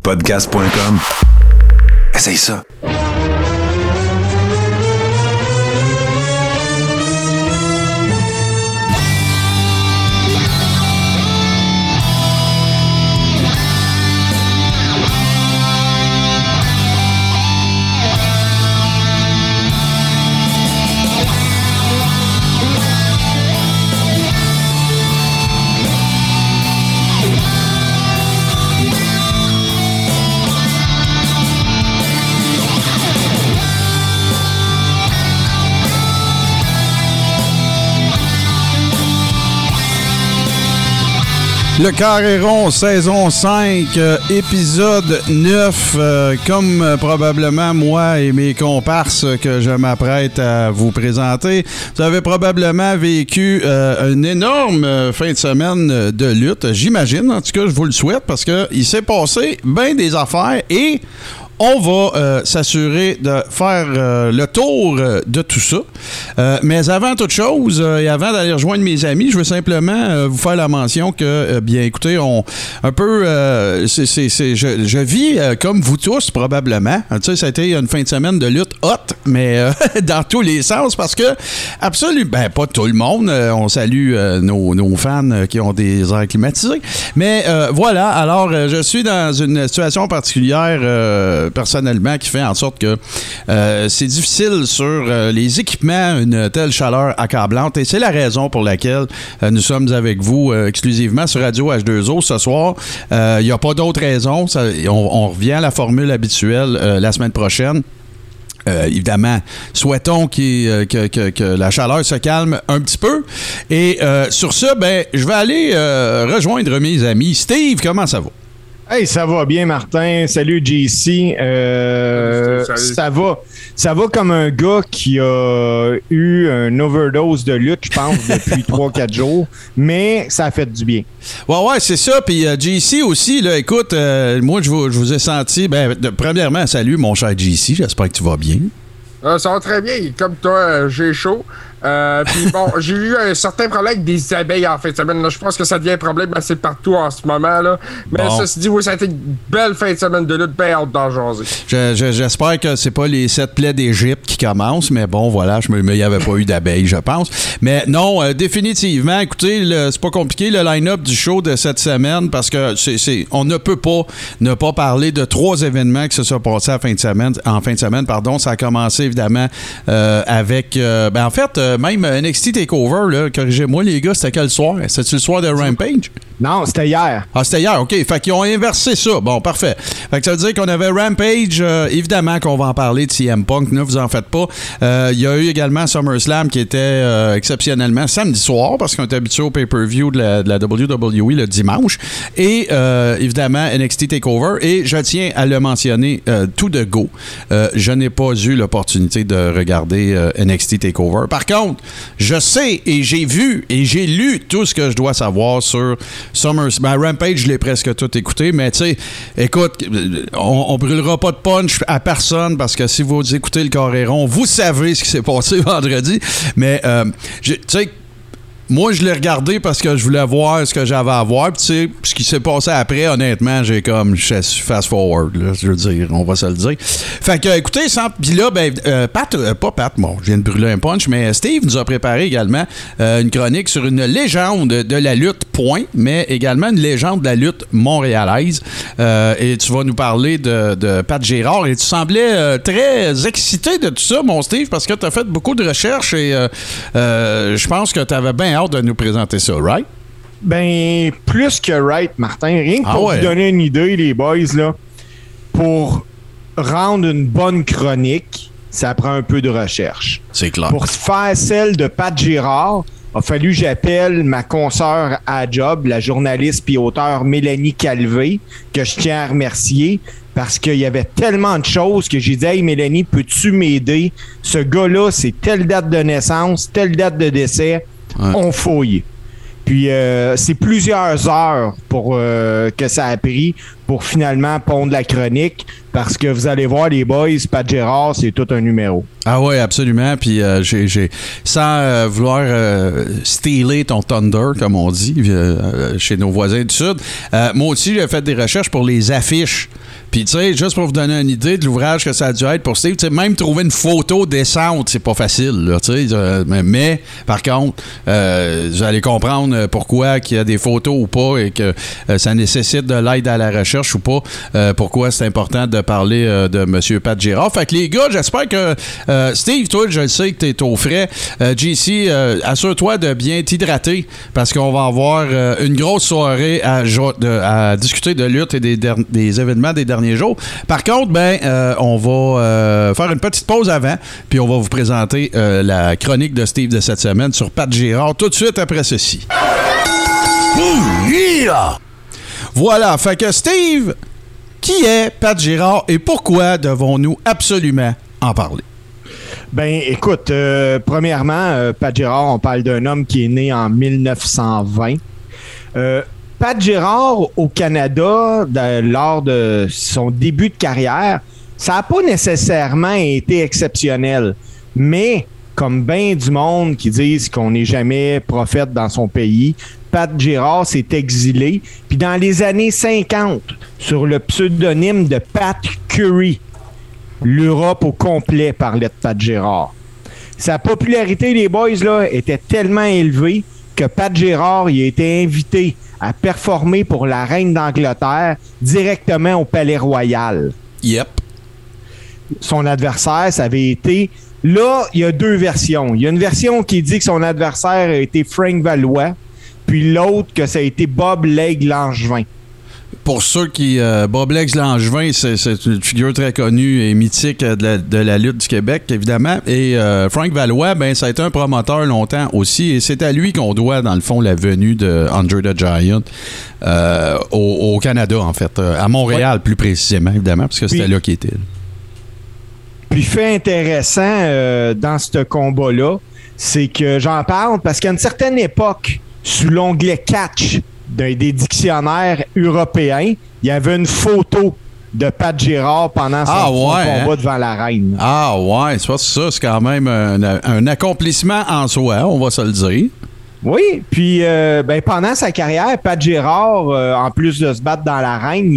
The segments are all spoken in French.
Podcast.com. Essaye ça. Le Carré rond, saison 5, épisode 9. Comme probablement moi et mes comparses que je m'apprête à vous présenter, vous avez probablement vécu une énorme fin de semaine de lutte. J'imagine, en tout cas, je vous le souhaite, parce qu'il s'est passé bien des affaires et on va s'assurer de faire le tour de tout ça. Mais avant toute chose, et avant d'aller rejoindre mes amis, je veux simplement vous faire la mention que, bien écoutez, je vis comme vous tous probablement. Tu sais, ça a été une fin de semaine de lutte hot, mais dans tous les sens, parce que absolument, pas tout le monde. On salue nos fans qui ont des airs climatisés. Mais voilà, alors je suis dans une situation particulière personnellement, qui fait en sorte que c'est difficile sur les équipements, une telle chaleur accablante, et c'est la raison pour laquelle nous sommes avec vous exclusivement sur Radio H2O ce soir. Il n'y a pas d'autre raison. On revient à la formule habituelle la semaine prochaine. Évidemment, souhaitons que la chaleur se calme un petit peu. Et sur ce, je vais aller rejoindre mes amis. Steve, comment ça va? Hey, ça va bien, Martin. Salut, JC. Salut. Ça va comme un gars qui a eu une overdose de lutte, je pense, depuis 3-4 jours. Mais ça a fait du bien. Ouais, c'est ça. Puis JC aussi, là, écoute, moi, je vous ai senti... premièrement, salut, mon cher JC. J'espère que tu vas bien. Ça va très bien. Comme toi, j'ai chaud. Puis bon, j'ai eu un certain problème avec des abeilles en fin de semaine. Là. Je pense que ça devient un problème assez partout en ce moment. Là. Mais ça se dit, oui, ça a été une belle fin de semaine de lutte, bien hâte d'en jaser. J'espère que c'est pas les 7 plaies d'Égypte qui commencent, mais bon, voilà, il n'y avait pas eu d'abeilles, je pense. Mais non, définitivement, écoutez, c'est pas compliqué, le line-up du show de cette semaine, parce que on ne peut pas ne pas parler de 3 événements qui se sont passés en fin de semaine. Ça a commencé, évidemment, avec... en fait, même NXT TakeOver, là, corrigez-moi les gars, c'était quel soir? C'était-tu le soir de Rampage? Non, c'était hier. Ah, c'était hier, OK. Fait qu'ils ont inversé ça. Bon, parfait. Fait que ça veut dire qu'on avait Rampage, évidemment qu'on va en parler de CM Punk, ne vous en faites pas. Il y a eu également SummerSlam qui était exceptionnellement samedi soir, parce qu'on est habitué au pay-per-view de la WWE le dimanche. Et évidemment, NXT TakeOver. Et je tiens à le mentionner tout de go. Je n'ai pas eu l'opportunité de regarder NXT TakeOver. Par contre, je sais et j'ai vu et j'ai lu tout ce que je dois savoir sur Rampage, je l'ai presque tout écouté, mais tu sais, écoute, on brûlera pas de punch à personne, parce que si vous écoutez le Carré rond, vous savez ce qui s'est passé vendredi, mais tu sais, moi, je l'ai regardé parce que je voulais voir ce que j'avais à voir. Puis, tu sais, ce qui s'est passé après, honnêtement, j'ai comme fast-forward, là, je veux dire, on va se le dire. Fait que, écoutez, puis là, je viens de brûler un punch, mais Steve nous a préparé également une chronique sur une légende de la lutte, point, mais également une légende de la lutte montréalaise. Et tu vas nous parler de Pat Girard. Et tu semblais très excité de tout ça, mon Steve, parce que tu as fait beaucoup de recherches et je pense que tu avais bien hâte de nous présenter ça, right? Ben, plus que right, Martin. Rien que pour vous donner une idée, les boys, là, pour rendre une bonne chronique, ça prend un peu de recherche. C'est clair. Pour faire celle de Pat Girard, a fallu que j'appelle ma consoeur à job, la journaliste puis auteure Mélanie Calvé, que je tiens à remercier, parce qu'il y avait tellement de choses que j'ai dit « Hey Mélanie, peux-tu m'aider? Ce gars-là, c'est telle date de naissance, telle date de décès. » On fouille. Puis c'est plusieurs heures pour que ça a pris pour finalement pondre la chronique, parce que vous allez voir, les boys, Pat Gérard, c'est tout un numéro. Ah oui, absolument. Puis sans vouloir stealer ton thunder, comme on dit, chez nos voisins du Sud, moi aussi, j'ai fait des recherches pour les affiches. Puis, tu sais, juste pour vous donner une idée de l'ouvrage que ça a dû être pour Steve, tu sais, même trouver une photo décente, c'est pas facile, là, tu sais. Mais, par contre, vous allez comprendre pourquoi qu'il y a des photos ou pas et que ça nécessite de l'aide à la recherche ou pas. Pourquoi c'est important de parler de M. Pat Gérard. Fait que les gars, j'espère que Steve, toi, je le sais que t'es au frais. JC, assure-toi de bien t'hydrater parce qu'on va avoir une grosse soirée à discuter de lutte et des événements des derniers jours. Par contre, on va faire une petite pause avant, puis on va vous présenter la chronique de Steve de cette semaine sur Pat Gérard tout de suite après ceci. Voilà, fait que Steve, qui est Pat Gérard et pourquoi devons-nous absolument en parler? Ben, écoute, premièrement, Pat Gérard, on parle d'un homme qui est né en 1920. Pat Gérard, au Canada, lors de son début de carrière, ça n'a pas nécessairement été exceptionnel. Mais, comme bien du monde qui disent qu'on n'est jamais prophète dans son pays, Pat Gérard s'est exilé. Puis dans les années 50, sur le pseudonyme de Pat Curry, l'Europe au complet parlait de Pat Gérard. Sa popularité, les boys, là, était tellement élevée que Pat Gérard il a été invité à performer pour la reine d'Angleterre directement au Palais Royal. Yep. Son adversaire, ça avait été... Là, il y a deux versions. Il y a une version qui dit que son adversaire a été Frank Valois, puis l'autre que ça a été Bob Legge Langevin. Pour ceux qui... Bob Legge Langevin, c'est une figure très connue et mythique de la lutte du Québec, évidemment. Et Frank Valois, ça a été un promoteur longtemps aussi. Et c'est à lui qu'on doit, dans le fond, la venue de Andre the Giant au Canada, en fait. À Montréal, plus précisément, évidemment, parce que c'était là qu'il était. Puis fait intéressant dans ce combat-là, c'est que j'en parle parce qu'à une certaine époque, sous l'onglet Catch des dictionnaires européens, il y avait une photo de Pat Gérard pendant son combat devant la reine. Ah ouais, c'est pas ça, c'est quand même un accomplissement en soi, on va se le dire. Oui, puis pendant sa carrière, Pat Gérard, en plus de se battre dans l'arène,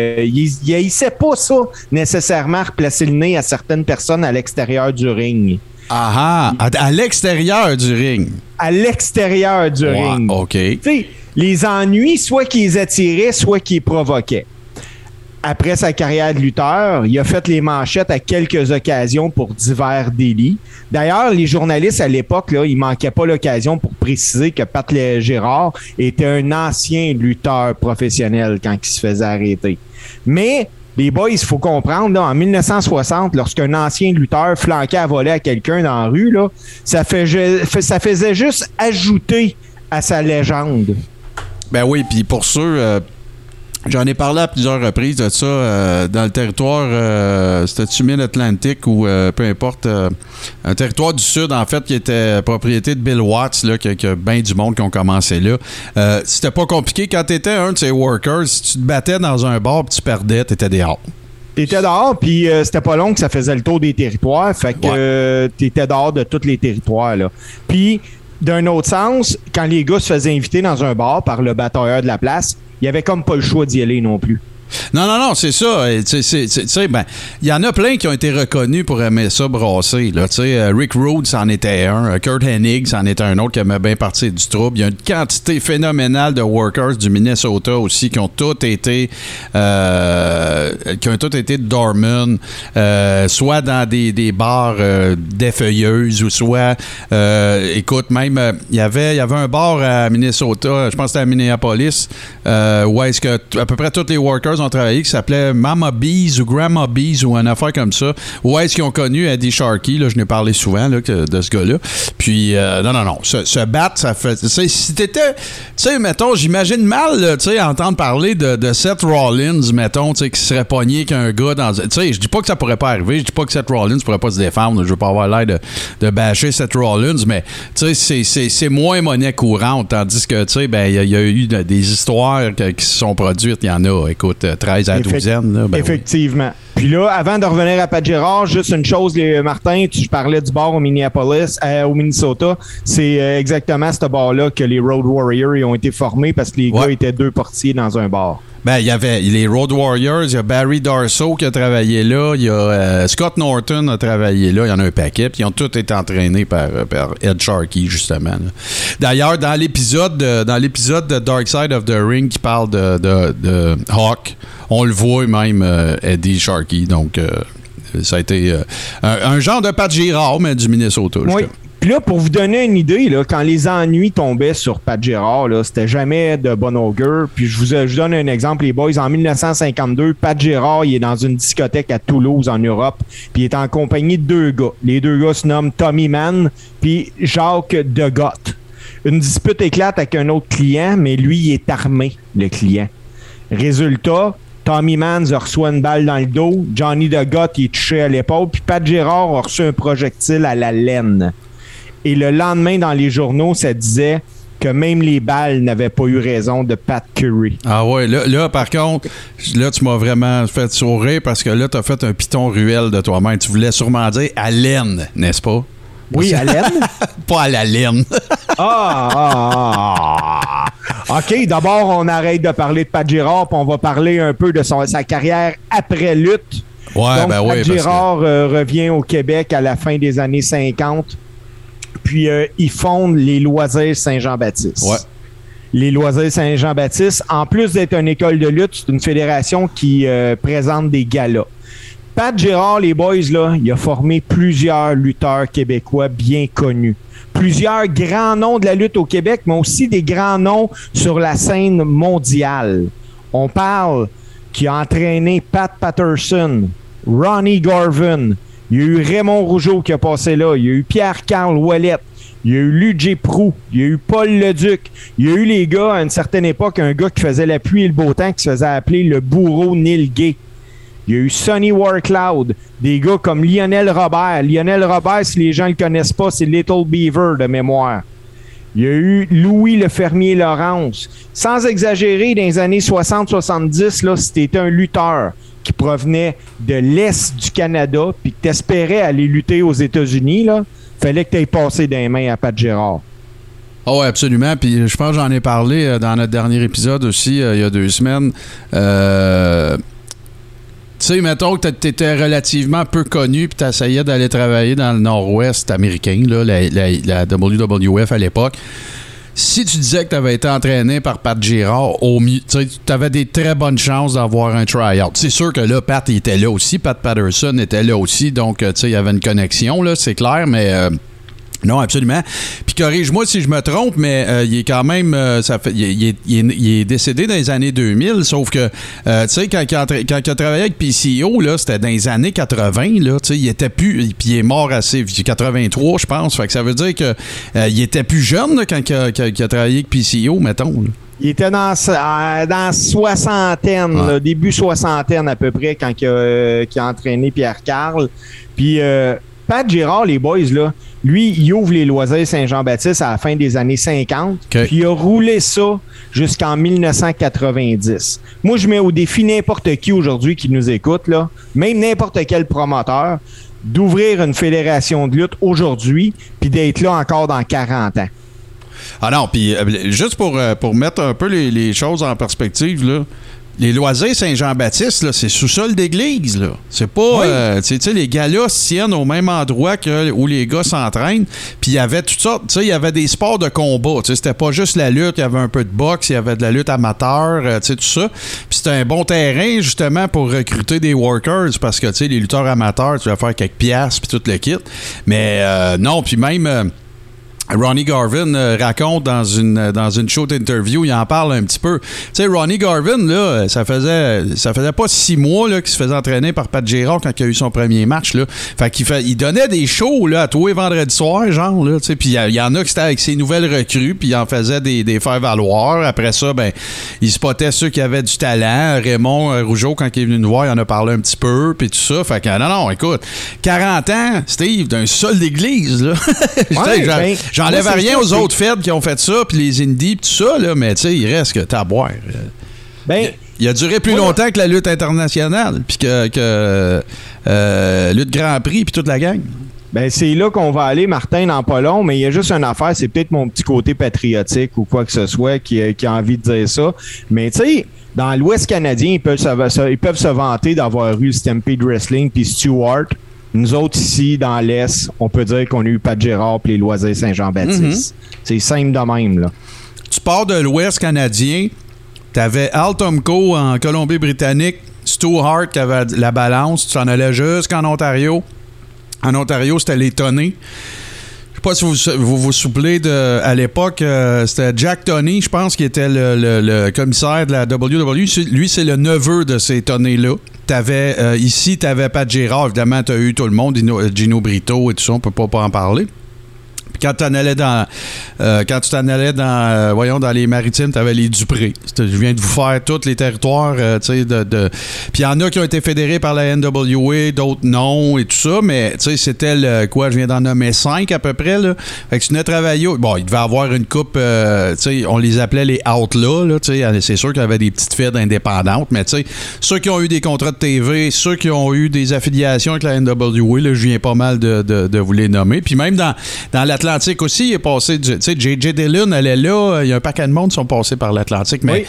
il sait pas ça nécessairement replacer le nez à certaines personnes à l'extérieur du ring. Ah ah, à l'extérieur du ring. À l'extérieur du ring. OK. Tu sais, les ennuis, soit qu'ils les attiraient, soit qu'ils les provoquaient. Après sa carrière de lutteur, il a fait les manchettes à quelques occasions pour divers délits. D'ailleurs, les journalistes à l'époque, là, ils manquaient pas l'occasion pour préciser que Pat Gérard était un ancien lutteur professionnel quand il se faisait arrêter. Mais les boys, il faut comprendre, là, en 1960, lorsqu'un ancien lutteur flanquait à voler à quelqu'un dans la rue, là, ça faisait juste ajouter à sa légende. Ben oui, puis pour ceux... j'en ai parlé à plusieurs reprises de ça dans le territoire, c'était-tu Mid-Atlantic ou peu importe, un territoire du Sud, en fait, qui était propriété de Bill Watts, là, qui a bien du monde qui ont commencé là. C'était pas compliqué. Quand t'étais un de ces workers, si tu te battais dans un bar et tu perdais, t'étais dehors. T'étais dehors, puis c'était pas long que ça faisait le tour des territoires, fait que t'étais dehors de tous les territoires, là. Puis, d'un autre sens, quand les gars se faisaient inviter dans un bar par le batailleur de la place, il y avait comme pas le choix d'y aller non plus. Non, c'est ça. Tu sais, il y en a plein qui ont été reconnus pour aimer ça brasser. Là, Rick Rude, c'en était un. Kurt Hennig, c'en était un autre qui aimait bien partir du trouble. Il y a une quantité phénoménale de workers du Minnesota aussi qui ont tous été dormants, soit dans des bars défeuilleuses ou soit, écoute, même il y avait un bar à Minnesota, je pense que c'était à Minneapolis, où est-ce que à peu près tous les workers ont travaillé, qui s'appelait Mama Bees ou Grandma Bees ou une affaire comme ça. Où est-ce qu'ils ont connu Eddie Sharkey, là, je n'ai parlé souvent là, de ce gars-là. Puis, non. Se battre, ça fait... Si t'étais... Tu sais, mettons, j'imagine mal, tu sais, entendre parler de Seth Rollins, mettons, tu sais, qui serait pogné qu'un gars dans... Tu sais, je dis pas que ça pourrait pas arriver, je dis pas que Seth Rollins pourrait pas se défendre, je veux pas avoir l'air de bâcher Seth Rollins, mais, tu sais, c'est moins monnaie courante, tandis que, tu sais, il y a eu des histoires qui se sont produites, il y en a, écoute... 13 à 12e. Là, effectivement. Oui. Puis là, avant de revenir à Pat Girard, juste une chose, Martin, tu parlais du bar au Minnesota. C'est exactement ce bar-là que les Road Warriors ont été formés parce que les gars étaient 2 portiers dans un bar. Ben, il y avait les Road Warriors, il y a Barry Darsow qui a travaillé là, il y a Scott Norton a travaillé là, il y en a un paquet, puis ils ont tous été entraînés par Ed Sharkey, justement. Là. D'ailleurs, dans l'épisode de Dark Side of the Ring qui parle de Hawk, on le voit même, Eddie Sharkey, donc ça a été un genre de Pat Girard, mais du Minnesota. Oui. Puis là, pour vous donner une idée, là, quand les ennuis tombaient sur Pat Girard, là, c'était jamais de bon augure. Puis je vous donne un exemple, les boys. En 1952, Pat Girard, il est dans une discothèque à Toulouse, en Europe. Puis il est en compagnie de 2 gars. Les 2 gars se nomment Tommy Mann puis Jacques Degotte. Une dispute éclate avec un autre client, mais lui, il est armé, le client. Résultat, Tommy Mann reçoit une balle dans le dos. Johnny Degotte, il est touché à l'épaule. Puis Pat Girard a reçu un projectile à la laine. Et le lendemain, dans les journaux, ça disait que même les balles n'avaient pas eu raison de Pat Curry. Ah ouais, là par contre, là, tu m'as vraiment fait sourire parce que là, tu as fait un piton ruelle de toi-même. Tu voulais sûrement dire à laine, n'est-ce pas? Oui, à laine? Pas à la laine. OK, d'abord, on arrête de parler de Pat Girard puis on va parler un peu de sa carrière après lutte. Ouais, donc, ben Pat Girard revient au Québec à la fin des années 50. Puis, ils fondent les Loisirs Saint-Jean-Baptiste. Ouais. Les Loisirs Saint-Jean-Baptiste, en plus d'être une école de lutte, c'est une fédération qui présente des galas. Pat Girard, les boys, là, il a formé plusieurs lutteurs québécois bien connus. Plusieurs grands noms de la lutte au Québec, mais aussi des grands noms sur la scène mondiale. On parle qui a entraîné Pat Patterson, Ronnie Garvin. Il y a eu Raymond Rougeau qui a passé là. Il y a eu Pierre-Carl Ouellette. Il y a eu Luc Proulx. Il y a eu Paul Leduc. Il y a eu les gars, à une certaine époque, un gars qui faisait la pluie et le beau temps qui se faisait appeler le bourreau Neil Gay. Il y a eu Sonny Warcloud. Des gars comme Lionel Robert. Lionel Robert, si les gens ne le connaissent pas, c'est Little Beaver de mémoire. Il y a eu Louis le fermier Laurence. Sans exagérer, dans les années 60-70, là, si t'étais un lutteur qui provenait de l'Est du Canada puis que t'espérais aller lutter aux États-Unis, là, fallait que t'aies passé des mains à Pat Girard. Oh, oui, absolument. Puis je pense que j'en ai parlé dans notre dernier épisode aussi, il y a 2 semaines. Tu sais, mettons que tu étais relativement peu connu puis tu essayais d'aller travailler dans le nord-ouest américain, là, la WWF à l'époque. Si tu disais que tu avais été entraîné par Pat Girard, tu avais des très bonnes chances d'avoir un try-out. C'est sûr que là, Pat il était là aussi, Pat Patterson était là aussi, donc tu sais, il y avait une connexion, là, c'est clair, mais... non, absolument. Puis corrige-moi si je me trompe, mais il est quand même... il est décédé dans les années 2000, sauf que, tu sais, quand il a travaillé avec PCO, là, c'était dans les années 80, là, tu sais, il était plus... Puis il est mort assez... 83, je pense. Fait que ça veut dire que il était plus jeune, là, quand il a travaillé avec PCO, mettons, là. Il était dans soixantaine, là, début soixantaine à peu près, quand il a entraîné Pierre-Carl. Puis... Pat Girard, les boys, là, lui, il ouvre les Loisirs Saint-Jean-Baptiste à la fin des années 50, puis il a roulé ça jusqu'en 1990. Moi, je mets au défi n'importe qui aujourd'hui qui nous écoute, là, même n'importe quel promoteur, d'ouvrir une fédération de lutte aujourd'hui, puis d'être là encore dans 40 ans. Ah non, puis juste pour mettre un peu les choses en perspective, là, les Loisirs Saint-Jean-Baptiste, là, c'est sous-sol d'église, là. C'est pas... tu sais, les gars-là se tiennent au même endroit où les gars s'entraînent. Puis il y avait toutes sortes... Tu sais, il y avait des sports de combat. Tu sais, c'était pas juste la lutte. Il y avait un peu de boxe. Il y avait de la lutte amateur. Tu sais, tout ça. Puis c'était un bon terrain, justement, pour recruter des workers. Parce que, tu sais, les lutteurs amateurs, tu vas faire quelques piastres puis tout le kit. Mais non, puis même... Ronnie Garvin raconte dans une show d'interview, il en parle un petit peu. Tu sais, Ronnie Garvin, là, ça faisait pas 6 mois là, qu'il se faisait entraîner par Pat Girard quand il a eu son premier match. Là. Fait il donnait des shows là, à tous les vendredis soirs, genre. Là, puis il y en a qui étaient avec ses nouvelles recrues, puis il en faisait des faire-valoir. Après ça, ben, il spottait ceux qui avaient du talent. Raymond Rougeau, quand il est venu nous voir, il en a parlé un petit peu, puis tout ça. Fait que non, écoute, 40 ans, Steve, d'un sol d'église, là. Ouais, j'enlève rien aux autres feds qui ont fait ça, puis les indies, puis tout ça, là, mais tu sais, il reste que t'as à boire. Ben, il Il a duré plus longtemps que la lutte internationale, puis que lutte Grand Prix, puis toute la gang. Ben, c'est là qu'on va aller, Martin, dans pas long, mais il y a juste une affaire, c'est peut-être mon petit côté patriotique ou quoi que ce soit qui a envie de dire ça. Mais tu sais, dans l'Ouest canadien, ils peuvent se vanter d'avoir eu Stampede Wrestling puis Stewart. Nous autres, ici, dans l'Est, on peut dire qu'on a eu Pat Gérard puis les Loisirs Saint-Jean-Baptiste. C'est simple de même, là. Tu pars de l'Ouest canadien, t'avais Al Tomko en Colombie-Britannique, Stu Hart qui avait la balance, tu t'en allais jusqu'en Ontario. En Ontario, c'était les Toney. Je sais pas si vous vous souvenez à l'époque, c'était Jack Toney, je pense, qui était le commissaire de la WWE. Lui, c'est le neveu de ces Toney-là. Ici, t'avais Pat Gérard. Évidemment, t'as eu tout le monde, Gino Brito et tout ça, on peut pas en parler. Puis quand tu t'en allais dans les Maritimes, t'avais les Dupré. Je viens de vous faire tous les territoires, tu sais, Puis il y en a qui ont été fédérés par la NWA, d'autres non et tout ça, mais tu sais, c'était je viens d'en nommer 5 à peu près, là. Fait que tu venais travailler. Bon, il devait avoir une coupe, tu sais, on les appelait les Outlaws, là, tu sais. C'est sûr qu'il y avait des petites fêtes indépendantes, mais tu sais, ceux qui ont eu des contrats de TV, ceux qui ont eu des affiliations avec la NWA, là, je viens pas mal de vous les nommer. Puis même dans l'Atlantique aussi, il est passé, tu sais, J.J. Dillon, elle est là, il y a un paquet de monde qui sont passés par l'Atlantique, mais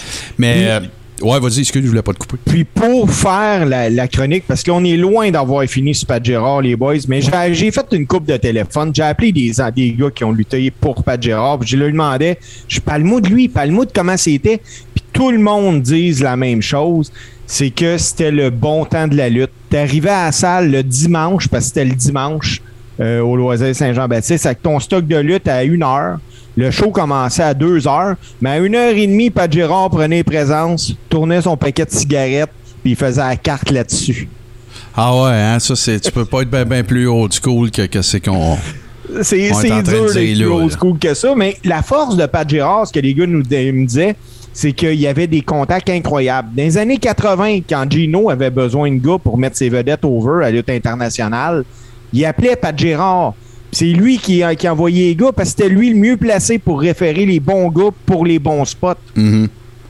ouais, vas-y, excuse, je voulais pas te couper. Puis pour faire la chronique, parce qu'on est loin d'avoir fini sur Pat Gérard, les boys, mais j'ai fait une coupe de téléphone, j'ai appelé des gars qui ont lutté pour Pat Gérard, puis je leur demandais, parle-moi de lui, parle-moi de comment c'était, puis tout le monde dise la même chose, c'est que c'était le bon temps de la lutte. T'arrivais à la salle le dimanche, parce que c'était le dimanche, au Loisirs Saint-Jean-Baptiste, avec ton stock de lutte à 1h. Le show commençait à 2h, mais à 1h30, Pat Gérard prenait présence, tournait son paquet de cigarettes, puis il faisait la carte là-dessus. Ah ouais, hein, ça, tu peux pas être bien plus old school que c'est qu'on... C'est dur d'être plus old school que ça, mais la force de Pat Gérard, ce que les gars nous disaient, c'est qu'il y avait des contacts incroyables. Dans les années 80, quand Gino avait besoin de gars pour mettre ses vedettes over à la lutte internationale, il appelait Pat Gérard. C'est lui qui envoyait les gars parce que c'était lui le mieux placé pour référer les bons gars pour les bons spots. Mm-hmm.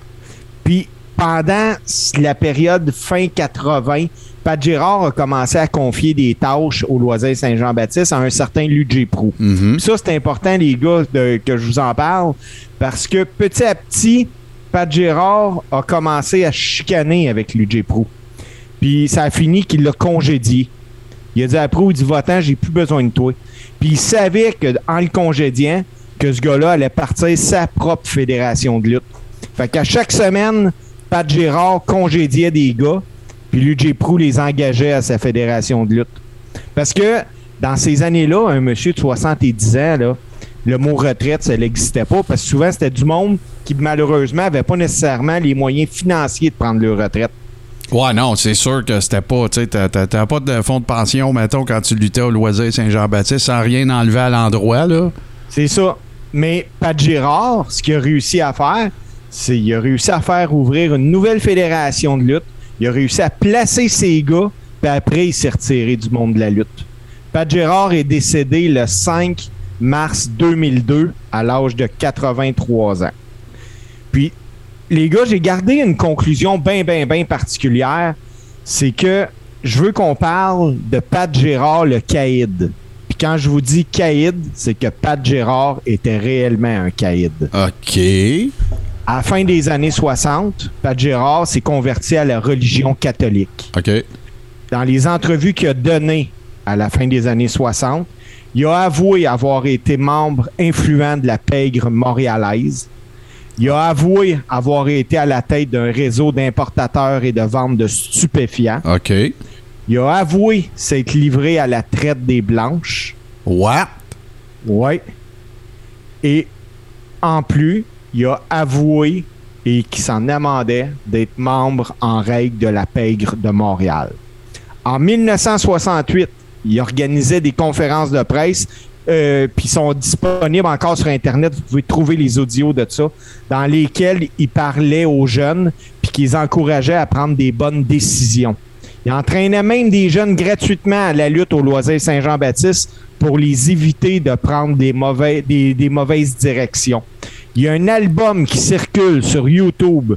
Puis pendant la période fin 80, Pat Gérard a commencé à confier des tâches au Loisirs Saint-Jean-Baptiste à un certain Luigi Prou. Mm-hmm. Ça, c'est important, les gars, que je vous en parle, parce que petit à petit, Pat Gérard a commencé à chicaner avec Luigi Prou. Puis ça a fini qu'il l'a congédié. Il a dit à Prou, il dit, va-t'en, j'ai plus besoin de toi. Puis il savait qu'en le congédiant, que ce gars-là allait partir sa propre fédération de lutte. Fait qu'à chaque semaine, Pat Gérard congédiait des gars, puis Luigi Prou les engageait à sa fédération de lutte. Parce que dans ces années-là, un monsieur de 70 ans, là, le mot retraite, ça n'existait pas, parce que souvent, c'était du monde qui, malheureusement, n'avait pas nécessairement les moyens financiers de prendre leur retraite. Ouais, non, c'est sûr que c'était pas, tu sais, t'as pas de fonds de pension, mettons, quand tu luttais au Loisirs Saint-Jean-Baptiste, sans rien enlever à l'endroit, là. C'est ça. Mais Pat Gérard, ce qu'il a réussi à faire, c'est qu'il a réussi à faire ouvrir une nouvelle fédération de lutte. Il a réussi à placer ses gars, puis après, il s'est retiré du monde de la lutte. Pat Gérard est décédé le 5 mars 2002 à l'âge de 83 ans. Puis, les gars, j'ai gardé une conclusion bien particulière. C'est que je veux qu'on parle de Pat Gérard le caïd. Puis quand je vous dis caïd, c'est que Pat Gérard était réellement un caïd. OK. À la fin des années 60, Pat Gérard s'est converti à la religion catholique. OK. Dans les entrevues qu'il a données à la fin des années 60, il a avoué avoir été membre influent de la pègre montréalaise. Il a avoué avoir été à la tête d'un réseau d'importateurs et de vente de stupéfiants. OK. Il a avoué s'être livré à la traite des Blanches. What? Oui. Et en plus, il a avoué et qu'il s'en amendait d'être membre en règle de la pègre de Montréal. En 1968, il organisait des conférences de presse puis sont disponibles encore sur Internet. Vous pouvez trouver les audios de ça, dans lesquels il parlait aux jeunes puis qu'ils les encourageait à prendre des bonnes décisions. Il entraînait même des jeunes gratuitement à la lutte au Loisirs Saint-Jean-Baptiste pour les éviter de prendre des mauvaises directions. Il y a un album qui circule sur YouTube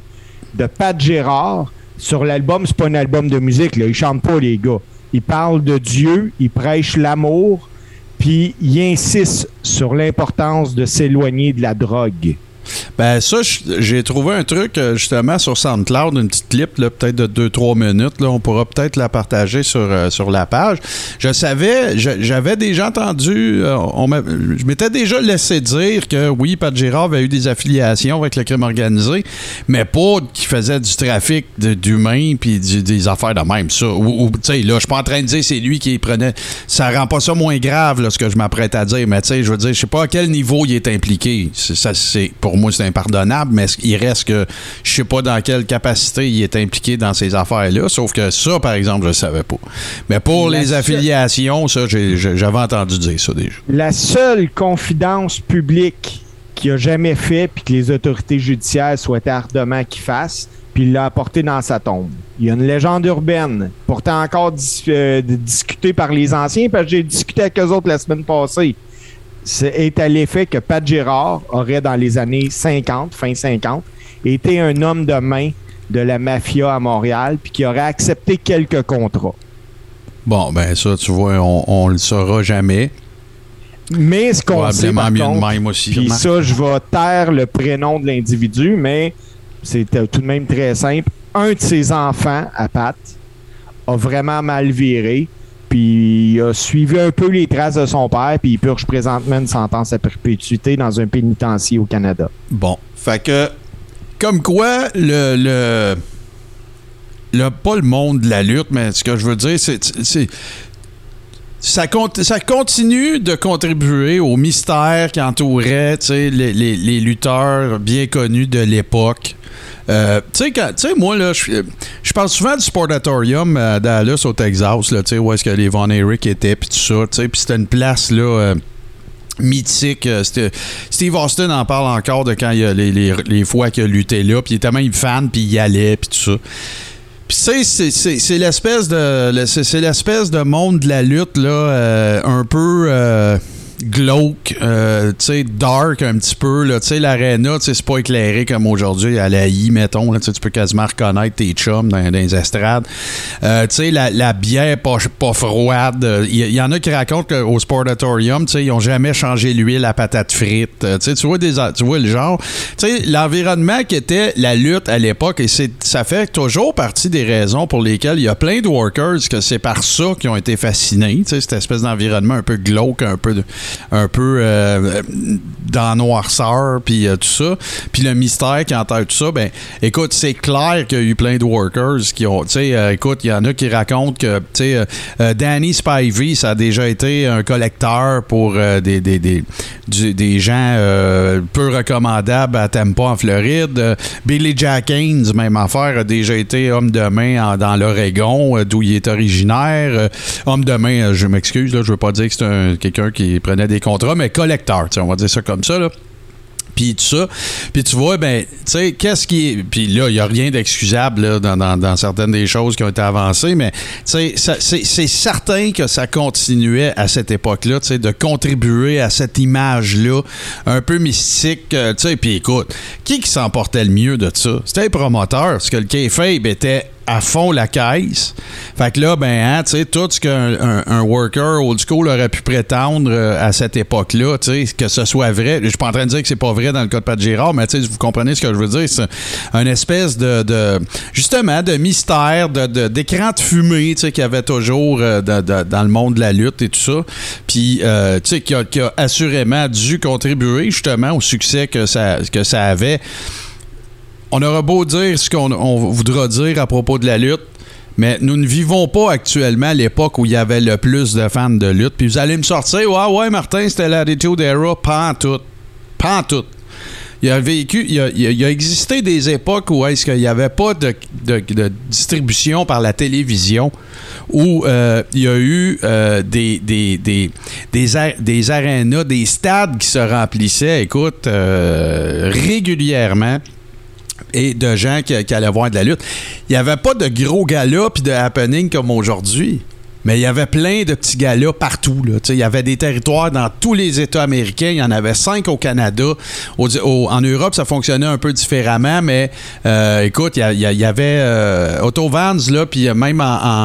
de Pat Gérard sur l'album. C'est pas un album de musique, là. Ils chantent pas, les gars. Ils parlent de Dieu, ils prêchent l'amour, puis ils insistent sur l'importance de s'éloigner de la drogue. Ben ça, j'ai trouvé un truc justement sur SoundCloud, une petite clip là, peut-être de 2-3 minutes. Là, on pourra peut-être la partager sur la page. Je savais, j'avais déjà entendu, je m'étais déjà laissé dire que oui, Pat Gérard avait eu des affiliations avec le crime organisé, mais pas qu'il faisait du trafic d'humains puis des affaires de même. Ça. Ou tu sais, là, je suis pas en train de dire c'est lui qui prenait. Ça rend pas ça moins grave, là, ce que je m'apprête à dire, mais tu sais, je veux dire, je sais pas à quel niveau il est impliqué. Pour moi, c'est impardonnable, mais il reste que je sais pas dans quelle capacité il est impliqué dans ces affaires-là, sauf que ça, par exemple, je le savais pas. Mais pour les affiliations, ça, j'avais entendu dire ça déjà. La seule confidence publique qu'il a jamais fait puis que les autorités judiciaires souhaitaient ardemment qu'il fasse, puis il l'a apporté dans sa tombe. Il y a une légende urbaine, pourtant encore discutée par les anciens, parce que j'ai discuté avec eux autres la semaine passée. Est à l'effet que Pat Gérard aurait, dans les années 50, fin 50, été un homme de main de la mafia à Montréal, puis qui aurait accepté quelques contrats. Bon, ben ça, tu vois, on le saura jamais. Mais ce qu'on sait, par contre, puis ça, je vais taire le prénom de l'individu, mais c'est tout de même très simple. Un de ses enfants, à Pat, a vraiment mal viré. Puis il a suivi un peu les traces de son père, puis il purge présentement une sentence à perpétuité dans un pénitencier au Canada. Bon, fait que, comme quoi, pas le monde de la lutte, mais ce que je veux dire, ça continue de contribuer au mystère qui entourait les lutteurs bien connus de l'époque. Tu sais, moi, là, je parle souvent du Sportatorium à Dallas, au Texas, là, où est-ce que les Von Erich étaient, puis tout ça, puis c'était une place, là, mythique. Steve Austin en parle encore de quand il y a les fois qu'il a lutté là, puis il était même fan, puis il y allait, puis tout ça. Puis tu sais, c'est l'espèce de monde de la lutte, là, un peu glauque, tu sais, dark un petit peu, là, tu sais, l'aréna, tu sais, c'est pas éclairé comme aujourd'hui à la I, mettons, là, tu peux quasiment reconnaître tes chums dans les estrades. Tu sais, la bière pas froide. Il y en a qui racontent qu'au Sportatorium, tu sais, ils ont jamais changé l'huile à patates frites. Tu sais, tu vois le genre. Tu sais, l'environnement qui était la lutte à l'époque, et ça fait toujours partie des raisons pour lesquelles il y a plein de workers que c'est par ça qu'ils ont été fascinés, tu sais, cette espèce d'environnement un peu glauque, un peu dans noirceur, puis tout ça, puis le mystère qui enterre tout ça. Ben, écoute, c'est clair qu'il y a eu plein de workers qui ont, tu sais, écoute, il y en a qui racontent que, tu sais, Danny Spivey, ça a déjà été un collecteur pour des gens peu recommandables à Tampa, en Floride. Billy Jack Haynes, même affaire, a déjà été homme de main dans l'Oregon, d'où il est originaire. Homme de main, je m'excuse, là, je veux pas dire que c'est quelqu'un qui prenait des contrats, mais collecteur, on va dire ça comme ça, là. Puis tout ça. Puis tu vois, ben, tu sais, qu'est-ce qui est... Puis là, il n'y a rien d'excusable là, dans certaines des choses qui ont été avancées, mais tu sais, c'est certain que ça continuait à cette époque-là, tu sais, de contribuer à cette image-là, un peu mystique, tu sais. Puis écoute, qui s'en portait le mieux de ça? C'était les promoteurs, parce que le kayfabe était à fond la caisse. Fait que là, ben, hein, tu sais, tout ce qu'un worker old school aurait pu prétendre à cette époque-là, tu sais, que ce soit vrai. Je suis pas en train de dire que c'est pas vrai dans le cas de Pat Gérard, mais tu sais, vous comprenez ce que je veux dire. C'est une espèce justement, de mystère, d'écran de fumée, tu sais, qu'il y avait toujours dans le monde de la lutte et tout ça. Puis, tu sais, qui a assurément dû contribuer, justement, au succès que ça avait. On aura beau dire ce qu'on voudra dire à propos de la lutte, mais nous ne vivons pas actuellement l'époque où il y avait le plus de fans de lutte. Puis vous allez me sortir, ouais, Martin, c'était l'Attitude Era, pas en tout. Il a existé des époques où est-ce qu'il n'y avait pas de distribution par la télévision, où il y a eu des arénas, des stades qui se remplissaient, écoute, régulièrement. Et de gens qui allaient voir de la lutte. Il n'y avait pas de gros galas puis de happening comme aujourd'hui. Mais il y avait plein de petits galas partout. Il y avait des territoires dans tous les États américains. Il y en avait 5 au Canada. En Europe, ça fonctionnait un peu différemment, mais écoute, il y avait Otto Vance, là, puis même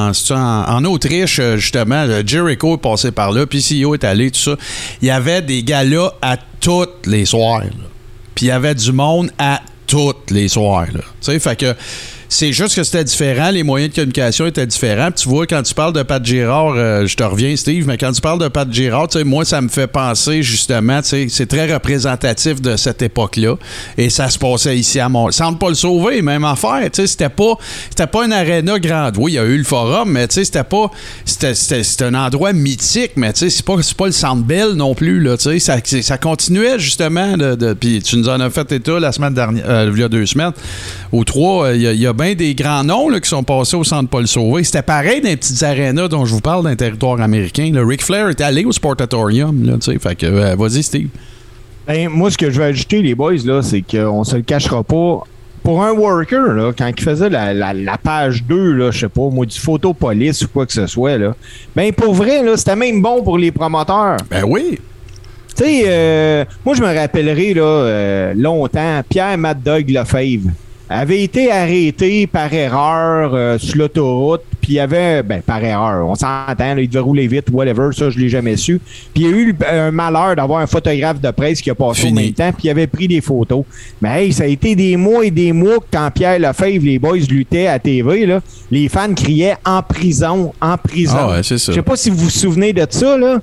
en Autriche, justement, Jericho est passé par là, puis CEO est allé, tout ça. Il y avait des galas à tous les soirs. Puis il y avait du monde à tous les soirs. Tu sais, fait que c'est juste que c'était différent, les moyens de communication étaient différents. Puis tu vois, quand tu parles de Pat Girard, je te reviens, Steve, mais quand tu parles de Pat Girard, tu sais, moi, ça me fait penser, justement, tu sais, c'est très représentatif de cette époque-là. Et ça se passait ici à Montréal. Centre Paul-Sauvé, même affaire, tu sais, c'était pas une aréna grande. Oui, il y a eu le forum, mais tu sais, c'était un endroit mythique, mais tu sais, c'est pas le Centre Bell non plus, là, tu sais, ça continuait, justement, puis tu nous en as fait état la semaine dernière, il y a 2 semaines, ou 3, il y a des grands noms là, qui sont passés au Centre Paul-Sauvé. C'était pareil dans les petites arénas dont je vous parle d'un territoire américain. Ric Flair est allé au Sportatorium. Là, fait que, vas-y, Steve. Ben, moi, ce que je vais ajouter, les boys, là, c'est qu'on se le cachera pas. Pour un worker, là, quand il faisait la page 2, là, je sais pas, moi, du Photopolis ou quoi que ce soit, là, ben, pour vrai, là, c'était même bon pour les promoteurs. Ben oui. Tu sais, moi, je me rappellerai là, longtemps, Pierre Mad Dog Lefebvre avait été arrêté par erreur sur l'autoroute, puis il y avait, par erreur, on s'entend, là, il devait rouler vite, whatever, ça, je l'ai jamais su. Puis il y a eu un malheur d'avoir un photographe de presse qui a passé au même temps, puis il avait pris des photos. Mais hey, ça a été des mois et des mois que quand Pierre Lefebvre, les boys luttaient à TV, là, les fans criaient « en prison, en prison ». Ah ouais, c'est ça. Je sais pas si vous vous souvenez de ça, là.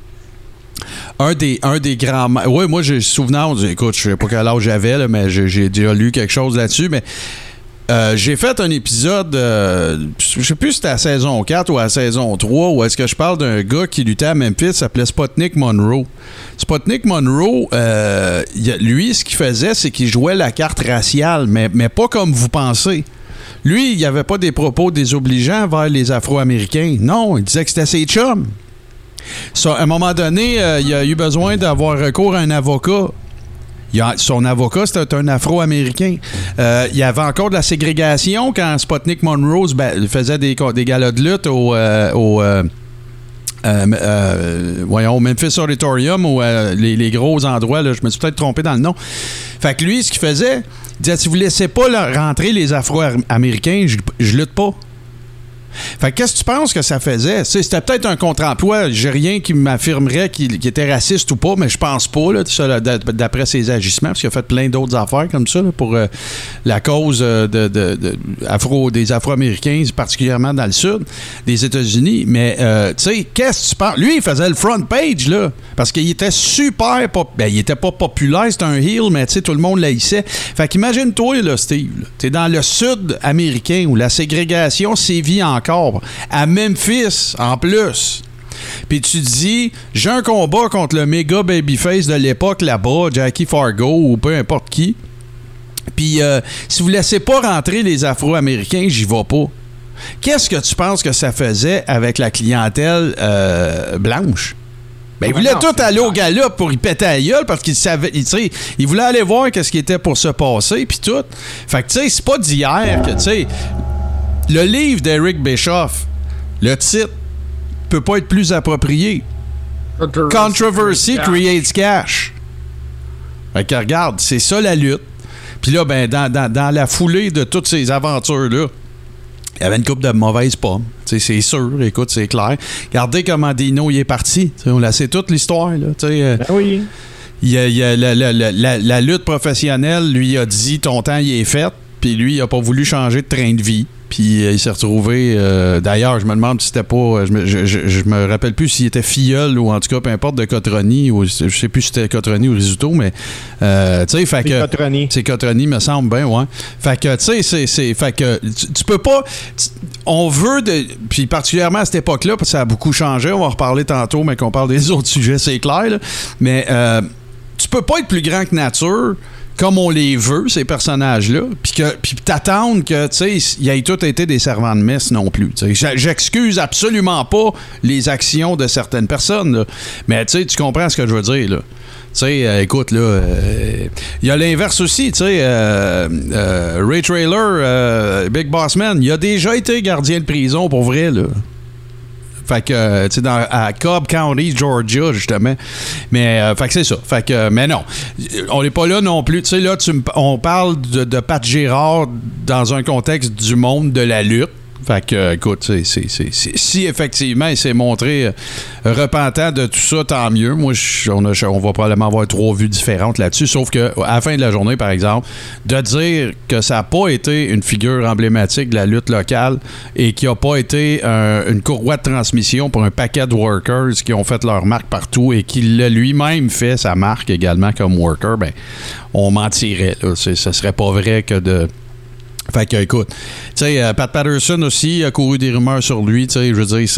Un des grands... Oui, moi, j'ai souvenance... Écoute, je sais pas quel âge j'avais, là, mais j'ai déjà lu quelque chose là-dessus, mais j'ai fait un épisode... je sais plus si c'était à saison 4 ou à saison 3, où est-ce que je parle d'un gars qui luttait à Memphis, il s'appelait Sputnik Monroe. Sputnik Monroe, lui, ce qu'il faisait, c'est qu'il jouait la carte raciale, mais pas comme vous pensez. Lui, il n'y avait pas des propos désobligeants vers les Afro-Américains. Non, il disait que c'était ses chums. À un moment donné, il a eu besoin d'avoir recours à un avocat. Son avocat, c'était un Afro-Américain. Il y avait encore de la ségrégation quand Sputnik Monroe faisait des galas de lutte au Memphis Auditorium ou les gros endroits. Là, je me suis peut-être trompé dans le nom. Fait que lui, ce qu'il faisait, il disait, si vous ne laissez pas rentrer les Afro-Américains, je lutte pas. Fait que qu'est-ce que tu penses que ça faisait? C'était peut-être un contre-emploi. J'ai rien qui m'affirmerait qu'il était raciste ou pas, mais je pense pas, là, d'après ses agissements, parce qu'il a fait plein d'autres affaires comme ça là, pour la cause des Afro-Américains, particulièrement dans le sud des États-Unis. Mais, tu sais, qu'est-ce que tu penses? Lui, il faisait le front page, là, parce qu'il était super... il était pas populaire, c'était un heel, mais tu sais, tout le monde l'haïssait. Fait qu'imagine-toi, là, Steve, t'es dans le sud américain où la ségrégation sévit encore. À Memphis, en plus. Puis tu dis, j'ai un combat contre le méga babyface de l'époque là-bas, Jackie Fargo ou peu importe qui. Puis si vous laissez pas rentrer les Afro-Américains, j'y vais pas. Qu'est-ce que tu penses que ça faisait avec la clientèle blanche? Ben, il voulait tout aller au gala pour y péter la gueule parce qu'il savait, il voulait aller voir qu'est-ce qui était pour se passer, puis tout. Fait que, tu sais, c'est pas d'hier que, tu sais, le livre d'Eric Bischoff, le titre peut pas être plus approprié. Controversy creates cash. Fait que regarde, c'est ça la lutte. Puis là, ben, dans la foulée de toutes ces aventures-là, il y avait une couple de mauvaises pommes. T'sais, c'est sûr, écoute, c'est clair. Regardez comment Dino y est parti. T'sais, on la sait toute l'histoire. Là, ben oui. La lutte professionnelle lui a dit ton temps il est fait, puis lui il a pas voulu changer de train de vie. Puis il s'est retrouvé... d'ailleurs, je me demande si c'était pas... Je me rappelle plus s'il était filleul ou en tout cas, peu importe, de Cotroni. Ou, je sais plus si c'était Cotroni ou Rizzuto, mais... tu sais, fait que... Cotroni. C'est Cotroni, me semble bien, ouais. Fait que, tu sais, fait que tu peux pas... On veut... Puis particulièrement à cette époque-là, parce que ça a beaucoup changé, on va en reparler tantôt, mais qu'on parle des autres sujets, c'est clair, là. Mais tu peux pas être plus grand que nature... comme on les veut, ces personnages-là, puis t'attendre que, tu sais, ils aient tous été des servants de messe non plus. J'excuse absolument pas les actions de certaines personnes, là, mais tu sais, tu comprends ce que je veux dire, là. Tu sais, écoute, là, il y a l'inverse aussi, tu sais, Ray Traylor, Big Boss Man, il a déjà été gardien de prison pour vrai, là. Fait que, tu sais, à Cobb County, Georgia, justement. Mais, fait que c'est ça. Fait que, mais non, on n'est pas là non plus. Tu sais, là, on parle de Pat Girard dans un contexte du monde de la lutte. Fait que, écoute, si effectivement il s'est montré repentant de tout ça, tant mieux. Moi, on va probablement avoir 3 vues différentes là-dessus. Sauf que à la fin de la journée, par exemple, de dire que ça n'a pas été une figure emblématique de la lutte locale et qu'il n'a pas été une courroie de transmission pour un paquet de workers qui ont fait leur marque partout et qu'il a lui-même fait sa marque également comme worker, ben, on mentirait. Là. Ce serait pas vrai que de... Fait que, écoute, tu sais, Pat Patterson aussi a couru des rumeurs sur lui, tu sais, je veux dire,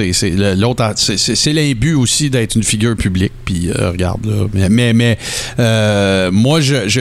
c'est l'imbu aussi d'être une figure publique, puis regarde, là, mais moi,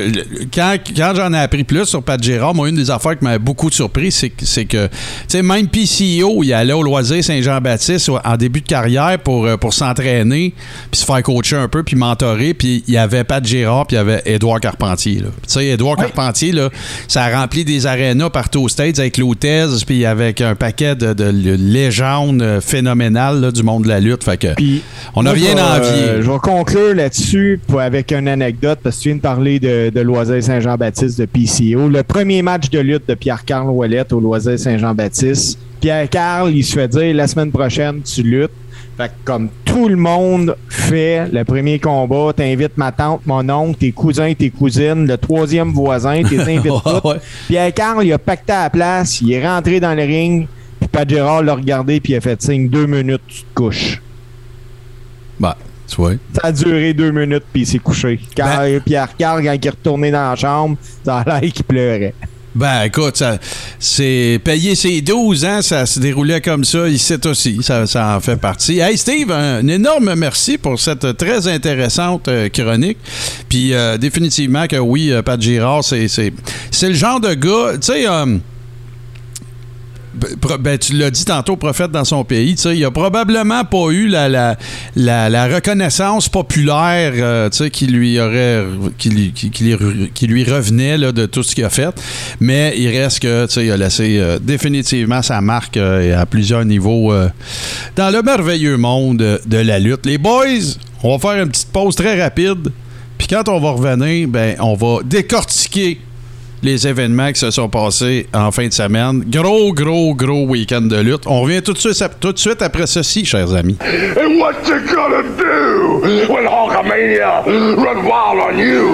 quand j'en ai appris plus sur Pat Girard, moi, une des affaires qui m'a beaucoup surpris, c'est que, tu sais, même PCO, il allait au Loisir Saint-Jean-Baptiste en début de carrière pour s'entraîner, puis se faire coacher un peu, puis mentorer, puis il y avait Pat Girard, puis il y avait Édouard Carpentier, là. Tu sais, Édouard Carpentier, là, ça a rempli des arénas partout aux States avec l'Hôtez, puis avec un paquet de légendes phénoménales là, du monde de la lutte. Fait que puis, on n'a rien à envier. Je vais conclure là-dessus avec une anecdote, parce que tu viens de parler de Loisir Saint-Jean-Baptiste de PCO. Le premier match de lutte de Pierre-Carl Ouellette au Loisir Saint-Jean-Baptiste. Pierre-Carl, il se fait dire la semaine prochaine, tu luttes. Fait que comme tout le monde fait le premier combat, t'invites ma tante, mon oncle, tes cousins, tes cousines, le troisième voisin, t'es invites tous. Ouais. Pierre-Carl, il a pacté à la place, il est rentré dans le ring, puis Pat Girard l'a regardé, puis il a fait signe 2 minutes, tu te couches. Bah, tu vois. Ça a duré 2 minutes, puis il s'est couché. Pierre-Carl, quand il est retourné dans la chambre, ça a l'air qu'il pleurait. Ben, écoute, c'est payer ses 12 ans, ça se déroulait comme ça ici aussi. Ça en fait partie. Hey, Steve, un énorme merci pour cette très intéressante chronique. Puis, définitivement que oui, Pat Girard, c'est le genre de gars, tu sais... Ben, tu l'as dit tantôt, prophète dans son pays, tu sais, il a probablement pas eu la reconnaissance populaire qui lui revenait là, de tout ce qu'il a fait, mais il reste que il a laissé définitivement sa marque à plusieurs niveaux dans le merveilleux monde de la lutte. Les boys, on va faire une petite pause très rapide, puis quand on va revenir, ben on va décortiquer les événements qui se sont passés en fin de semaine. Gros week-end de lutte. On revient tout de suite après ceci, chers amis. And what you gonna do when Hulkamania run wild on you?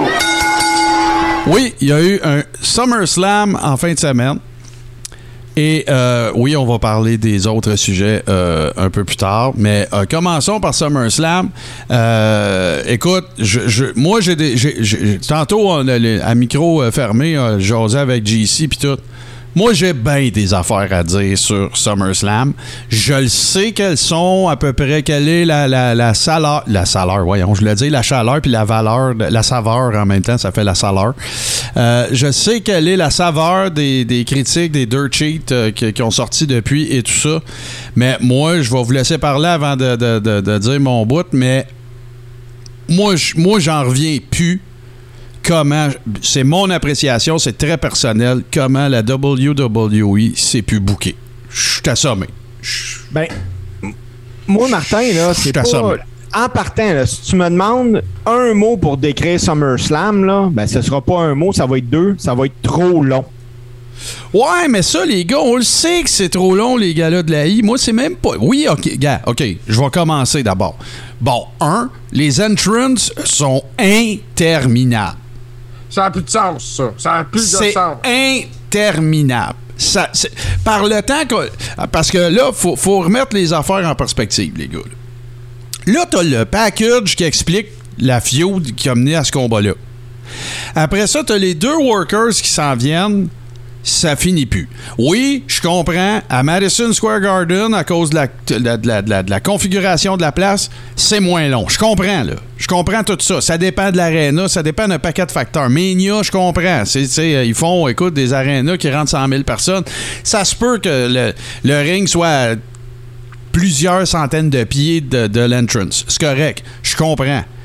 Oui, il y a eu un SummerSlam en fin de semaine. Et oui, on va parler des autres sujets un peu plus tard, mais commençons par SummerSlam. Écoute, moi, tantôt, à micro fermé, j'osais avec JC puis tout. Moi, j'ai bien des affaires à dire sur SummerSlam. Je le sais quelles sont à peu près, quelle est la chaleur, voyons, je l'ai dit, la chaleur puis la valeur, la saveur en même temps, ça fait la chaleur. Je sais quelle est la saveur des critiques, des dirt sheets qui ont sorti depuis et tout ça. Mais moi, je vais vous laisser parler avant de dire mon bout, mais moi j'en reviens plus. Comment, c'est mon appréciation, c'est très personnel, comment la WWE s'est pu booker. Je suis assommé. Ben, moi, Martin, là, c'est pas... En partant, là, si tu me demandes un mot pour décrire SummerSlam, là, ben, ce sera pas un mot, ça va être 2, ça va être trop long. Ouais, mais ça, les gars, on le sait que c'est trop long, les gars-là de la I. Moi, c'est même pas... Oui, OK, gars, OK, je vais commencer d'abord. Bon, les entrances sont interminables. Ça n'a plus de sens, ça. Ça n'a plus de sens. C'est interminable. Par le temps parce que là, faut remettre les affaires en perspective, les gars. Là, t'as le package qui explique la feud qui a mené à ce combat-là. Après ça, t'as les 2 workers qui s'en viennent. Ça finit plus. Oui, je comprends. À Madison Square Garden, à cause de la configuration de la place, c'est moins long. Je comprends, là. Je comprends tout ça. Ça dépend de l'aréna, ça dépend d'un paquet de facteurs. Mania, je comprends. Ils font, écoute, des arénas qui rentrent 100 000 personnes. Ça se peut que le ring soit à plusieurs centaines de pieds de l'entrance. C'est correct. Je comprends.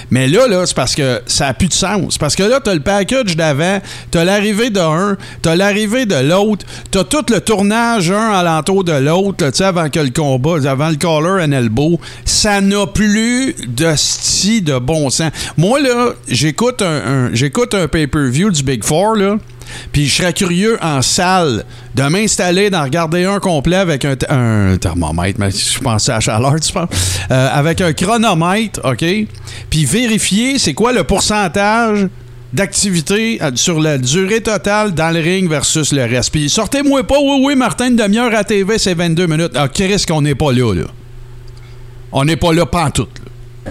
Mais là, c'est parce que ça n'a plus de sens. Parce que là, t'as le package d'avant, t'as l'arrivée de un, t'as l'arrivée de l'autre, t'as tout le tournage un alentour de l'autre, tu sais, avant que le combat, avant le collar and elbow. Ça n'a plus de style de bon sens. Moi, là, j'écoute un pay-per-view du Big Four, là. Puis je serais curieux en salle de m'installer, d'en regarder un complet avec un thermomètre, mais je pensais à la chaleur, tu penses? Avec un chronomètre, OK? Puis vérifier c'est quoi le pourcentage d'activité sur la durée totale dans le ring versus le reste. Puis sortez-moi pas, oui, Martin, une demi-heure à TV, c'est 22 minutes. Ah, qu'est-ce qu'on n'est pas là? On n'est pas là pantoute, là.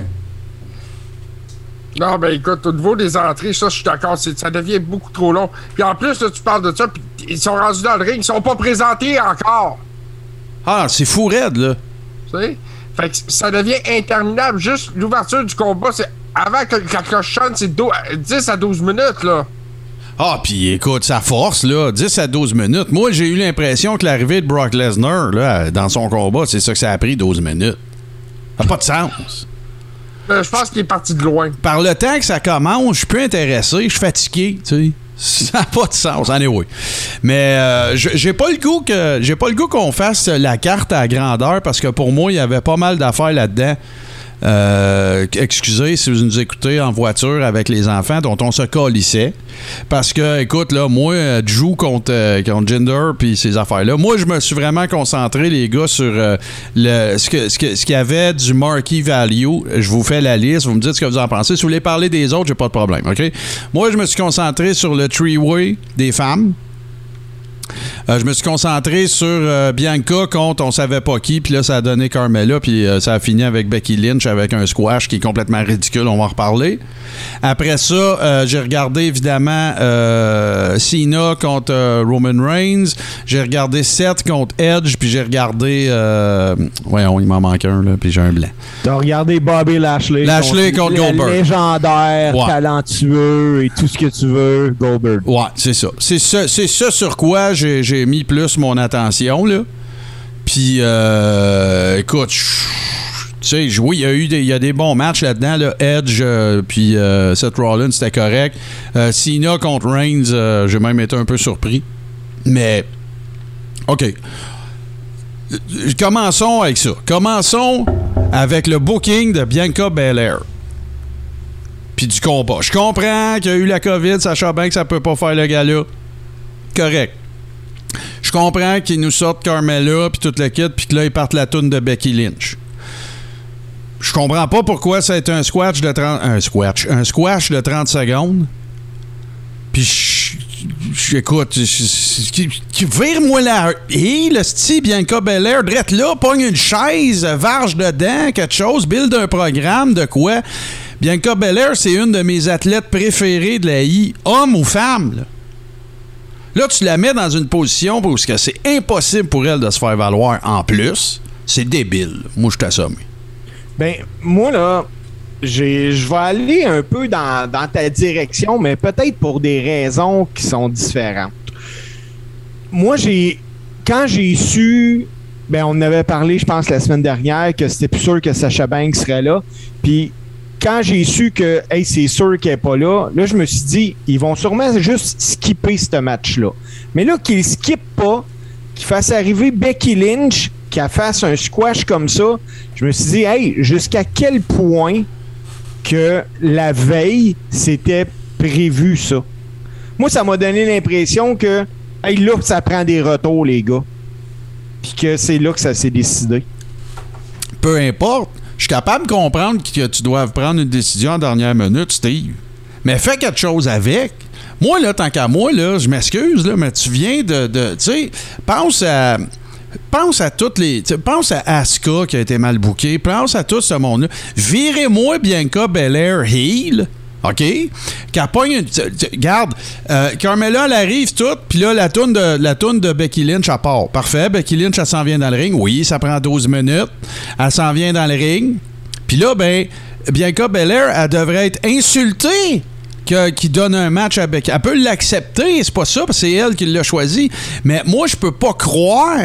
Non, ben écoute, au niveau des entrées, ça, je suis d'accord, ça devient beaucoup trop long. Puis en plus, là, tu parles de ça, puis ils sont rendus dans le ring, ils sont pas présentés encore. Ah, c'est fou raide, là. Tu sais? Fait que ça devient interminable. Juste l'ouverture du combat, c'est avant que la cloche sonne, c'est 10 à 12 minutes, là. Ah, puis écoute, ça force, là, 10 à 12 minutes. Moi, j'ai eu l'impression que l'arrivée de Brock Lesnar, là, dans son combat, c'est ça que ça a pris, 12 minutes. Ça n'a pas de sens. Je pense qu'il est parti de loin. Par le temps que ça commence, je suis plus intéressé, je suis fatigué, tu sais. Ça n'a pas de sens, anyway. Mais j'ai pas le goût qu'on fasse la carte à grandeur parce que pour moi, il y avait pas mal d'affaires là-dedans. Excusez si vous nous écoutez en voiture avec les enfants dont on se calissait parce que écoute là moi joue contre Jinder puis ces affaires-là, moi je me suis vraiment concentré les gars sur ce qu'il y avait du marquee value. Je vous fais la liste, vous me dites ce que vous en pensez. Si vous voulez parler des autres, j'ai pas de problème, ok? Moi je me suis concentré sur le three-way des femmes. Je me suis concentré sur Bianca contre on savait pas qui, puis là ça a donné Carmella, puis ça a fini avec Becky Lynch avec un squash qui est complètement ridicule, on va en reparler. Après ça, j'ai regardé évidemment Cena contre Roman Reigns, j'ai regardé Seth contre Edge, puis j'ai regardé voyons, il m'en manque un là, puis j'ai un blanc. T'as regardé Bobby Lashley contre Goldberg. Légendaire, ouais. Talentueux et tout ce que tu veux, Goldberg. Ouais, c'est ça. C'est ça sur quoi j'ai mis plus mon attention, là. Puis, écoute, tu sais, oui, il y a des bons matchs là-dedans, là. Edge, puis Seth Rollins, c'était correct. Cena contre Reigns, j'ai même été un peu surpris. Mais, OK. Commençons avec ça. Commençons avec le booking de Bianca Belair. Puis du combat. Je comprends qu'il y a eu la COVID, sachant bien que ça peut pas faire le gala. Correct. Je comprends qu'ils nous sortent Carmella puis toute le kit puis que là ils partent la toune de Becky Lynch. Je comprends pas pourquoi ça a été un squash de 30 secondes. Puis j'écoute, vire-moi la le style Bianca Belair, drette là, pogne une chaise, varge dedans, quelque chose, build un programme de quoi. Bianca Belair, c'est une de mes athlètes préférées de la I, homme ou femme, là. Là, tu la mets dans une position où c'est impossible pour elle de se faire valoir en plus. C'est débile. Moi, je t'assomme. Ben, moi, là, je vais aller un peu dans ta direction, mais peut-être pour des raisons qui sont différentes. Moi, quand j'ai su, ben, on en avait parlé, je pense, la semaine dernière, que c'était plus sûr que Sasha Banks serait là. Puis, quand j'ai su que hey, c'est sûr qu'elle n'est pas là, je me suis dit, ils vont sûrement juste skipper ce match-là. Mais là, qu'ils ne skippent pas, qu'ils fassent arriver Becky Lynch, qu'elle fasse un squash comme ça, je me suis dit, hey, jusqu'à quel point que la veille, c'était prévu ça? Moi, ça m'a donné l'impression que, hey, là, ça prend des retours, les gars. Puis que c'est là que ça s'est décidé. Peu importe. Je suis capable de comprendre que tu dois prendre une décision en dernière minute, Steve. Mais fais quelque chose avec. Moi, là, tant qu'à moi, là, je m'excuse, là, mais tu viens de tu sais, pense à toutes les... Pense à Asuka qui a été mal bookée. Pense à tout ce monde-là. Virez-moi Bianca Belair heel. OK? Qu'elle pogne une... Regarde, Carmella, elle arrive toute, puis là, la toune de Becky Lynch, elle part. Parfait, Becky Lynch, elle s'en vient dans le ring. Oui, ça prend 12 minutes. Elle s'en vient dans le ring. Puis là, ben, Bianca Belair, elle devrait être insultée qui donne un match à Becky. Elle peut l'accepter, c'est pas ça, parce que c'est elle qui l'a choisi. Mais moi, je peux pas croire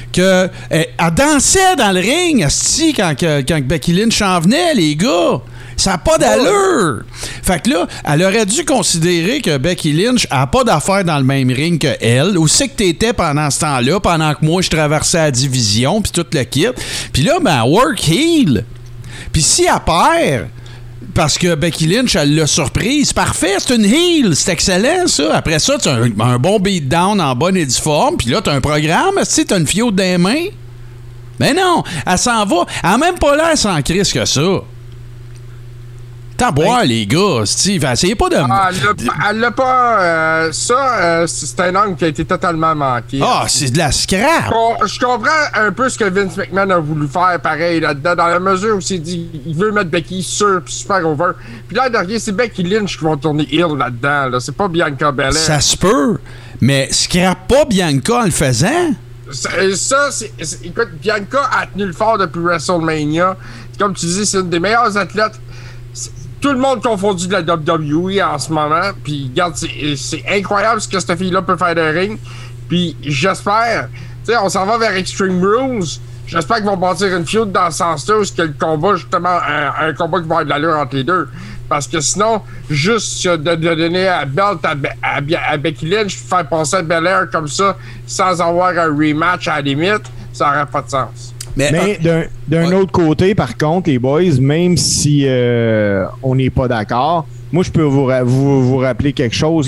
qu'elle dansait dans le ring, asti, quand Becky Lynch en venait, les gars. Ça n'a pas d'allure. Fait que là, elle aurait dû considérer que Becky Lynch n'a pas d'affaires dans le même ring que elle. Où c'est que t'étais pendant ce temps-là, pendant que moi, je traversais la division, puis tout le kit. Puis là, ben, work heel. Puis si elle perd, parce que Becky Lynch, elle l'a surprise, parfait, c'est une heel, c'est excellent, ça. Après ça, tu as un bon beatdown en bonne et due forme, puis là, tu as un programme, tu as une fiode dans les mains. Mais non, elle s'en va. Elle n'a même pas l'air sans crise que ça. T'as à boire, les gars, Steve. Essayez pas de... Elle l'a pas... c'est un angle qui a été totalement manqué. Ah, c'est de la scrap! Je comprends un peu ce que Vince McMahon a voulu faire, pareil, là-dedans, dans la mesure où il s'est dit il veut mettre Becky super over. Puis là, derrière, c'est Becky Lynch qui va tourner heel là-dedans. Là. C'est pas Bianca Belair. Ça se peut, mais scrap pas Bianca en le faisant. Écoute, Bianca a tenu le fort depuis WrestleMania. Comme tu dis, c'est une des meilleures athlètes. Tout le monde confondu de la WWE en ce moment. Puis, regarde, c'est incroyable ce que cette fille-là peut faire de ring. Puis, j'espère, tu sais, on s'en va vers Extreme Rules. J'espère qu'ils vont bâtir une feud dans ce sens-là où le combat, justement, un combat qui va avoir de l'allure entre les deux. Parce que sinon, juste de donner la belt à Becky Lynch, faire passer à Belair comme ça, sans avoir un rematch à la limite, ça n'aurait pas de sens. Mais d'un autre côté, par contre, les boys, même si on n'est pas d'accord, moi, je peux vous rappeler quelque chose.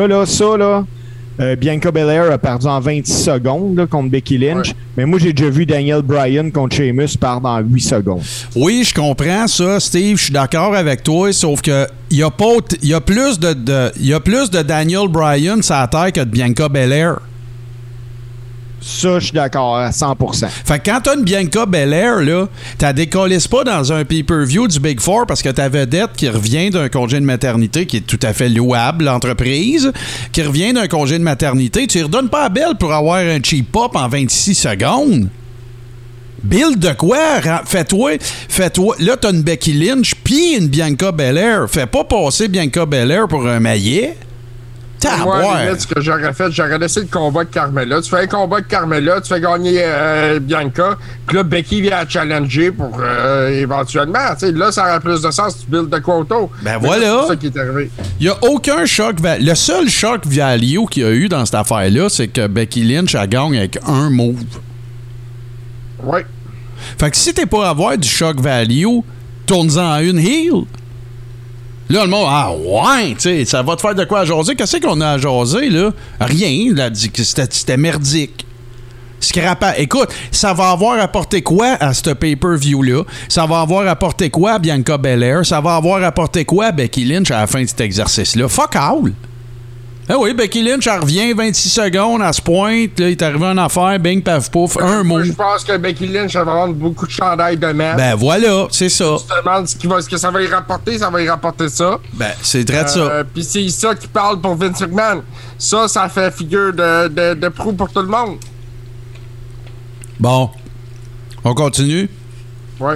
Bianca Belair a perdu en 26 secondes là, contre Becky Lynch. Ouais. Mais moi, j'ai déjà vu Daniel Bryan contre Sheamus perdre en 8 secondes. Oui, je comprends ça, Steve. Je suis d'accord avec toi, sauf que il y a plus de Daniel Bryan sur la terre que de Bianca Belair. Ça, je suis d'accord à 100%. Fait que quand t'as une Bianca Belair, là, t'as décollisses pas dans un pay-per-view du Big Four parce que ta vedette qui revient d'un congé de maternité qui est tout à fait louable, l'entreprise, qui revient d'un congé de maternité, tu lui redonnes pas à Belle pour avoir un cheap pop en 26 secondes. Build de quoi? Fais-toi. Là, t'as une Becky Lynch pis une Bianca Belair. Fais pas passer Bianca Belair pour un maillet. Moi, ce que j'aurais fait, j'aurais laissé le combat de Carmella. Tu fais un combat de Carmella, tu fais gagner Bianca, puis là, Becky vient à challenger pour éventuellement. Là, ça aurait plus de sens si tu builds de quoi autour. Ben voilà. C'est ça qui est arrivé. Il n'y a aucun choc. Le seul choc value qu'il y a eu dans cette affaire-là, c'est que Becky Lynch, elle gagne avec un move. Oui. Fait que si t'es pas à avoir du choc value, tourne-en à une heel. Là, le monde, ouais, tu sais, ça va te faire de quoi à jaser? Qu'est-ce qu'on a à jaser, là? Rien, là, c'était merdique. Écoute, ça va avoir apporté quoi à ce pay-per-view-là? Ça va avoir apporté quoi à Bianca Belair? Ça va avoir apporté quoi à Becky Lynch à la fin de cet exercice-là? Fuck all! Ah oui, Becky Lynch, elle revient 26 secondes, elle se pointe, là, il est arrivé en affaire, bing, paf, pouf, un mot. Je pense que Becky Lynch va vendre beaucoup de chandails de merde. Ben voilà, c'est ça. Tu te demandes ce que ça va y rapporter, ça va y rapporter ça. Ben, c'est très ça. Puis c'est ça qui parle pour Vince McMahon. Ça fait figure de proue pour tout le monde. Bon, on continue? Oui.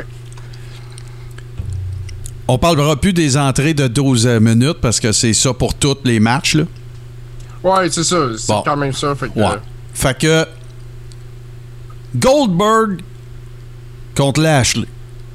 On parlera plus des entrées de 12 minutes parce que c'est ça pour tous les matchs, là. Ouais, c'est ça. C'est quand même ça. Fait que, fait que Goldberg contre Lashley.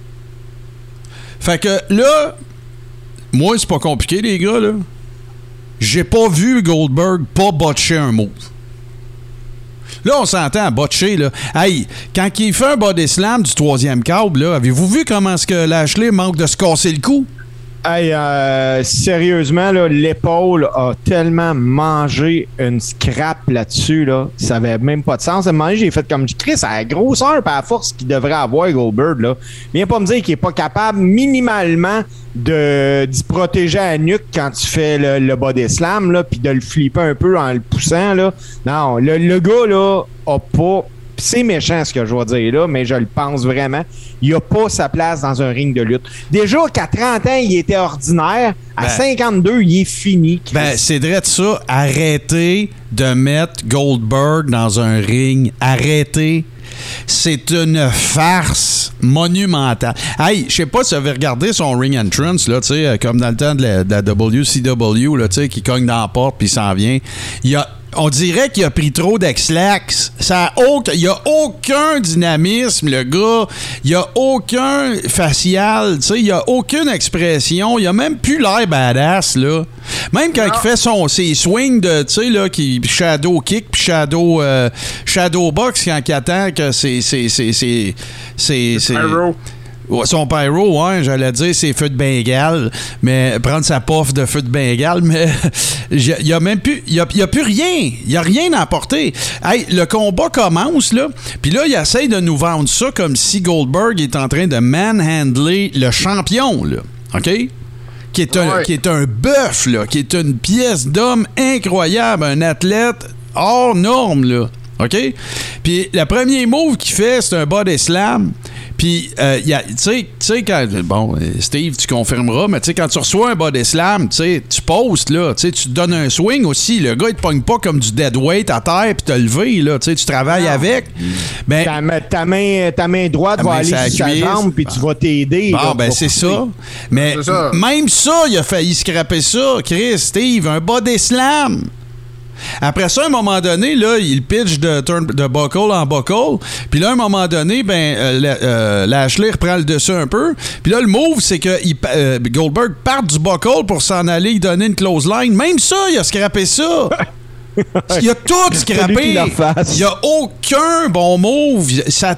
Fait que là, moi, c'est pas compliqué, les gars, là. J'ai pas vu Goldberg pas botcher un move. Là, on s'entend à botcher, là. Hey, quand il fait un body slam du 3e câble, là, avez-vous vu comment est-ce que Lashley manque de se casser le cou? Hey, sérieusement, là, l'épaule a tellement mangé une scrap là-dessus, là, ça avait même pas de sens. À un moment donné, j'ai fait comme Chris, à la grosseur et à la force qu'il devrait avoir Goldberg, là. Viens pas me dire qu'il est pas capable minimalement d'y protéger à la nuque quand tu fais le body slam, là, puis de le flipper un peu en le poussant, là. Non, le gars, là, a pas... C'est méchant ce que je vais dire là, mais je le pense vraiment. Il n'a pas sa place dans un ring de lutte. Déjà qu'à 30 ans, il était ordinaire. À 52, il est fini. Ben, c'est vrai de ça. Arrêtez de mettre Goldberg dans un ring. Arrêtez. C'est une farce monumentale. Hey, je sais pas si vous avez regardé son ring entrance, là, tu sais, comme dans le temps de la WCW, là, tu sais, qui cogne dans la porte puis il s'en vient. Il y a On dirait qu'il a pris trop d'Ex-Lax. Il n'y a aucun dynamisme, le gars. Il n'y a aucun facial. Il n'y a aucune expression. Il n'a même plus l'air badass, là. Même quand il fait ses swings de, qui shadow kick puis shadow box quand il attend que c'est son pyro, ouais, j'allais dire c'est feu de Bengale, mais prendre sa puff de feu de Bengale, mais il y a même plus, il y a plus rien, il y a rien à apporter. Hey, le combat commence là, puis là il essaie de nous vendre ça comme si Goldberg est en train de manhandler le champion là, ok? Qui est un bœuf là, qui est une pièce d'homme incroyable, un athlète hors norme là, ok? Puis le premier move qu'il fait, c'est un body slam. Puis, tu sais, quand. Bon, Steve, tu confirmeras, mais tu sais, quand tu reçois un body slam, tu postes, là, tu te donnes un swing aussi. Le gars, il te pogne pas comme du deadweight à terre puis te lever, là. Tu travailles avec. Ben, ta main droite va aller sur sa jambe puis tu vas t'aider. Bon, ben, c'est ça. Mais même ça, il a failli scraper ça, Chris, Steve, un body slam. Après ça, à un moment donné, là, il pitch de buckle en buckle. Puis là, à un moment donné, Lashley reprend le dessus un peu. Puis là, le move, c'est que Goldberg part du buckle pour s'en aller, il donner une close line. Même ça, il a scrappé ça. Il a tout scrappé. Il n'y a aucun bon move. Ça a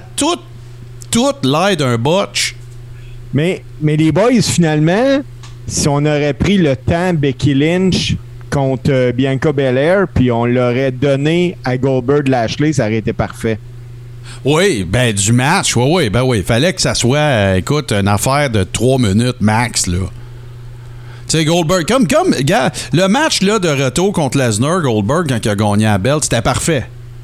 tout l'air d'un botch. Mais les boys, finalement, si on aurait pris le temps Becky Lynch contre Bianca Belair, puis on l'aurait donné à Goldberg Lashley, ça aurait été parfait. Oui, ben du match, oui. Fallait que ça soit, écoute, une affaire de 3 minutes max, là. Tu sais, Goldberg, comme, gars, le match là de retour contre Lesnar, Goldberg, quand il a gagné la belt, c'était parfait.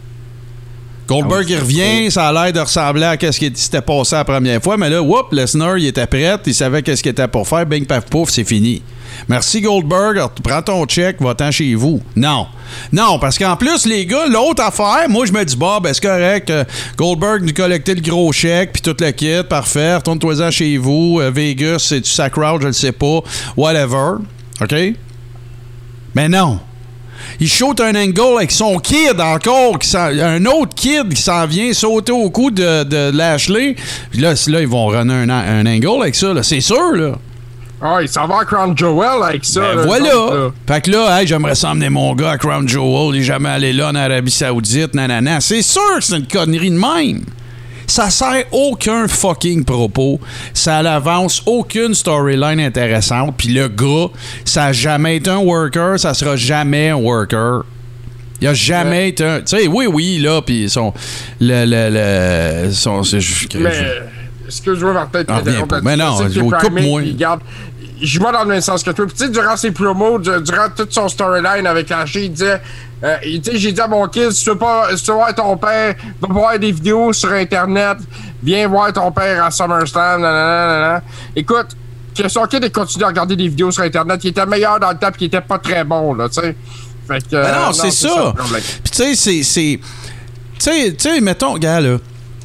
Goldberg, il revient, ça a l'air de ressembler à ce qui s'était passé la première fois, mais là, Lesnar, il était prêt, il savait qu'est-ce qu'il était pour faire, bing, paf, pouf, c'est fini. Merci Goldberg, alors, prends ton check, va-t'en chez vous. Non, parce qu'en plus, les gars, l'autre affaire, moi, je me dis, c'est correct, Goldberg nous collectait le gros chèque, puis tout le kit, parfait, retourne-toi-en chez vous, Vegas, c'est-tu sa crowd, je le sais pas, whatever, OK? Mais non. Il shoot un angle avec son kid encore, un autre kid qui s'en vient sauter au cou de Lashley. Puis là, ils vont runner un angle avec ça, là. C'est sûr, là. Ah, il s'en va à Crown Jewel avec ça. Ben là, voilà. Fait que là, j'aimerais s'emmener mon gars à Crown Jewel. Il est jamais allé là en Arabie Saoudite, nanana. C'est sûr que c'est une connerie de même. Ça sert aucun fucking propos. Ça avance aucune storyline intéressante. Puis le gars, ça a jamais été un worker. Ça sera jamais un worker. Il a jamais été un... Tu sais, oui, là, puis son... Mais... Excuse-moi, Martin. Mais non, coupe-moi. Je vais dans le même sens que toi. Puis, tu sais, durant ses promos, durant toute son storyline avec Ashley, il disait, j'ai dit à mon kid, si tu veux voir ton père, va voir des vidéos sur Internet, viens voir ton père à SummerSlam, nanana. Écoute, que son kid ait continué à regarder des vidéos sur Internet, il était meilleur dans le temps, puis il était pas très bon, là, tu sais. Fait que. Non, c'est ça. Puis, tu sais, Tu sais, mettons, gars, là.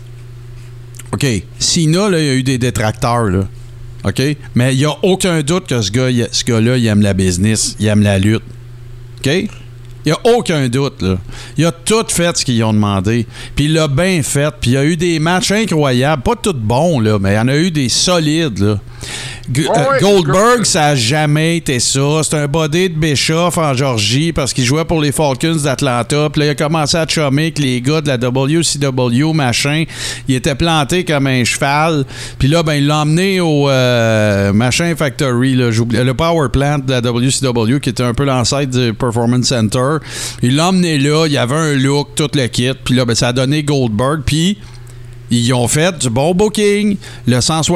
OK, Cena, là, il y a eu des détracteurs, là. OK? Mais il n'y a aucun doute que ce gars-là, il aime la business, il aime la lutte. OK? Il n'y a aucun doute, là. Il a tout fait ce qu'ils ont demandé. Puis il l'a bien fait. Puis il y a eu des matchs incroyables. Pas tous bons, là, mais il y en a eu des solides, là. Goldberg, ça n'a jamais été ça. C'est un body de Bischoff en Georgie parce qu'il jouait pour les Falcons d'Atlanta. Puis là, il a commencé à chummer avec les gars de la WCW, machin. Il était planté comme un cheval. Puis là, il l'a emmené au machin Factory, là, le Power Plant de la WCW, qui était un peu l'ancêtre du Performance Center. Il l'a emmené là. Il y avait un look, tout le kit. Puis là, ça a donné Goldberg. Puis ils ont fait du bon booking. Le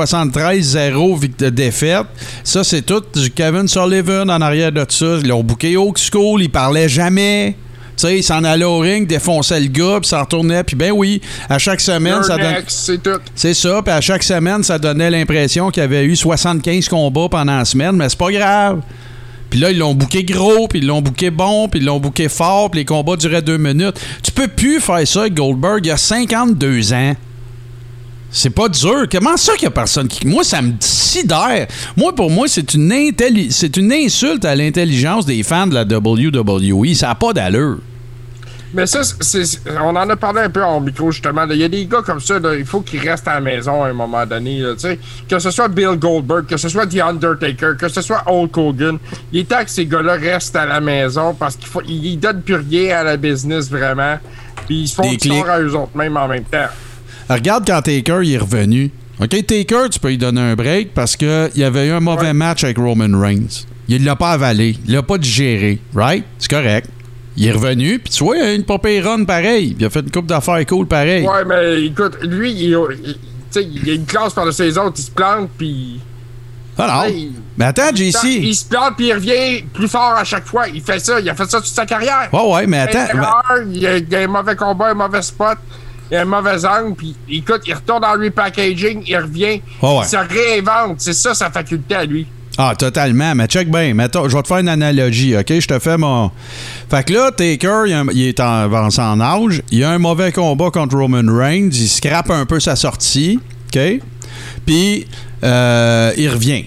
173-0 de défaite. Ça, c'est tout du Kevin Sullivan en arrière de ça. Ils l'ont booké old school. Ils parlaient jamais. Tu sais, il s'en allait au ring, défonçait le gars, puis s'en retournait. Puis oui, à chaque semaine, ça donnait... C'est tout. C'est ça. Puis à chaque semaine, ça donnait l'impression qu'il y avait eu 75 combats pendant la semaine. Mais c'est pas grave. Puis là, ils l'ont booké gros, puis ils l'ont booké bon, puis ils l'ont booké fort, puis les combats duraient 2 minutes. Tu peux plus faire ça avec Goldberg. Il a 52 ans. C'est pas dur. Comment ça qu'il y a personne qui... Moi, ça me sidère. Pour moi, c'est une insulte à l'intelligence des fans de la WWE. Ça n'a pas d'allure. Mais ça, on en a parlé un peu en micro, justement. Il y a des gars comme ça, là, il faut qu'ils restent à la maison à un moment donné. Là, que ce soit Bill Goldberg, que ce soit The Undertaker, que ce soit Hulk Hogan. Il est temps que ces gars-là restent à la maison parce qu'ils donnent plus rien à la business, vraiment. Puis ils se font du tort à eux autres, même en même temps. Regarde quand Taker il est revenu. OK, Taker, tu peux lui donner un break parce qu'il y avait eu un mauvais match avec Roman Reigns. Il l'a pas avalé. Il l'a pas digéré. Right? C'est correct. Il est revenu, puis tu vois, il a une popée run pareil. Il a fait une couple d'affaires cool pareil. Ouais, mais écoute, lui, il a une classe par-dessus les autres. Il se plante, puis... Alors, mais attends, JC. Il se plante, puis il revient plus fort à chaque fois. Il fait ça. Il a fait ça toute sa carrière. Ouais, mais attends. Il y a un mauvais combat, un mauvais spot, il y a un mauvais angle, puis écoute, il retourne dans le repackaging, il revient, il se réinvente. C'est ça, sa faculté à lui. Ah, totalement. Mais check bien. Je vais te faire une analogie, OK? Je te fais mon... Fait que là, Taker, il est avancé en âge. Il a un mauvais combat contre Roman Reigns. Il scrape un peu sa sortie, OK? Puis, il revient.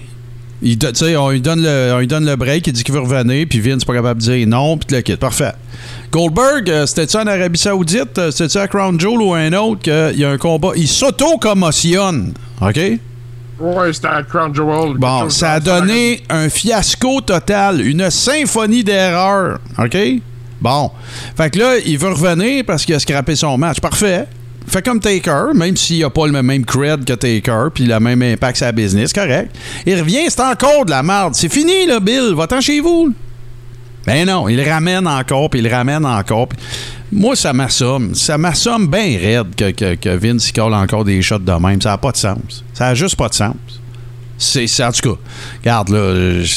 On lui donne le break. Il dit qu'il veut revenir. Puis Vince n'est pas capable de dire non. Puis le quitte. Parfait. Goldberg, c'était-tu en Arabie Saoudite? C'était-tu à Crown Jewel ou un autre? Qu'il y a un combat. Il s'auto-commotionne, OK? Ouais, c'était à Crown Jewel. Bon, ça a donné un fiasco total, une symphonie d'erreurs, OK? Bon. Fait que là, il veut revenir parce qu'il a scrappé son match. Parfait. Fait comme Taker, même s'il n'a pas le même cred que Taker, puis le même impact sur la business, correct. Il revient, c'est encore de la merde. C'est fini, là, Bill. Va-t'en chez vous. Ben non, il le ramène encore, puis il le ramène encore. Pis... Moi, ça m'assomme. Ça m'assomme bien raide que Vince il colle encore des shots de même. Ça n'a pas de sens. Ça n'a juste pas de sens. C'est en tout cas, regarde, là,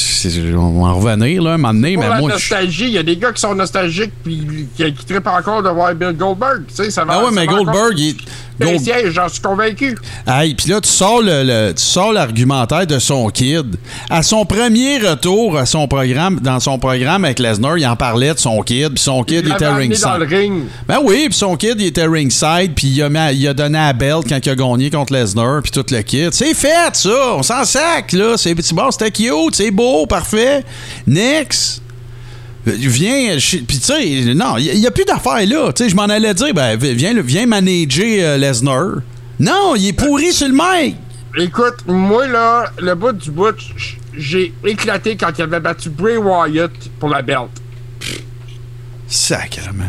on va en revenir, là, un moment donné. Pour mais la moi, nostalgie, il y a des gars qui sont nostalgiques puis qui trippent encore de voir Bill Goldberg. Tu sais, ça va. Ah ouais, mais Goldberg, j'en suis convaincu. Hey, puis là, tu sors l'argumentaire de son kid. À son premier retour à son programme, dans son programme avec Lesnar, il en parlait de son kid, puis son kid était ringside. Dans le ring. Ben oui, puis son kid, il était ringside, puis il a donné à belt quand il a gagné contre Lesnar, puis tout le kid. C'est fait, ça! On s'en sac, là. C'est bon, c'était cute, c'est beau, parfait. Next! Viens, puis tu sais, non, il n'y a plus d'affaires là. Tu sais, je m'en allais dire, ben, viens manager Lesnar. Non, il est pourri sur le mic. Écoute, moi, là, le bout du bout, j'ai éclaté quand il avait battu Bray Wyatt pour la belt. Sacrément.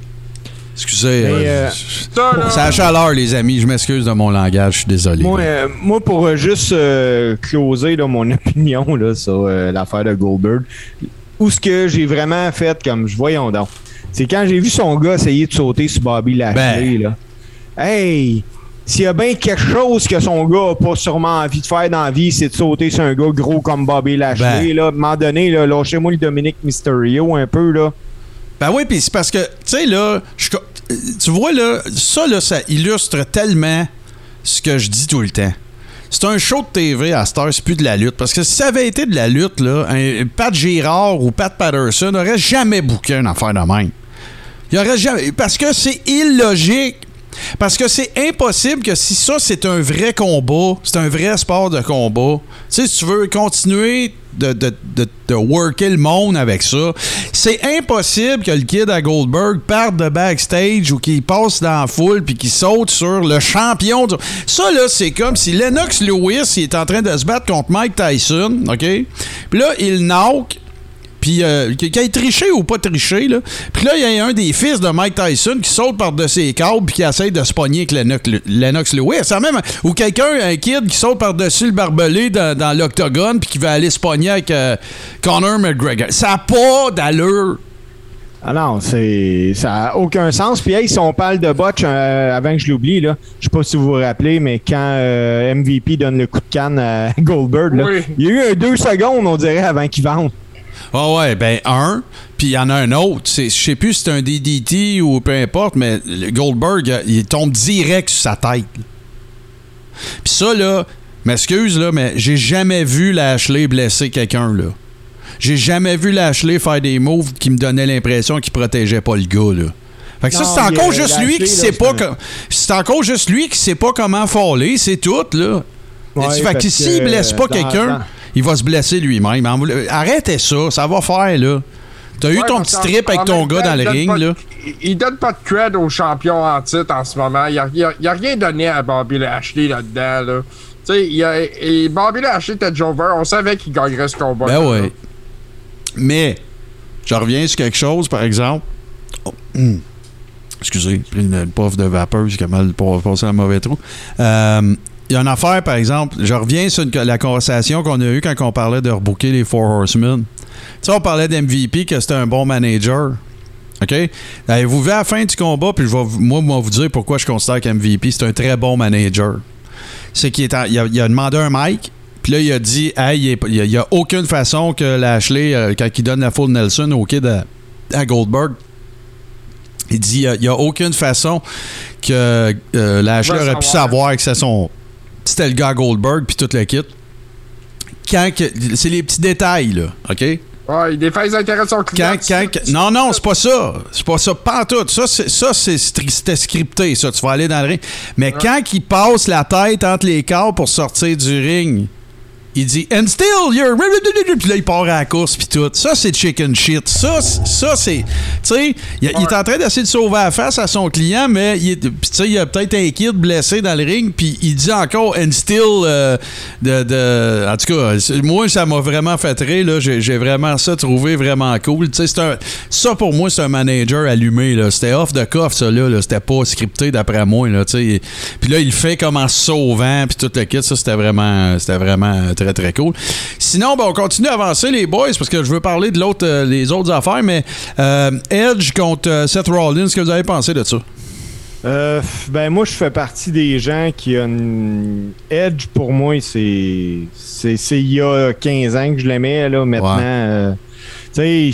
Excusez, c'est la chaleur, les amis. Je m'excuse de mon langage, je suis désolé. Moi, pour juste closer là, mon opinion là, sur l'affaire de Goldberg, où ce que j'ai vraiment fait comme voyons donc, c'est quand j'ai vu son gars essayer de sauter sur Bobby Lashley. Là. Hey! S'il y a bien quelque chose que son gars n'a pas sûrement envie de faire dans la vie, c'est de sauter sur un gars gros comme Bobby Lashley. Là. À un moment donné, là, lâchez-moi le Dominic Mysterio un peu. Là. Ben oui, puis c'est parce que, tu sais, là, tu vois, là, ça illustre tellement ce que je dis tout le temps. C'est un show de TV à cette heure, c'est plus de la lutte. Parce que si ça avait été de la lutte, là, un Pat Girard ou Pat Patterson n'aurait jamais booké une affaire de même. Il aurait jamais. Parce que c'est illogique. Parce que c'est impossible que si ça, c'est un vrai combat, c'est un vrai sport de combat, tu sais, si tu veux continuer de worker le monde avec ça, c'est impossible que le kid à Goldberg parte de backstage ou qu'il passe dans la foule puis qu'il saute sur le champion. Ça, là, c'est comme si Lennox Lewis il est en train de se battre contre Mike Tyson, OK? Puis là, il knock. Puis, qu'il ait triché ou pas triché, là. Puis là, il y a un des fils de Mike Tyson qui saute par-dessus les câbles puis qui essaie de se pogner avec Lennox Lewis. Même, ou quelqu'un, un kid qui saute par-dessus le barbelé dans l'octogone puis qui va aller se pogner avec Conor McGregor. Ça n'a pas d'allure. Ah non, ça n'a aucun sens. Puis, hey, si on parle de botch, avant que je l'oublie, là, je sais pas si vous vous rappelez, mais quand MVP donne le coup de canne à Goldberg, là, oui. Il y a eu 2 secondes, on dirait, avant qu'il vende. Ah ouais, ben puis il y en a un autre. Je sais plus si c'est un DDT ou peu importe, mais Goldberg, il tombe direct sur sa tête. Puis ça, là, m'excuse, là, mais j'ai jamais vu Lashley blesser quelqu'un, là. J'ai jamais vu Lashley faire des moves qui me donnaient l'impression qu'il protégeait pas le gars, là. Fait que non, ça, c'est encore juste lui qui sait pas c'est encore juste lui qui sait pas comment faller, c'est tout, là. Ouais, fait que s'il blesse pas quelqu'un, il va se blesser lui-même. Arrêtez ça, ça va faire, là. T'as eu ton petit trip avec ton gars dans le ring, là? Il donne pas de cred aux champions en titre en ce moment. Il a rien donné à Bobby Lashley là-dedans, là. Tu sais, Bobby Lashley était Jover. On savait qu'il gagnerait ce combat. Ben oui. Mais, je reviens sur quelque chose, par exemple. Oh. Excusez, j'ai pris une puff de vapeur, j'ai mal passé un mauvais trou. Il y a une affaire, par exemple, je reviens sur la conversation qu'on a eue quand on parlait de rebooker les Four Horsemen. Tu sais, on parlait d'MVP, que c'était un bon manager. OK? Vous verrez à la fin du combat, puis moi, vous dire pourquoi je considère qu'MVP, c'est un très bon manager. C'est qu'il a demandé un mic, puis là, il a dit, hey, il n'y a aucune façon que Lashley, quand il donne la full Nelson au kid à Goldberg, il dit, il n'y a aucune façon que Lashley aurait pu savoir que c'était le gars Goldberg, puis tout le kit. C'est les petits détails, là, OK? Ouais, des faits intéressants. Non, c'est pas ça. C'est pas ça. Pas en tout. C'était scripté, ça. Tu vas aller dans le ring. Mais quand il passe la tête entre les corps pour sortir du ring, il dit « And still, you're... » Puis là, il part à la course, puis tout. Ça, c'est chicken shit. Ça c'est... Tu sais, il est en train d'essayer de sauver la face à son client, mais tu sais, il y a peut-être un kid blessé dans le ring, puis il dit encore « And still... » En tout cas, moi, ça m'a vraiment fait rire, là. J'ai vraiment ça trouvé vraiment cool. Tu sais, ça, pour moi, c'est un manager allumé, là. C'était off the cuff, ça, là. C'était pas scripté, d'après moi, là, tu sais. Puis là, il fait comme en se sauvant, puis tout le kit. Ça, c'était vraiment très, très cool. Sinon, on continue à avancer, les boys, parce que je veux parler de les autres affaires, mais Edge contre Seth Rollins, qu'est-ce que vous avez pensé de ça? Ben moi, je fais partie des gens qui ont Edge, pour moi, c'est il y a 15 ans que je l'aimais, là, maintenant. Tu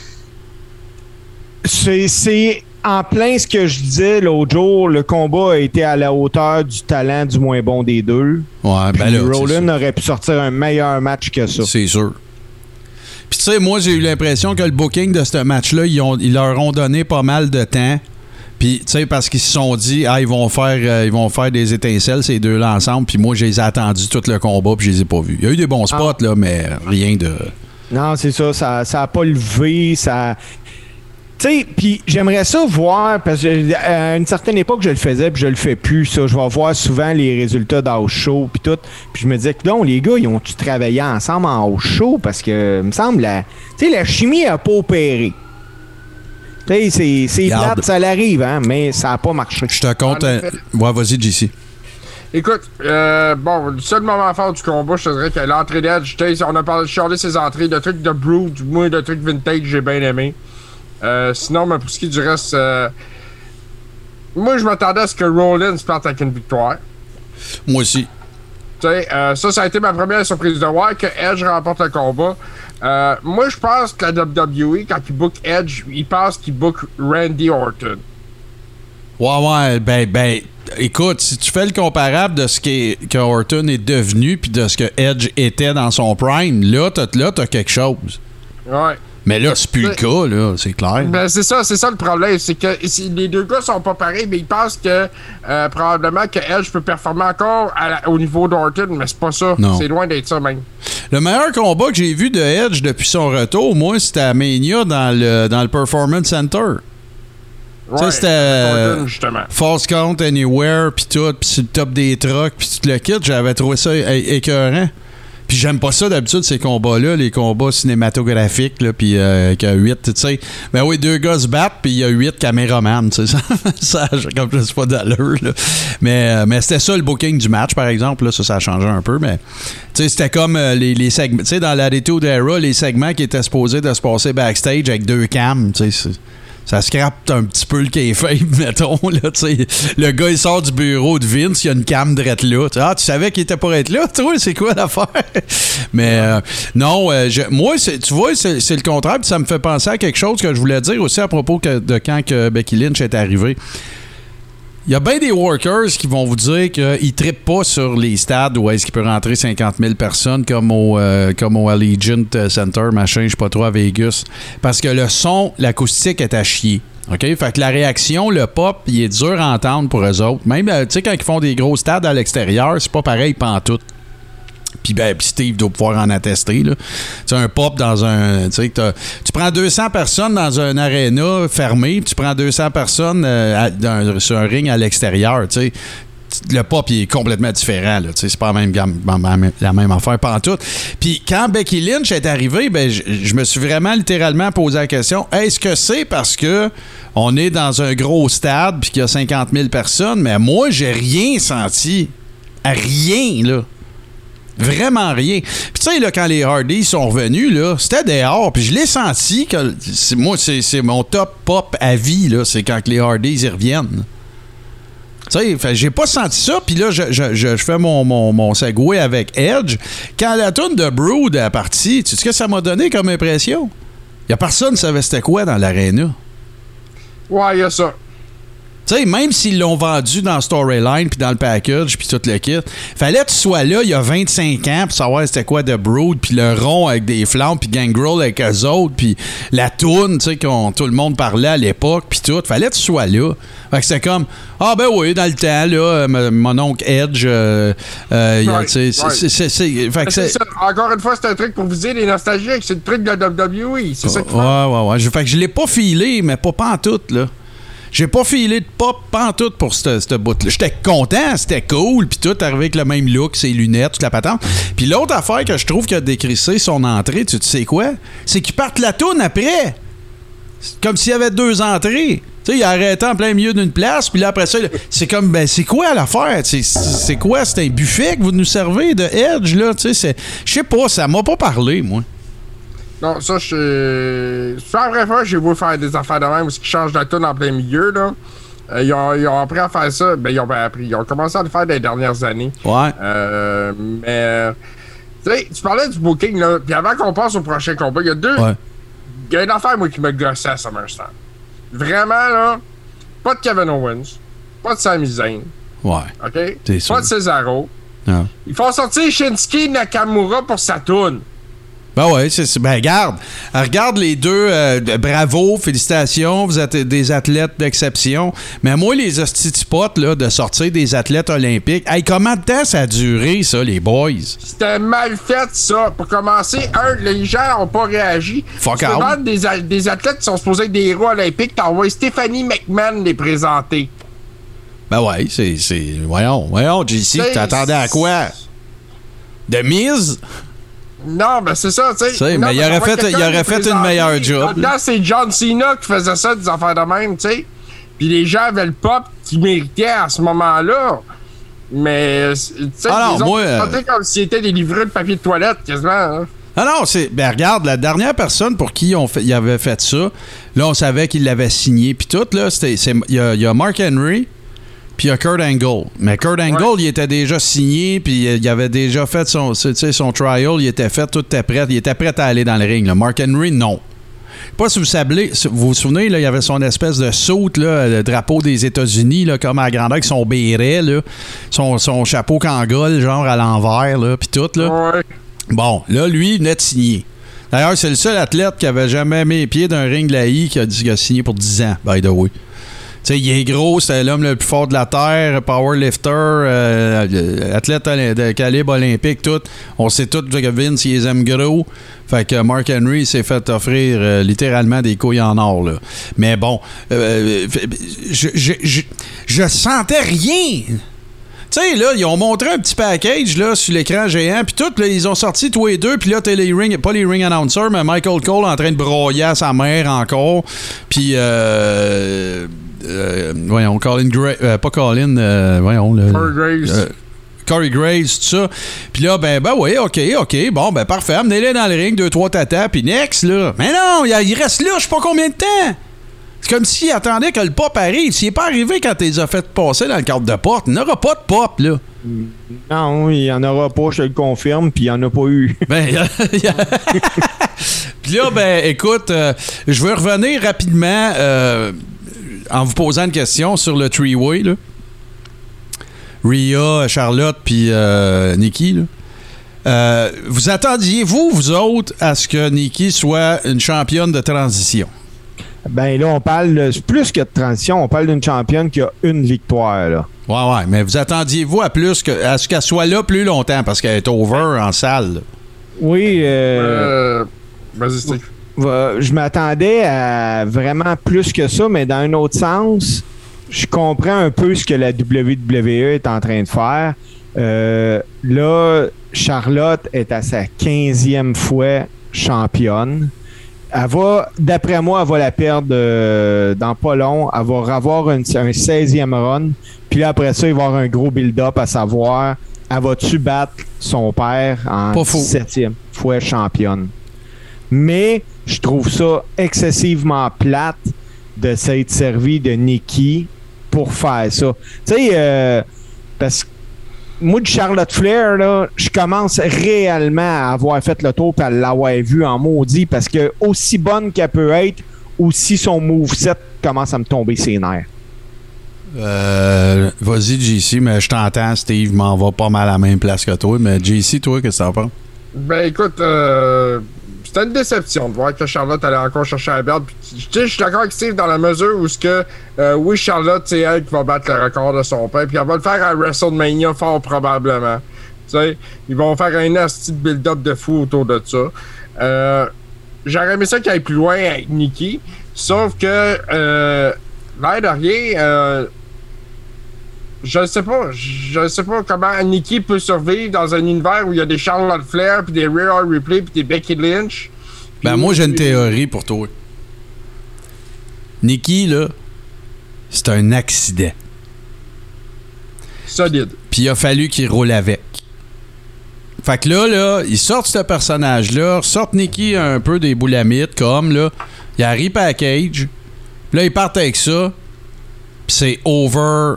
sais, c'est en plein ce que je disais l'autre jour, le combat a été à la hauteur du talent du moins bon des deux. Ouais, ben là, Rollins aurait pu sortir un meilleur match que ça. C'est sûr. Puis tu sais, moi, j'ai eu l'impression que le booking de ce match-là, ils leur ont donné pas mal de temps. Puis, tu sais, parce qu'ils se sont dit, ils vont faire des étincelles, ces deux-là ensemble. Puis moi, je les ai attendus tout le combat, puis je les ai pas vus. Il y a eu des bons spots, là, mais rien de... Non, c'est ça. Ça a pas levé, ça... Tu sais, puis j'aimerais ça voir, parce qu'à une certaine époque, je le faisais, puis je le fais plus, ça. Je vais voir souvent les résultats d'house show, puis tout. Puis je me disais que non, les gars, ils ont-tu travaillé ensemble en house show? Parce que, il me semble, la chimie a pas opéré. Tu sais, c'est plate, ça l'arrive, hein, mais ça a pas marché. Je te compte... Ouais, vas-y, JC. Écoute, le seul moment fort du combat, je te dirais que l'entrée d'Edge, on a parlé de ses entrées, de trucs de Brood, moi, de trucs vintage, j'ai bien aimé. Sinon, mais pour ce qui est du reste, moi, je m'attendais à ce que Rollins parte avec une victoire. Moi aussi. Tu sais, ça a été ma première surprise de voir que Edge remporte le combat. Moi, je pense que la WWE, quand il book Edge, il pense qu'il book Randy Orton. Ouais, ben, écoute, si tu fais le comparable de ce que Orton est devenu puis de ce que Edge était dans son prime, là, t'as quelque chose. Ouais. Mais là, c'est plus le cas, là, c'est clair. Ben, c'est ça le problème. C'est que les deux gars sont pas pareils, mais ils pensent que probablement que Edge peut performer encore au niveau d'Orton, mais c'est pas ça. Non. C'est loin d'être ça, même. Le meilleur combat que j'ai vu de Edge depuis son retour, moi, c'était à Mania dans le Performance Center. Ouais, ça, c'était justement. False Count Anywhere, puis tout, puis sur le top des trucks, puis tout le kit. J'avais trouvé ça écœurant. Puis j'aime pas ça d'habitude, ces combats-là, les combats cinématographiques, là, puis qu'il y a 8, tu sais. Ben oui, 2 gars se battent, puis il y a 8 caméramans, tu sais. Ça, comme je sais pas d'allure, là. Mais c'était ça le booking du match, par exemple, là. Ça a changé un peu, mais tu sais, c'était comme les segments. Tu sais, dans l'Attitude Era, les segments qui étaient supposés de se passer backstage avec 2 cams, tu sais. Ça scrape un petit peu le kayfabe, mettons, là, tu sais. Le gars, il sort du bureau de Vince, il y a une cam drette là. Tu savais qu'il était pour être là, tu vois, c'est quoi l'affaire? Mais non, moi, tu vois, c'est le contraire, puis ça me fait penser à quelque chose que je voulais dire aussi à propos de quand que Becky Lynch est arrivée. Il y a bien des workers qui vont vous dire qu'ils ne trippent pas sur les stades où est-ce qu'il peut rentrer 50 000 personnes comme au Allegiant Center, machin, je sais pas trop, à Vegas. Parce que le son, l'acoustique est à chier. OK? Fait que la réaction, le pop, il est dur à entendre pour eux autres. Même, tu sais, quand ils font des gros stades à l'extérieur, c'est pas pareil pantoute. puis Steve doit pouvoir en attester. Tu sais, un pop dans un... Tu prends 200 personnes dans un aréna fermé, puis tu prends 200 personnes sur un ring à l'extérieur, tu sais. Le pop, il est complètement différent. Là, c'est pas la même affaire pantoute. Puis quand Becky Lynch est arrivée, je me suis vraiment littéralement posé la question, est-ce que c'est parce que on est dans un gros stade puis qu'il y a 50 000 personnes? Mais moi, j'ai rien senti. Rien, là. Vraiment rien. Puis tu sais, là, quand les Hardys sont revenus, là, c'était dehors. Puis je l'ai senti que... Moi, c'est mon top pop à vie, là, c'est quand les Hardys y reviennent. Tu sais, j'ai pas senti ça. Puis là, je fais mon segway avec Edge. Quand la toune de Brood est partie, tu sais ce que ça m'a donné comme impression? Il y a personne qui savait c'était quoi dans l'aréna. Ouais, il y a ça. Tu sais, même s'ils l'ont vendu dans le storyline puis dans le package puis tout le kit, fallait que tu sois là il y a 25 ans pour savoir c'était quoi de Brood puis le rond avec des flammes puis Gangrel avec eux autres puis la toune, tu sais, tout le monde parlait à l'époque puis tout. Fallait que tu sois là. Fait que c'était comme, ah ben oui, dans le temps, là, mon oncle Edge, c'est ça. Encore une fois, c'est un truc pour viser les nostalgiques. C'est le truc de la WWE. C'est ça qu'il faut. Ouais. Fait que je l'ai pas filé, mais pas pantoute, là. J'ai pas filé de pop pantoute pour ce bout-là. J'étais content, c'était cool, puis tout arrivé avec le même look, ses lunettes, toute la patente. Puis l'autre affaire que je trouve qu'il a décrissé son entrée, tu sais quoi? C'est qu'il parte la toune après. C'est comme s'il y avait 2 entrées. Tu sais, il a arrêté en plein milieu d'une place, puis là, après ça, c'est comme, c'est quoi l'affaire? C'est quoi? C'est un buffet que vous nous servez de Edge, là? Tu sais, je sais pas, ça m'a pas parlé, moi. Non, ça, c'est la vraie fois, j'ai voulu faire des affaires de même où ils changent de tune en plein milieu, là. Ils ont appris à faire ça. Ben, ils ont commencé à le faire dans les dernières années. Ouais. Mais, tu sais, tu parlais du booking, là. Puis avant qu'on passe au prochain combat, il y a deux. Ouais. Il y a une affaire, moi, qui me gossait à SummerSlam. Vraiment, là, pas de Kevin Owens, pas de Sami Zayn. Ouais. OK? C'est sûr. Pas de Cesaro. Non. Ils font sortir Shinsuke Nakamura pour sa toune. Ben ouais, ben regarde les deux, bravo, félicitations, vous êtes des athlètes d'exception. Mais moi, les hostitipotes, là, de sortir des athlètes olympiques, hey, comment de temps ça a duré, ça, les boys? C'était mal fait, ça. Pour commencer, les gens n'ont pas réagi. Fuck out. out. Des athlètes qui sont supposés être des héros olympiques, t'as envoyé Stephanie McMahon les présenter. Ben ouais, c'est... Voyons, JC, t'attendais à quoi? De mise? Non, ben c'est ça, tu sais. Mais il aurait fait une meilleure job. Là, c'est John Cena qui faisait ça, des affaires de même, tu sais. Puis les gens avaient le pop qu'ils méritaient à ce moment-là. Mais, tu sais, ils ont présenté comme s'ils étaient des livreurs de papier de toilette, quasiment. Hein. Ah non, ben regarde, la dernière personne pour qui il avait fait ça, là, on savait qu'il l'avait signé. Puis tout, là, il y a Mark Henry, puis il y a Kurt Angle. Mais Kurt Angle, il était déjà signé, puis il avait déjà fait son trial, il était fait, tout était prêt. Il était prêt à aller dans le ring. Là. Mark Henry, non. Pas si vous vous souvenez, là, il y avait son espèce de saute, là, le drapeau des États-Unis, là, comme à grandeur, avec son béret, là, son chapeau kangol, genre à l'envers, là, puis tout. Là. Ouais. Bon, là, lui, il venait de signer. D'ailleurs, c'est le seul athlète qui avait jamais mis les pieds d'un ring de la I qui a signé pour 10 ans, by the way. Tu sais, il est gros, c'était l'homme le plus fort de la Terre, powerlifter, athlète de calibre olympique, tout. On sait tous que Vince, il les aime gros. Fait que Mark Henry s'est fait offrir littéralement des couilles en or, là. Mais bon, je sentais rien. Tu sais, là, ils ont montré un petit package là, sur l'écran géant, puis tout, là, ils ont sorti tous les deux, puis là, t'as les ring, pas les ring announcers, mais Michael Cole en train de broyer à sa mère encore, puis voyons, Colin Gray, pas Colin, voyons, Corey Graves, tout ça. Puis là, ben oui, OK, bon, ben parfait, amenez-les dans le ring, 2-3 tatas, puis next, là. Mais non, il reste là, je sais pas combien de temps. C'est comme s'il attendait que le pop arrive. S'il n'est pas arrivé quand tu les as fait passer dans le cadre de porte, il n'y aura pas de pop, là. Non, il n'y en aura pas, je te le confirme, puis il n'y en a pas eu. Puis là, ben, écoute, je veux revenir rapidement en vous posant une question sur le three-way, là. Rhea, Charlotte, puis Nikki, là. Vous attendiez, vous autres, à ce que Nikki soit une championne de transition? Ben là, on parle plus que de transition, on parle d'une championne qui a une victoire, là. Ouais, mais vous attendiez-vous à ce qu'elle soit là plus longtemps parce qu'elle est over en salle? Là. Oui. Vas-y, Steve. Je m'attendais à vraiment plus que ça, mais dans un autre sens, je comprends un peu ce que la WWE est en train de faire. Là, Charlotte est à sa 15e fois championne. Elle va, d'après moi, elle va la perdre dans pas long. Elle va avoir un 16e run. Puis là, après ça, il va y avoir un gros build-up à savoir, elle va-tu battre son père en 17e fois championne? Mais je trouve ça excessivement plate de s'être servi de Nikki pour faire ça. Tu sais, parce que moi, de Charlotte Flair, là, je commence réellement à avoir fait le tour et à l'avoir vu en maudit parce que aussi bonne qu'elle peut être, aussi son moveset commence à me tomber ses nerfs. Vas-y, JC, mais je t'entends, Steve m'en va pas mal à la même place que toi. Mais JC, toi, qu'est-ce que t'en penses? Ben écoute, c'était une déception de voir que Charlotte allait encore chercher la belt. Je suis d'accord avec Steve dans la mesure où oui, Charlotte, c'est elle qui va battre le record de son père, puis elle va le faire à WrestleMania fort probablement. Tu sais, ils vont faire un petit build-up de fou autour de ça. J'aurais aimé ça qu'il aille plus loin avec Nikki, sauf que l'air de rien, je sais pas comment Nikki peut survivre dans un univers où il y a des Charlotte Flair, puis des Rhea Ripley, puis des Becky Lynch. Ben moi, j'ai une théorie pour toi. Nikki, là, c'est un accident. Solide. Puis il a fallu qu'il roule avec. Fait que là, ils sortent ce personnage-là, sortent Nikki un peu des boulamites, comme, là, il y a repackage. Là, ils partent avec ça, puis c'est over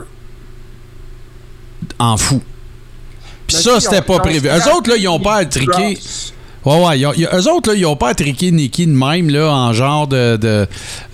en fou. Puis ça, c'était pas prévu. Eux autres, là, ils ont pas à triquer. Ouais, eux autres, là, ils ont pas à triquer Nikki de même, là, en genre de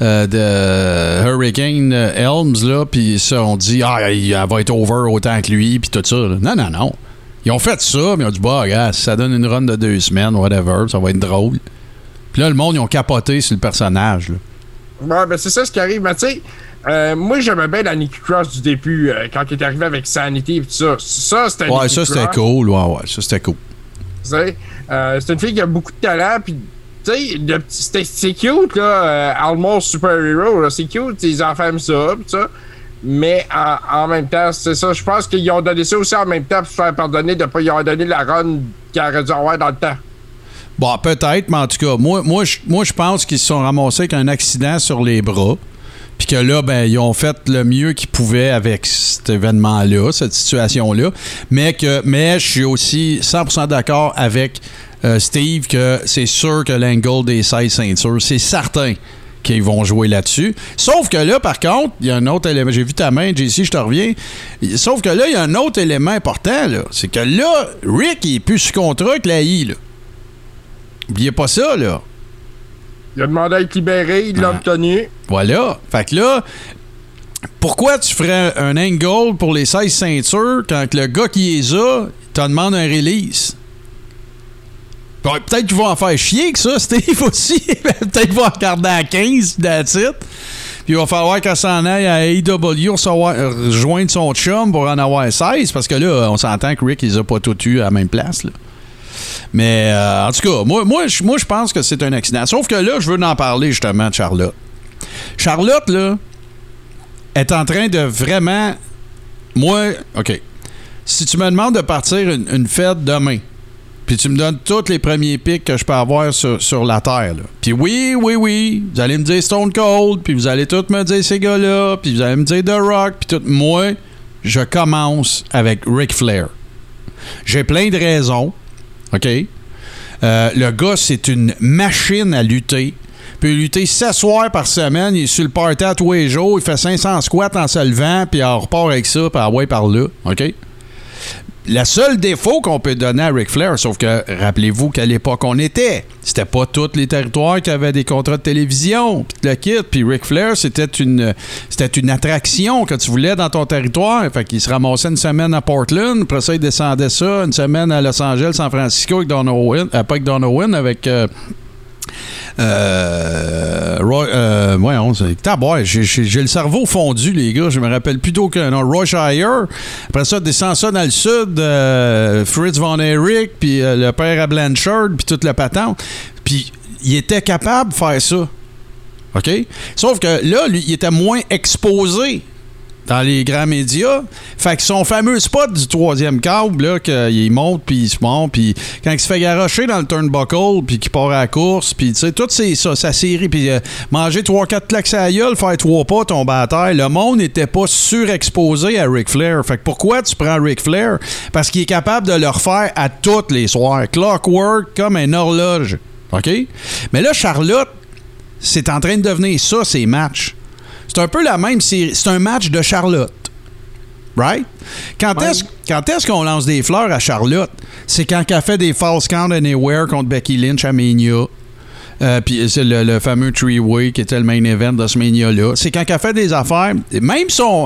Hurricane Helms, là, puis ça, on dit, elle va être over autant que lui, puis tout ça. Là. Non. Ils ont fait ça, mais ils ont dit, regarde, si ça donne une run de 2 semaines, whatever, ça va être drôle. Puis là, le monde, ils ont capoté sur le personnage, là. Ouais, ben c'est ça ce qui arrive. Mais tu sais, moi, j'aimais bien la Nikki Cross du début, quand il est arrivé avec Sanity et tout ça. Ça, c'était Nikki Cross. C'était cool. Ouais, ça, c'était cool. Tu sais, c'est une fille qui a beaucoup de talent, puis tu sais, c'est cute, là, Almost Superhero, là, c'est cute, les enfants aiment ça, pis ça. Mais en même temps, c'est ça, je pense qu'ils ont donné ça aussi en même temps pour se faire pardonner de pas y avoir donné la run qu'il aurait dû avoir dans le temps. Bon, peut-être, mais en tout cas, moi je pense qu'ils se sont ramassés avec un accident sur les bras. Puis que là, ben, ils ont fait le mieux qu'ils pouvaient avec cet événement-là, cette situation-là. Mais je suis aussi 100% d'accord avec Steve que c'est sûr que l'angle des 16 ceintures, c'est certain qu'ils vont jouer là-dessus. Sauf que là, par contre, il y a un autre élément. J'ai vu ta main, JC, je te reviens. Sauf que là, il y a un autre élément important, là. C'est que là, Rick, il est plus sous contrat que la I, là. Oubliez pas ça, là. Il a demandé à être libéré, il l'a obtenu. Voilà. Fait que là, pourquoi tu ferais un angle pour les 16 ceintures quand le gars qui les a, te demande un release? Bon, peut-être qu'ils vont en faire chier que ça, Steve aussi. Peut-être qu'ils vont regarder à 15, that's it. Puis il va falloir qu'elle s'en aille à AEW rejoindre son chum pour en avoir 16, parce que là, on s'entend que Rick, il les a pas tout eu à la même place, là. Mais en tout cas, moi je pense que c'est un accident. Sauf que là, je veux en parler justement de Charlotte. Charlotte, là, est en train de vraiment... Moi, OK. Si tu me demandes de partir une fête demain, puis tu me donnes tous les premiers pics que je peux avoir sur la Terre, là. Puis oui, vous allez me dire Stone Cold, puis vous allez tous me dire ces gars-là, puis vous allez me dire The Rock, puis tout. Moi, je commence avec Ric Flair. J'ai plein de raisons. OK? Le gars, c'est une machine à lutter. Il peut lutter 7 soirs par semaine. Il est sur le party à tous les jours. Il fait 500 squats en se levant. Puis on repart avec ça. Puis ouais, par là. OK? Le seul défaut qu'on peut donner à Ric Flair, sauf que, rappelez-vous qu'à l'époque on était, c'était pas tous les territoires qui avaient des contrats de télévision, puis le kit, puis Ric Flair, c'était une attraction que tu voulais dans ton territoire. Fait qu'il se ramassait une semaine à Portland, après ça, il descendait une semaine à Los Angeles, San Francisco, avec Don Owen, pas avec Don Owen, avec Voyons, j'ai le cerveau fondu, les gars. Je me rappelle plus d'aucun nom. Roy Shire. Après ça, descend ça dans le sud. Fritz Von Erich, puis le père à Blanchard, puis toute la patente. Puis il était capable de faire ça. OK? Sauf que là, lui, il était moins exposé dans les grands médias. Fait que son fameux spot du troisième câble, là, qu'il monte, puis il se monte, puis quand il se fait garrocher dans le turnbuckle, puis qu'il part à la course, puis tu sais, tout c'est ça, sa série, puis manger 3-4 claques à la gueule, faire 3 pas, tomber à terre, le monde n'était pas surexposé à Ric Flair. Fait que pourquoi tu prends Ric Flair? Parce qu'il est capable de le refaire à tous les soirs. Clockwork, comme un horloge. OK? Mais là, Charlotte, c'est en train de devenir ça, ces matchs. C'est un peu la même série. C'est un match de Charlotte. Right? Quand est-ce qu'on lance des fleurs à Charlotte? C'est quand elle fait des false count anywhere contre Becky Lynch à Mania. Puis c'est le fameux three-way qui était le main event de ce Mania-là. C'est quand elle fait des affaires. Même son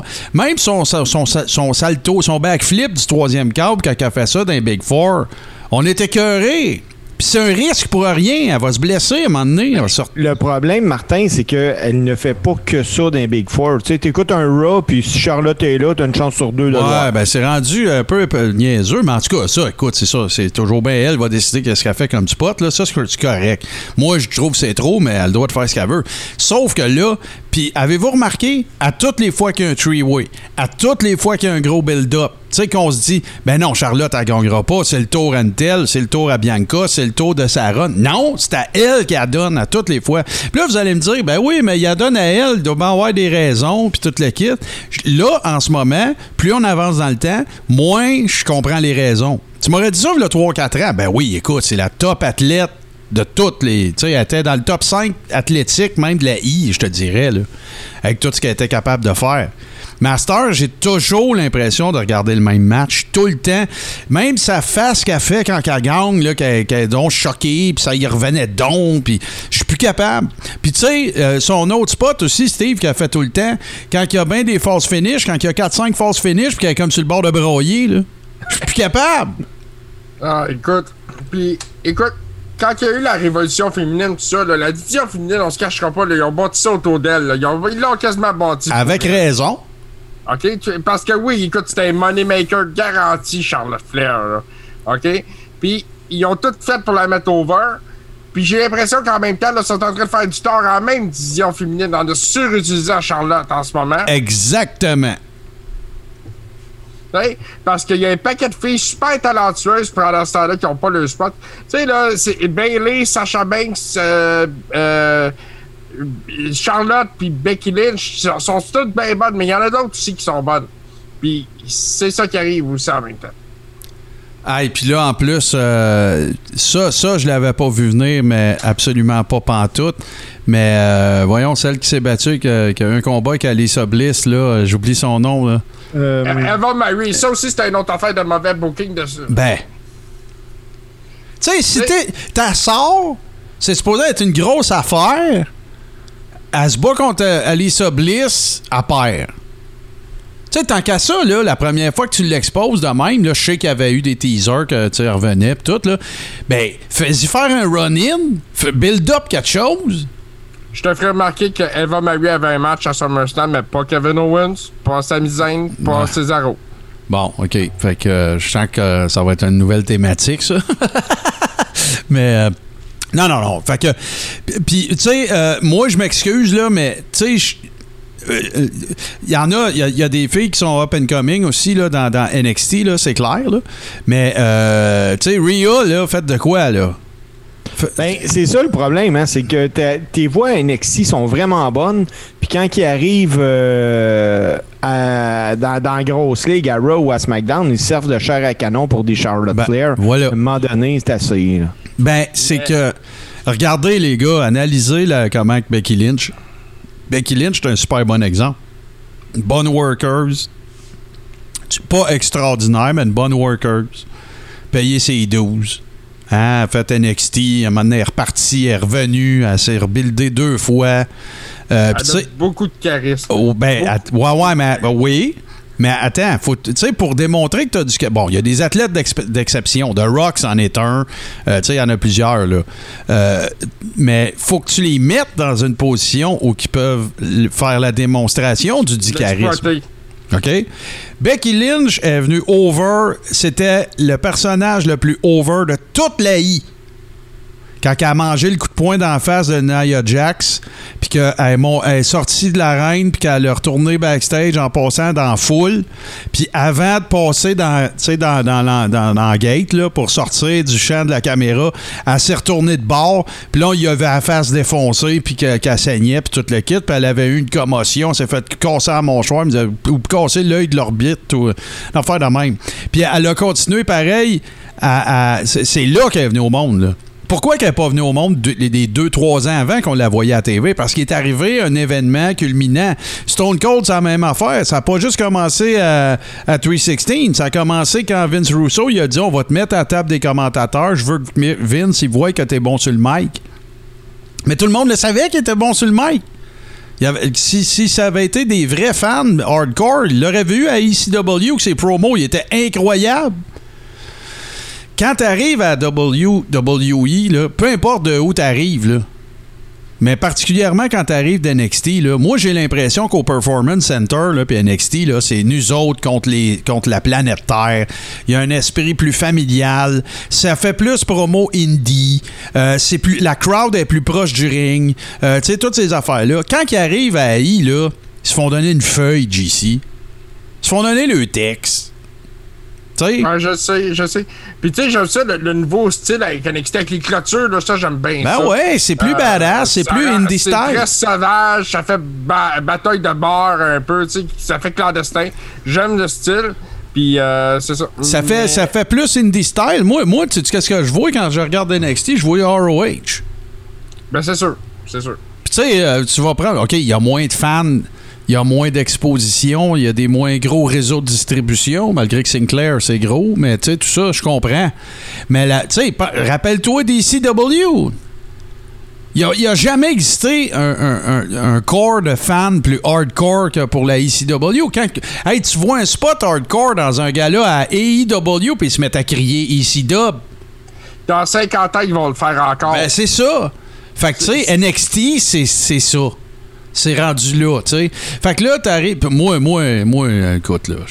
salto, son backflip du troisième câble, quand elle fait ça dans les Big Four, on était écœurés. Puis c'est un risque pour rien. Elle va se blesser à un moment donné. Le problème, Martin, c'est qu'elle ne fait pas que ça dans Big Four. Tu sais, t'écoutes un Raw, puis si Charlotte est là, t'as une chance sur 2 de voir. Ouais, ben c'est rendu un peu niaiseux, mais en tout cas, ça, écoute, c'est ça. C'est toujours bien elle va décider qu'est-ce qu'elle fait comme spot. Là. Ça, c'est correct. Moi, je trouve que c'est trop, mais elle doit faire ce qu'elle veut. Sauf que là, puis avez-vous remarqué, à toutes les fois qu'il y a un three-way, à toutes les fois qu'il y a un gros build-up, tu sais qu'on se dit, ben non, Charlotte, elle gagnera pas, c'est le tour à Intel, c'est le tour à Bianca, c'est le tour de Sarah. Non, c'est à elle qu'elle donne à toutes les fois. Puis là, vous allez me dire, ben oui, mais il la donne à elle, il doit bien avoir des raisons, puis tout le kit. Là, en ce moment, plus on avance dans le temps, moins je comprends les raisons. Tu m'aurais dit ça il y a 3-4 ans, ben oui, écoute, c'est la top athlète de toutes les... Tu sais, elle était dans le top 5 athlétique, même de la I, je te dirais, là, avec tout ce qu'elle était capable de faire. Master, j'ai toujours l'impression de regarder le même match, tout le temps. Même sa face qu'elle fait quand elle gagne, là, qu'elle est donc choquée, puis ça y revenait donc, puis je suis plus capable. Puis tu sais, son autre spot aussi, Steve, qu'elle fait tout le temps, quand il y a bien des false finishes, quand il y a 4-5 false finishes, puis qu'elle est comme sur le bord de broyer, là, je suis plus capable. Ah, écoute, quand il y a eu la révolution féminine, tout ça, là, la division féminine, on se cachera pas, là, ils ont bâti ça autour d'elle. Là. Ils l'ont quasiment bâti. Avec raison. OK? Parce que oui, écoute, c'était un moneymaker garanti, Charlotte Flair. Là. OK? Puis, ils ont tout fait pour la mettre over. Puis, j'ai l'impression qu'en même temps, là, ils sont en train de faire du tort à la même division féminine, en de surutiliser Charlotte en ce moment. Exactement. T'sais, parce qu'il y a un paquet de filles super talentueuses pendant ce temps-là qui n'ont pas le spot. Tu sais, là, c'est Bayley, Sasha Banks, Charlotte puis Becky Lynch sont toutes bien bonnes, mais il y en a d'autres aussi qui sont bonnes. Puis c'est ça qui arrive aussi en même temps. Ah, et puis là, en plus, ça, je l'avais pas vu venir, mais absolument pas pantoute. Mais voyons, celle qui s'est battue, qui a eu un combat avec Alyssa Bliss, là, j'oublie son nom, là. Eva Marie, ça aussi, c'était une autre affaire de mauvais booking de ça. Ben. Tu sais, si ta sœur, c'est supposé être une grosse affaire, elle se bat contre Alyssa Bliss, à paire. Tu sais, tant qu'à ça, là, la première fois que tu l'exposes de même, là, je sais qu'il y avait eu des teasers que tu revenais pis tout, là. Ben, fais-y faire un run-in, build up quelque chose. Je te ferai remarquer qu'Eva Marie avait un match à SummerSlam, mais pas Kevin Owens, pas Sami Zayn, pas Cesaro. Bon, OK. Fait que je sens que ça va être une nouvelle thématique, ça. Mais... Non. Fait que... Puis, tu sais, moi, je m'excuse, là, mais, tu sais, il y a des filles qui sont up and coming aussi, là, dans NXT, là, c'est clair, là. Mais, tu sais, Rhea, là, fait de quoi, là? Ben, c'est ça le problème, hein, c'est que tes voix à NXT sont vraiment bonnes, puis quand ils arrivent dans la grosse ligue, à Raw ou à SmackDown, ils servent de chair à canon pour des Charlotte Flair. Voilà. À un moment donné, c'est assez. Là. Ben, c'est que... Regardez, les gars, analysez comment Becky Lynch... Becky Lynch, c'est un super bon exemple. Une bonne workers. Pas extraordinaire, mais une bonne workers. Payer ses 12. Hein, elle a fait NXT, à un moment donné, elle est repartie, elle est revenue, elle s'est rebuildée 2 fois. Elle a beaucoup de charisme. Oh, ben, ouais, mais oui. Mais attends, tu sais, pour démontrer que tu as du... Bon, il y a des athlètes d'exception. The Rock, c'en est un. Tu sais, il y en a plusieurs, là. Mais faut que tu les mettes dans une position où ils peuvent faire la démonstration du charisme. OK? Becky Lynch est venue over. C'était le personnage le plus over de toute la I. Quand elle a mangé le coup de poing d'en face de Nia Jax, puis qu'elle est sortie de l'arène, puis qu'elle a retourné backstage en passant dans la foule, puis avant de passer dans la gate là, pour sortir du champ de la caméra, elle s'est retournée de bord, puis là, il y avait la face défoncée, puis qu'elle saignait, puis tout le kit, puis elle avait eu une commotion, elle s'est fait casser la mâchoire, ou casser l'œil de l'orbite, ou une affaire de même. Puis elle a continué pareil, c'est là qu'elle est venue au monde, là. Pourquoi qu'elle n'est pas venue au monde les 2-3 ans avant qu'on la voyait à TV? Parce qu'il est arrivé un événement culminant. Stone Cold, c'est la même affaire. Ça n'a pas juste commencé à 316. Ça a commencé quand Vince Russo il a dit « On va te mettre à la table des commentateurs. Je veux que Vince il voie que tu es bon sur le mic. » Mais tout le monde le savait qu'il était bon sur le mic. Si ça avait été des vrais fans hardcore, ils l'auraient vu à ECW que ses promos ils étaient incroyables. Quand t'arrives à WWE, là, peu importe de où t'arrives, là, mais particulièrement quand t'arrives d'NXT, là, moi j'ai l'impression qu'au Performance Center puis NXT, là, c'est nous autres contre la planète Terre. Il y a un esprit plus familial. Ça fait plus promo indie. La crowd est plus proche du ring. Tu sais, toutes ces affaires-là. Quand ils arrivent à AI, là, ils se font donner une feuille, JC. Ils se font donner le texte. Ouais, je sais. Puis tu sais, j'aime ça, le nouveau style avec NXT, avec les clôtures, là, ça, j'aime bien ça. Ben ouais, c'est plus badass, c'est plus indie style. C'est très sauvage, ça fait bataille de bar un peu, tu sais, ça fait clandestin. J'aime le style, puis c'est ça. Ça fait plus indie style. Moi, tu sais qu'est-ce que je vois quand je regarde NXT? Je vois ROH. Ben c'est sûr. Puis tu sais, tu vas prendre... OK, il y a moins de fans... Il y a moins d'exposition, il y a des moins gros réseaux de distribution, malgré que Sinclair, c'est gros, mais tu sais, tout ça, je comprends. Mais là, tu sais, rappelle-toi des CW. Il n'y a jamais existé un corps de fans plus hardcore que pour la ECW. Quand tu vois un spot hardcore dans un gala à AEW, puis ils se mettent à crier ECW. Dans 50 ans, ils vont le faire encore. Ben, c'est ça. Fait que, tu sais, NXT, c'est ça. C'est rendu là, tu sais. Fait que là, t'arrives... Moi, écoute, là,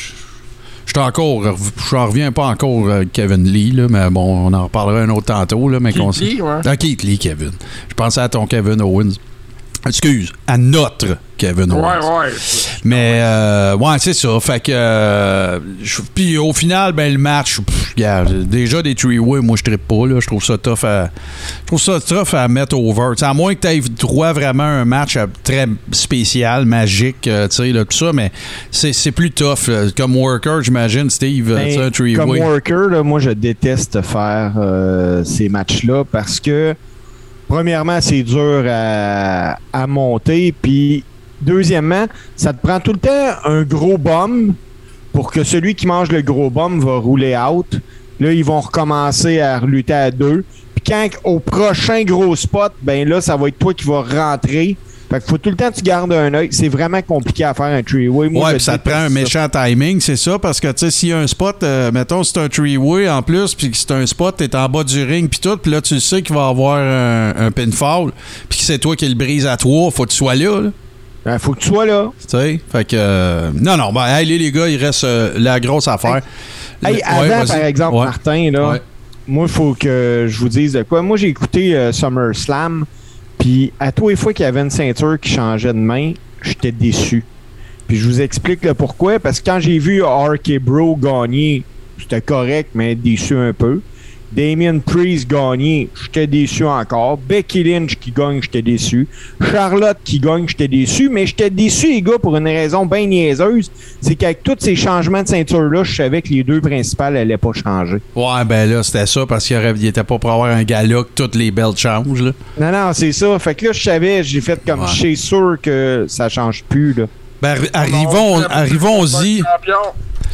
je reviens pas encore à Kevin Lee, là, mais bon, on en reparlera un autre tantôt, là, mais Keith Lee, ouais. Ah, Keith Lee, Kevin. Je pensais à ton Kevin Owens. Excuse, à notre Kevin Owens. Ouais. Mais, ouais, c'est ça. Fait que, puis au final, ben, le match, déjà des three-way, moi, je trippe pas, là. Je trouve ça tough à mettre over. T'sais, à moins que tu aies droit vraiment à un match très spécial, magique, tu sais, tout ça, mais c'est plus tough. Comme worker, j'imagine, Steve, un three-way. Comme worker, là, moi, je déteste faire ces matchs-là parce que premièrement, c'est dur à monter. Puis, deuxièmement, ça te prend tout le temps un gros bomb pour que celui qui mange le gros bomb va rouler out. Là, ils vont recommencer à relutter à 2. Puis, quand au prochain gros spot, ben là, ça va être toi qui vas rentrer. Fait qu'il faut tout le temps que tu gardes un œil. C'est vraiment compliqué à faire un three-way. Ouais, ça te prend un méchant timing, c'est ça, parce que, tu sais, s'il y a un spot, mettons, c'est un three-way en plus, puis que c'est un spot, t'es en bas du ring, puis tout, puis là, tu sais qu'il va y avoir un pinfall, puis que c'est toi qui le brise à 3, faut que tu sois là. Ben, faut que tu sois là. Tu sais, fait que... non, ben, allez, les gars, il reste la grosse affaire. Avant, par exemple, Martin, là, moi, il faut que je vous dise de quoi. Moi, j'ai écouté SummerSlam. Puis, à tous les fois qu'il y avait une ceinture qui changeait de main, j'étais déçu. Puis, je vous explique le pourquoi. Parce que quand j'ai vu RK Bro gagner, c'était correct, mais déçu un peu. Damien Priest gagner, j'étais déçu encore. Becky Lynch qui gagne, j'étais déçu. Charlotte qui gagne, j'étais déçu. Mais j'étais déçu, les gars, pour une raison bien niaiseuse. C'est qu'avec tous ces changements de ceinture-là, je savais que les deux principales n'allaient pas changer. Ouais, ben là, c'était ça parce qu'il était pas pour avoir un gala que toutes les belts changent, là. Non, c'est ça. Fait que là, je savais, j'ai fait comme je suis sûr que ça change plus, là. Ben, arrivons-y.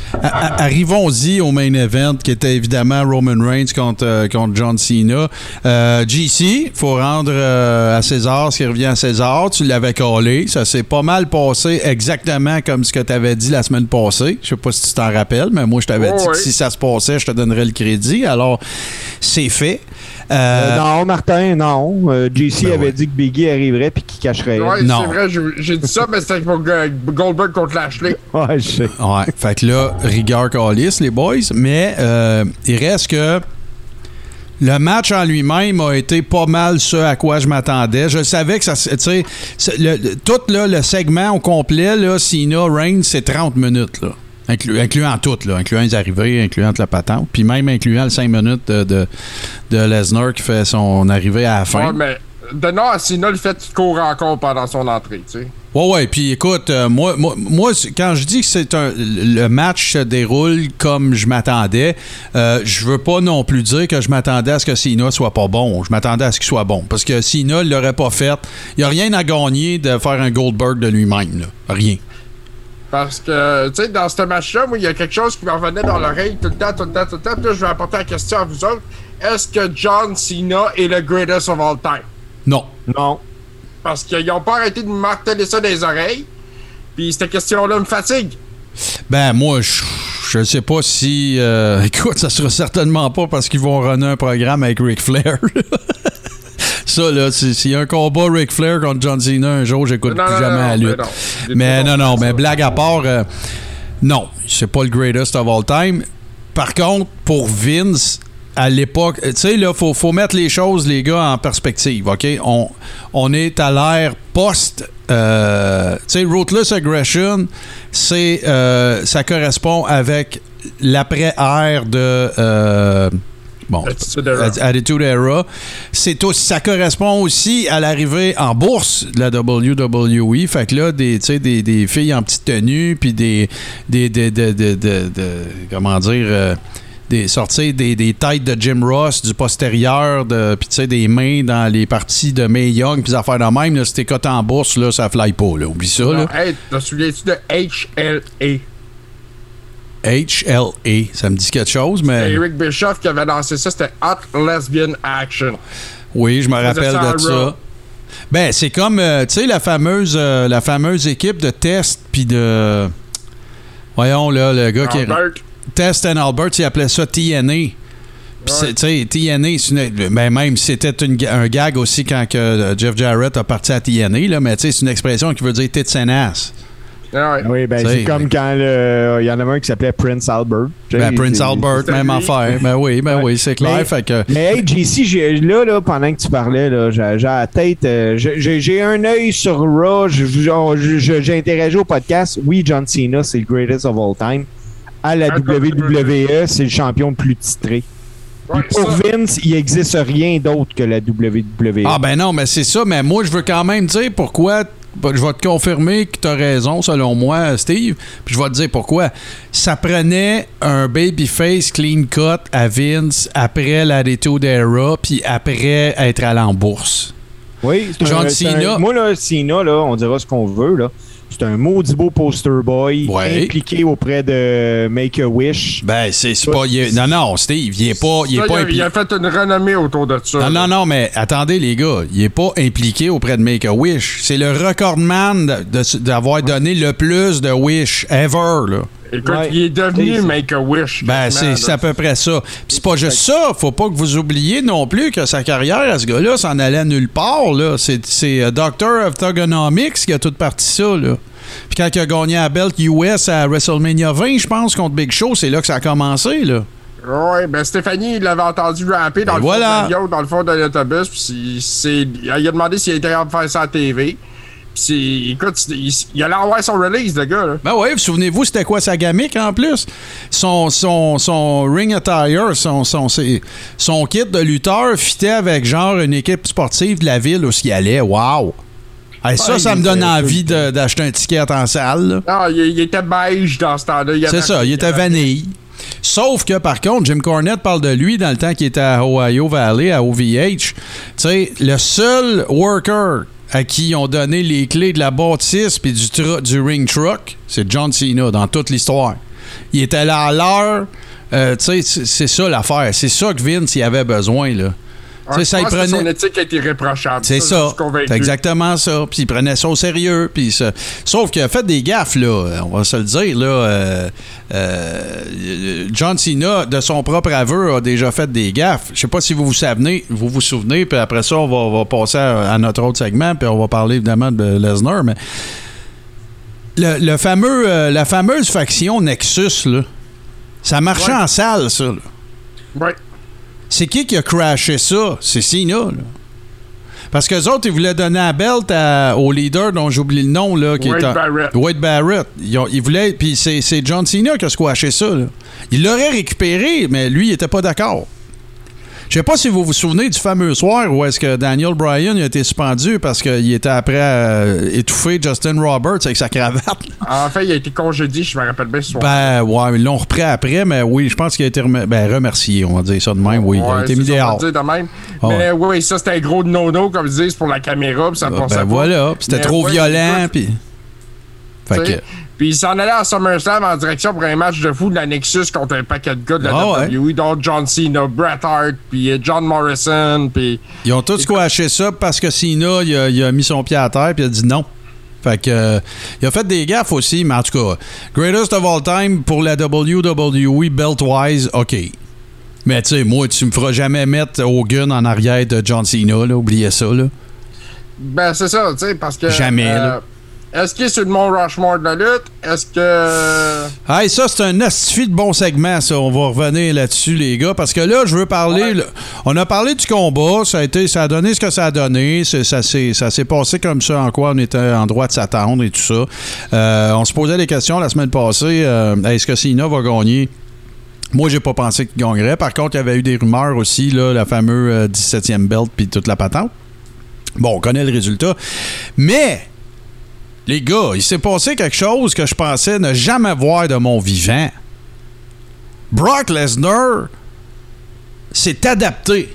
arrivons-y au main event, qui était évidemment Roman Reigns contre John Cena. GC, il faut rendre à César ce qui revient à César. Tu l'avais collé. Ça s'est pas mal passé exactement comme ce que tu avais dit la semaine passée. Je sais pas si tu t'en rappelles, mais moi, je t'avais dit que si ça se passait, je te donnerais le crédit. Alors, c'est fait. Non, Martin, non. JC Ben avait dit que Biggie arriverait puis qu'il cacherait. Ouais, Non. c'est vrai, j'ai dit ça, mais c'était pour Goldberg contre Lashley. Ouais, je sais. Ouais, fait que là, rigueur calice, les boys. Mais il reste que le match en lui-même a été pas mal ce à quoi je m'attendais. Je savais que ça... Tu sais, tout là, le segment au complet, là, Cena, Reigns, c'est 30 minutes, là. Incluant tout, là, incluant les arrivées, incluant la patente, puis même incluant les 5 minutes de Lesnar qui fait son arrivée à la fin. Ouais, mais donnons à Cena le fait qu'il court encore pendant son entrée, tu sais. Ouais, puis écoute, moi, quand je dis que le match se déroule comme je m'attendais, je veux pas non plus dire que je m'attendais à ce que Cena soit pas bon. Je m'attendais à ce qu'il soit bon. Parce que Cena ne l'aurait pas fait. Il n'y a rien à gagner de faire un Goldberg de lui-même, là. Rien. Parce que, tu sais, dans ce match-là, moi, il y a quelque chose qui me revenait dans l'oreille tout le temps. Puis là, je vais apporter la question à vous autres. Est-ce que John Cena est le greatest of all time? Non. Non. Parce qu'ils n'ont pas arrêté de me marteler ça dans les oreilles. Puis cette question-là me fatigue. Ben, moi, je ne sais pas si... écoute, ça sera certainement pas parce qu'ils vont runner un programme avec Ric Flair. Ça, là, s'il y a un combat Ric Flair contre John Cena un jour, j'écoute plus jamais la lutte. Mais mais blague à part, non, c'est pas le greatest of all time. Par contre, pour Vince, à l'époque, tu sais, là, faut mettre les choses, les gars, en perspective, OK? On est à l'ère post... tu sais, Ruthless Aggression, ça correspond avec l'après-ère de... Attitude Era. Ça correspond aussi à l'arrivée en bourse de la WWE. Fait que là, des filles en petite tenue, puis comment dire... sortir des têtes de Jim Ross du postérieur, puis tu sais, des mains dans les parties de Mae Young, puis des affaires de même, là, si t'es coté en bourse, là, ça fly pas, là. Oublie ça, là. Hey, te souviens-tu de HLA? HLA, ça me dit quelque chose, mais... Eric Bischoff qui avait lancé ça, c'était Hot Lesbian Action. Oui, je me rappelle de ça. Ben, c'est comme, tu sais, la fameuse équipe de Test, puis de... Voyons, là, le gars qui est... Test and Albert, il appelait ça TNA. Puis, tu sais, TNA, même si c'était un gag aussi quand que Jeff Jarrett a parti à TNA, là, mais tu sais, c'est une expression qui veut dire tits and ass. Oui, ben c'est comme quand il y en avait un qui s'appelait Prince Albert. Ben, Prince Albert, même affaire. Ben oui, c'est clair. Mais hey, JC, là, pendant que tu parlais, là, j'ai la tête. J'ai un œil sur Raw. J'ai interagi au podcast. Oui, John Cena, c'est le greatest of all time. À la WWE, c'est le champion le plus titré. Ouais, pour Vince, il n'existe rien d'autre que la WWE. Ah ben non, mais c'est ça. Mais moi, je veux quand même dire pourquoi... Je vais te confirmer que tu as raison, selon moi, Steve. Puis je vais te dire pourquoi. Ça prenait un babyface clean cut à Vince après l'Attitude Era, puis après être allé en bourse. Oui, Cena. Moi, là, Cena, là, on dira ce qu'on veut, là. C'est un maudit beau poster boy impliqué auprès de Make-A-Wish. Ben, c'est pas... Non, Steve, il est pas impliqué. Il a fait une renommée autour de ça. Non, mais attendez, les gars, il est pas impliqué auprès de Make-A-Wish. C'est le recordman d'avoir donné le plus de Wish ever, là. Écoute, il est devenu Make-A-Wish. Ben, c'est à peu près ça. Puis c'est pas juste ça. Faut pas que vous oubliez non plus que sa carrière à ce gars-là s'en allait nulle part, là. C'est Doctor of Thugonomics qui a tout parti ça, là. Puis quand il a gagné la belt US à WrestleMania 20, je pense, contre Big Show, c'est là que ça a commencé, là. Oui, ben Stéphanie, il l'avait entendu rapper dans le fond de l'avion, dans le fond de l'autobus, puis il a demandé s'il était capable de faire ça à la TV. Puis écoute, il allait avoir son release, le gars, là. Ben oui, souvenez-vous, c'était quoi sa gimmick, en plus? Son ring attire, son kit de lutteur fitait avec, genre, une équipe sportive de la ville où il allait. Wow! Hey, ça me donne envie d'acheter un ticket en salle. Non, il était beige dans ce temps-là. C'est ça, il était vanille. Sauf que, par contre, Jim Cornette parle de lui dans le temps qu'il était à Ohio Valley, à OVH. Tu sais, le seul worker à qui ils ont donné les clés de la bâtisse puis du ring truck, c'est John Cena dans toute l'histoire. Il était là à l'heure. Tu sais, c'est ça l'affaire. C'est ça que Vince il avait besoin, là. Ouais, ça, que son éthique a été irréprochable. C'est ça. C'est exactement ça. Puis il prenait ça au sérieux. Puis ça... Sauf qu'il a fait des gaffes, là. On va se le dire, là. John Cena, de son propre aveu, a déjà fait des gaffes. Je sais pas si vous vous souvenez. Puis après ça, on va passer à notre autre segment. Puis on va parler évidemment de Lesnar. Mais la fameuse faction Nexus, là, ça marchait en salle, ça. Là. Ouais. C'est qui a crashé ça? C'est Cena, là. Parce qu'eux autres, ils voulaient donner la belt au leader dont j'oublie le nom, là. Wade Barrett. Ils voulaient... Puis c'est John Cena qui a squashé ça, là. Il l'aurait récupéré, mais lui, il était pas d'accord. Je sais pas si vous vous souvenez du fameux soir où est-ce que Daniel Bryan a été suspendu parce qu'il était après étouffer Justin Roberts avec sa cravate. En fait, il a été congédié, je me rappelle bien ce soir. Ben, ouais, ils l'ont repris après, mais oui, je pense qu'il a été remercié, on va dire ça de même, oui. Il a été mis dehors. On va dire de même. Mais oui, ça, c'était un gros no-no, comme ils disent, pour la caméra, puis ça passait pas. Voilà, puis c'était trop violent, puis... Fait que... Puis il s'en allait à SummerSlam en direction pour un match de fou de la Nexus contre un paquet de gars de la WWE, dont John Cena, Bret Hart, puis John Morrison, puis... Ils ont tous squashé ça parce que Cena, il a mis son pied à terre puis il a dit non. Fait que il a fait des gaffes aussi, mais en tout cas, greatest of all time pour la WWE belt-wise, OK. Mais tu sais, moi, tu me feras jamais mettre Hogan en arrière de John Cena, là, oubliez ça, là. Ben, c'est ça, tu sais, parce que... Jamais, là. Est-ce qu'il est sur le Mont Rushmore de la lutte? Est-ce que... Hey, ça, c'est un astifi de bon segment, ça. On va revenir là-dessus, les gars, parce que là, je veux parler... Ouais. Là, on a parlé du combat, ça a donné ce que ça a donné, ça s'est passé comme ça, en quoi on était en droit de s'attendre et tout ça. On se posait des questions la semaine passée. Est-ce que Cena va gagner? Moi, j'ai pas pensé qu'il gagnerait. Par contre, il y avait eu des rumeurs aussi, là, la fameuse 17e belt puis toute la patente. Bon, on connaît le résultat. Mais... Les gars, il s'est passé quelque chose que je pensais ne jamais voir de mon vivant. Brock Lesnar s'est adapté.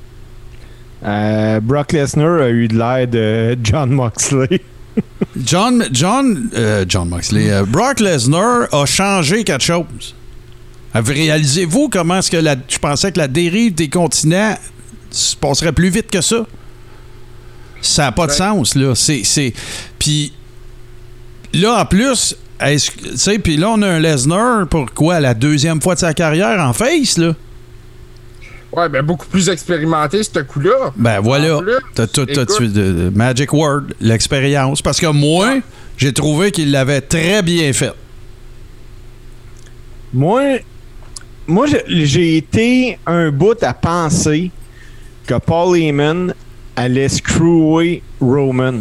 Brock Lesnar a eu de l'air de John Moxley. John Moxley. Brock Lesnar a changé quelque chose. Réalisez-vous comment est-ce que je pensais que la dérive des continents se passerait plus vite que ça? Ça n'a pas de sens, là. Puis... Là, en plus, tu sais, puis là, on a un Lesnar pour quoi? La deuxième fois de sa carrière en face, là? Ouais, ben beaucoup plus expérimenté, ce coup-là. Ben voilà. T'as tout Magic Word, l'expérience. Parce que moi, j'ai trouvé qu'il l'avait très bien fait. Moi, j'ai été un bout à penser que Paul Heyman allait screwer Roman.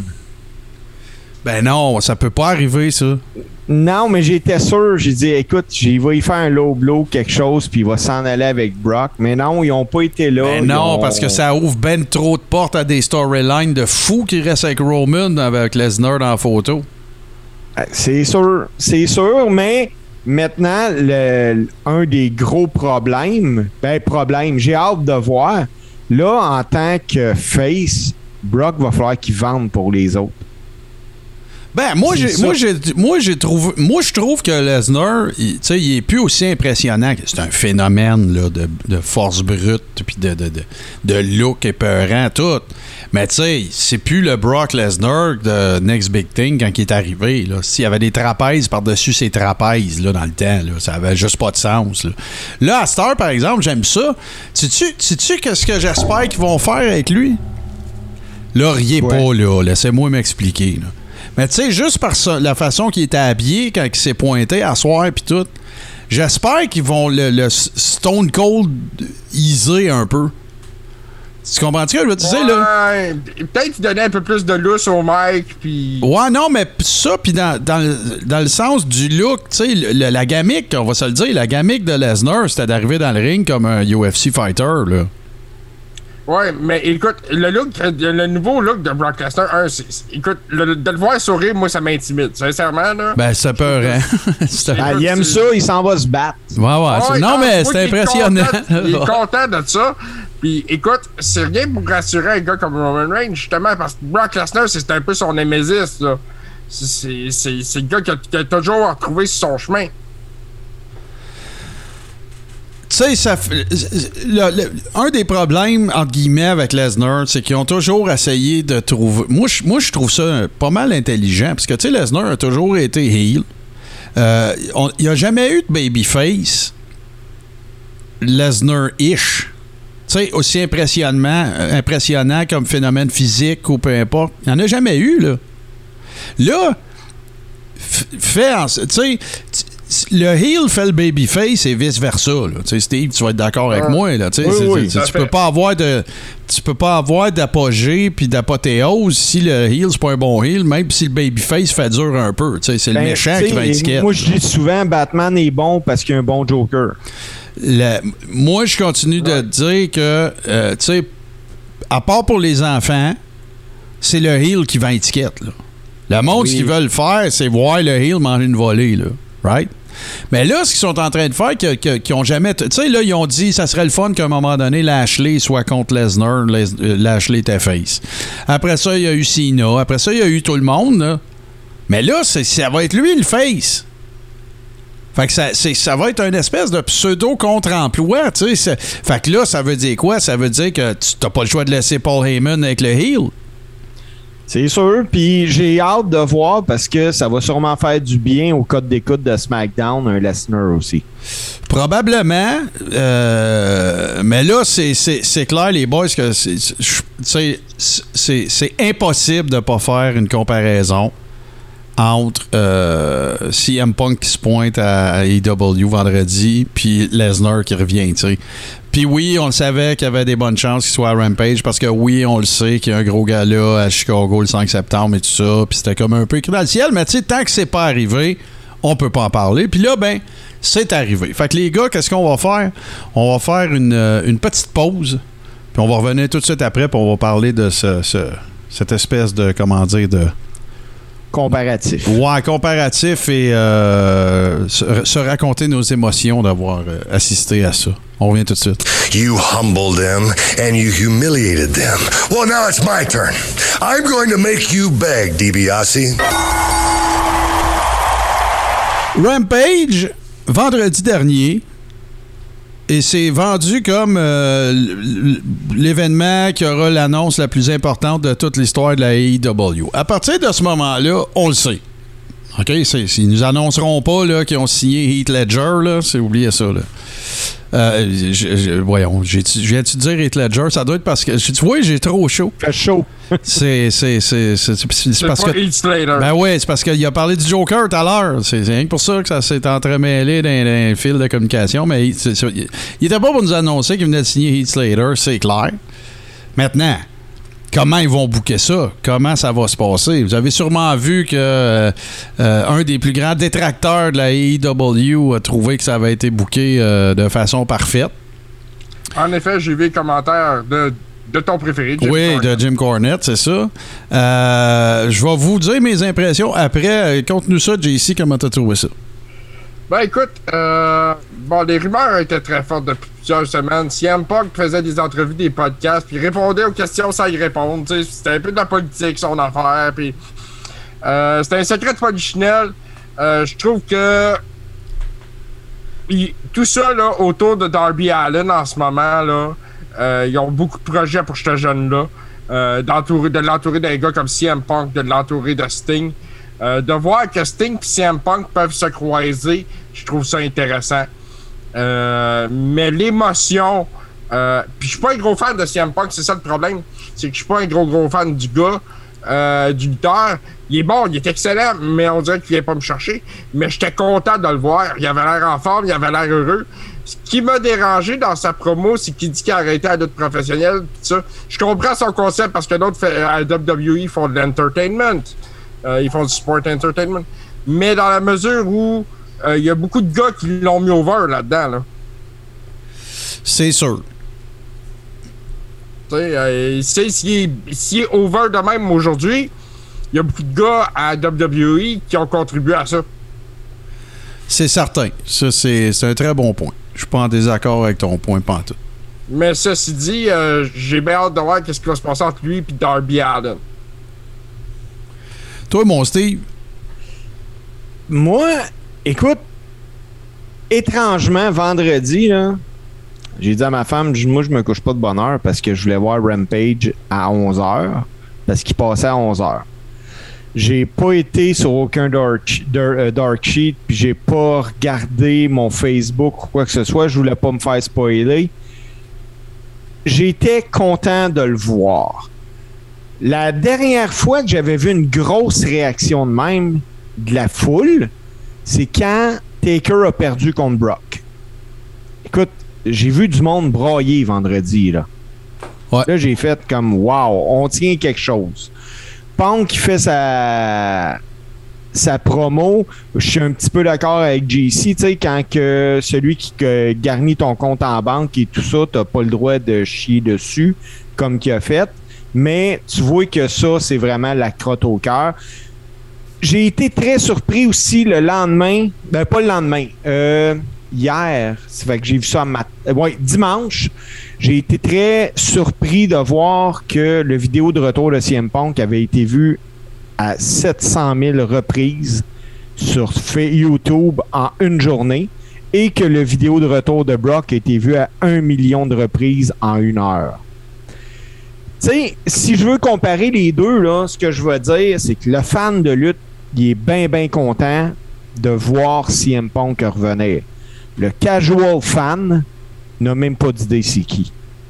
Ben non, ça peut pas arriver, ça. Non, mais j'étais sûr. J'ai dit, écoute, il va y faire un low blow, quelque chose, puis il va s'en aller avec Brock. Mais non, ils n'ont pas été là. Ben non, parce que ça ouvre ben trop de portes à des storylines de fous qui restent avec Roman avec Lesnar dans la photo. C'est sûr, mais maintenant, un des gros problèmes, j'ai hâte de voir. Là, en tant que face, Brock va falloir qu'il vende pour les autres. Ben, je trouve que Lesnar, il est plus aussi impressionnant. C'est un phénomène là, de force brute puis de look épeurant, tout. Mais tu sais, c'est plus le Brock Lesnar de Next Big Thing quand il est arrivé. S'il y avait des trapèzes par-dessus ces trapèzes là, dans le temps, là, ça avait juste pas de sens. Là, à Star, par exemple, j'aime ça. Sais-tu qu'est-ce que j'espère qu'ils vont faire avec lui? Là, riez pas, là. Laissez-moi m'expliquer, là. Mais tu sais, juste par la façon qu'il était habillé quand il s'est pointé à soir puis tout, j'espère qu'ils vont le Stone Cold easer un peu. Tu comprends ce que je veux te dire, là? Peut-être donner un peu plus de lousse au mic, puis... Ouais, non, mais ça, puis dans le sens du look, tu sais, la gimmick, on va se le dire, la gimmick de Lesnar, c'était d'arriver dans le ring comme un UFC fighter, là. Ouais, mais écoute, le nouveau look de Brock Lesnar, écoute, de le voir sourire, moi, ça m'intimide, sincèrement, là. Ben, ça peur, hein? Il aime ça, il s'en va se battre. Ouais. Non, mais c'est impressionnant. Il est content de ça. Puis, écoute, c'est rien pour rassurer un gars comme Roman Reigns, justement, parce que Brock Lesnar, c'est un peu son némésis, là. C'est le gars qui a toujours retrouvé son chemin. Tu sais, un des problèmes, entre guillemets, avec Lesnar, c'est qu'ils ont toujours essayé de trouver... Moi, je trouve ça pas mal intelligent, parce que, tu sais, Lesnar a toujours été heel. Il n'y a jamais eu de babyface Lesnar-ish. Tu sais, aussi impressionnant comme phénomène physique ou peu importe. Il n'y en a jamais eu, là. Là, tu sais... Le heel fait le babyface et vice-versa. Tu sais, Steve, tu vas être d'accord avec moi. Là, tu peux pas avoir d'apogée puis d'apothéose si le heel, c'est pas un bon heel, même si le babyface fait dur un peu. Tu sais, c'est le méchant qui va étiquette. Moi, je dis souvent, Batman est bon parce qu'il y a un bon Joker. Moi, je continue de dire que, tu sais, à part pour les enfants, c'est le heel qui vend étiquette. Là. Le monde, ce qu'ils veulent faire, c'est voir le heel manger une volée. Là. Right? Mais là, ce qu'ils sont en train de faire, qu'ils ont jamais... Tu sais, là, ils ont dit ça serait le fun qu'à un moment donné, Lashley soit contre Lesnar. Lashley était face. Après ça, il y a eu Cena. Après ça, il y a eu tout le monde. Là. Mais là, ça va être lui le face. Fait que ça va être une espèce de pseudo-contre-emploi. Tu sais. Fait que là, ça veut dire quoi? Ça veut dire que tu n'as pas le choix de laisser Paul Heyman avec le heel. C'est sûr, puis j'ai hâte de voir parce que ça va sûrement faire du bien au code d'écoute de SmackDown, un Lesnar aussi. Probablement, mais là, c'est clair, les boys, que c'est impossible de ne pas faire une comparaison entre CM Punk qui se pointe à AEW vendredi puis Lesnar qui revient, tu sais. Puis oui, on le savait qu'il y avait des bonnes chances qu'il soit à Rampage parce que oui, on le sait qu'il y a un gros gala à Chicago le 5 septembre et tout ça, puis c'était comme un peu écrit dans le ciel, mais tu sais, tant que c'est pas arrivé, on peut pas en parler. Puis là, ben, c'est arrivé. Fait que les gars, qu'est-ce qu'on va faire? On va faire une petite pause, puis on va revenir tout de suite après, puis on va parler de cette espèce de, comment dire, de... comparatif. Ouais, comparatif et se raconter nos émotions d'avoir assisté à ça. On revient tout de suite. You humbled them and you humiliated them. Well, now it's my turn. I'm going to make you beg, DiBiase. Rampage, vendredi dernier, et c'est vendu comme l'événement qui aura l'annonce la plus importante de toute l'histoire de la AEW. À partir de ce moment-là, on le sait. OK? Ils nous annonceront pas là, qu'ils ont signé Heath Ledger, là, c'est oublié ça. Là. Voyons, viens-tu dire Heath Ledger? Ça doit être parce que... Tu vois, j'ai trop chaud. Fait chaud. C'est parce que... Heath Slater. Ben oui, c'est parce qu'il a parlé du Joker tout à l'heure. C'est rien que pour ça que ça s'est entremêlé dans un fil de communication. Mais il était pas pour nous annoncer qu'il venait de signer Heath Slater, c'est clair. Maintenant, comment ils vont booker ça? Comment ça va se passer? Vous avez sûrement vu que un des plus grands détracteurs de la AEW a trouvé que ça avait été booké de façon parfaite. En effet, j'ai vu les commentaires de ton préféré, Jim Cornette. De Jim Cornette, c'est ça. Je vais vous dire mes impressions après. Conte-nous ça, JC, comment t'as trouvé ça? Ben écoute, les rumeurs étaient très fortes depuis plusieurs semaines. CM Punk faisait des entrevues, des podcasts, puis répondait aux questions sans y répondre. C'était un peu de la politique, son affaire. Puis c'était un secret de polichinelle. Je trouve que tout ça là, autour de Darby Allin en ce moment, là, ils ont beaucoup de projets pour ce jeune-là. De l'entourer d'un gars comme CM Punk, de l'entourer de Sting. De voir que Sting et CM Punk peuvent se croiser, je trouve ça intéressant. Mais l'émotion... Puis je suis pas un gros fan de CM Punk, c'est ça le problème. C'est que je suis pas un gros fan du gars, du lutteur. Il est bon, il est excellent, mais on dirait qu'il vient pas me chercher. Mais j'étais content de le voir. Il avait l'air en forme, il avait l'air heureux. Ce qui m'a dérangé dans sa promo, c'est qu'il dit qu'il a arrêté la lutte professionnelle. Ça. Je comprends son concept parce que d'autres à WWE font de l'entertainment. Ils font du sport entertainment. Mais dans la mesure où il y a beaucoup de gars qui l'ont mis over là-dedans. Là. C'est sûr. Tu sais, s'il est over de même aujourd'hui, il y a beaucoup de gars à WWE qui ont contribué à ça. C'est certain. Ça, c'est un très bon point. Je suis pas en désaccord avec ton point pantoute. Mais ceci dit, j'ai bien hâte de voir ce qui va se passer entre lui et Darby Allin. Toi, mon Steve? Moi, écoute, étrangement, vendredi, là, J'ai dit à ma femme, moi, je me couche pas de bonne heure parce que je voulais voir Rampage à 11h, parce qu'il passait à 11h. J'ai pas été sur aucun dark sheet, puis j'ai pas regardé mon Facebook ou quoi que ce soit. Je voulais pas me faire spoiler. J'étais content de le voir. La dernière fois que j'avais vu une grosse réaction de même de la foule, c'est quand Taker a perdu contre Brock. Écoute, j'ai vu du monde brailler vendredi, là. Ouais. Là, j'ai fait comme, wow, on tient quelque chose. Punk qui fait sa promo, je suis un petit peu d'accord avec JC, tu sais, quand que celui qui garnit ton compte en banque et tout ça, t'as pas le droit de chier dessus, comme qu'il a fait, mais tu vois que ça, c'est vraiment la crotte au cœur. J'ai été très surpris aussi le lendemain, pas le lendemain, hier, ça fait que j'ai vu ça dimanche, j'ai été très surpris de voir que le vidéo de retour de CM Punk avait été vu à 700 000 reprises sur YouTube en une journée et que le vidéo de retour de Brock a été vu à 1 million de reprises en 1 heure. Tu sais, si je veux comparer les deux, là, ce que je veux dire, c'est que le fan de lutte, il est bien content de voir CM Punk revenir. Le casual fan n'a même pas d'idée c'est qui.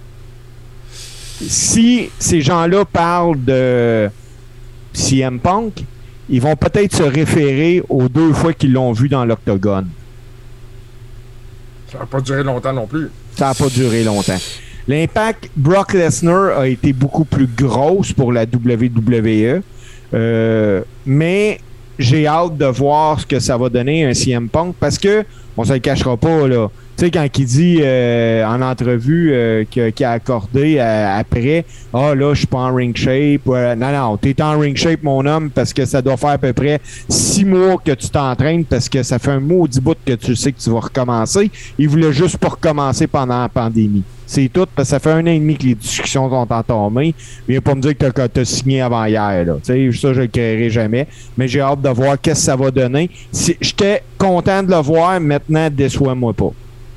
Si ces gens-là parlent de CM Punk, ils vont peut-être se référer aux 2 fois qu'ils l'ont vu dans l'octogone. Ça n'a pas duré longtemps non plus. Ça n'a pas duré longtemps. L'impact Brock Lesnar a été beaucoup plus grosse pour la WWE, mais j'ai hâte de voir ce que ça va donner un CM Punk parce que on se le cachera pas, là. Tu sais, quand il dit en entrevue qu'il a accordé après, « Ah, là, je suis pas en ring shape. » Non, t'es en ring shape, mon homme, parce que ça doit faire à peu près 6 mois que tu t'entraînes parce que ça fait un maudit bout que tu sais que tu vas recommencer. Il voulait juste pas recommencer pendant la pandémie. C'est tout, parce que ça fait 1 an et demi que les discussions sont entamées. Viens pas me dire que t'as signé avant hier, là. Tu sais, ça, je le créerai jamais. Mais j'ai hâte de voir qu'est-ce que ça va donner. J'étais content de le voir. Maintenant, déçois-moi pas.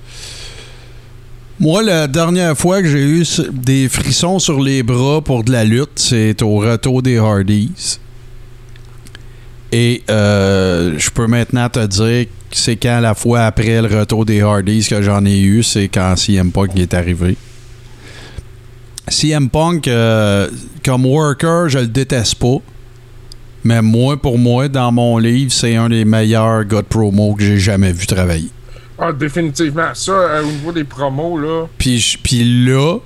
Moi, la dernière fois que j'ai eu des frissons sur les bras pour de la lutte, c'est au retour des Hardys. Et je peux maintenant te dire que c'est quand la fois après le retour des Hardys que j'en ai eu, c'est quand CM Punk est arrivé. CM Punk, comme worker, je le déteste pas. Mais pour moi, dans mon livre, c'est un des meilleurs gars de promo que j'ai jamais vu travailler. Ah, définitivement. Ça, au niveau des promos, là. Puis là,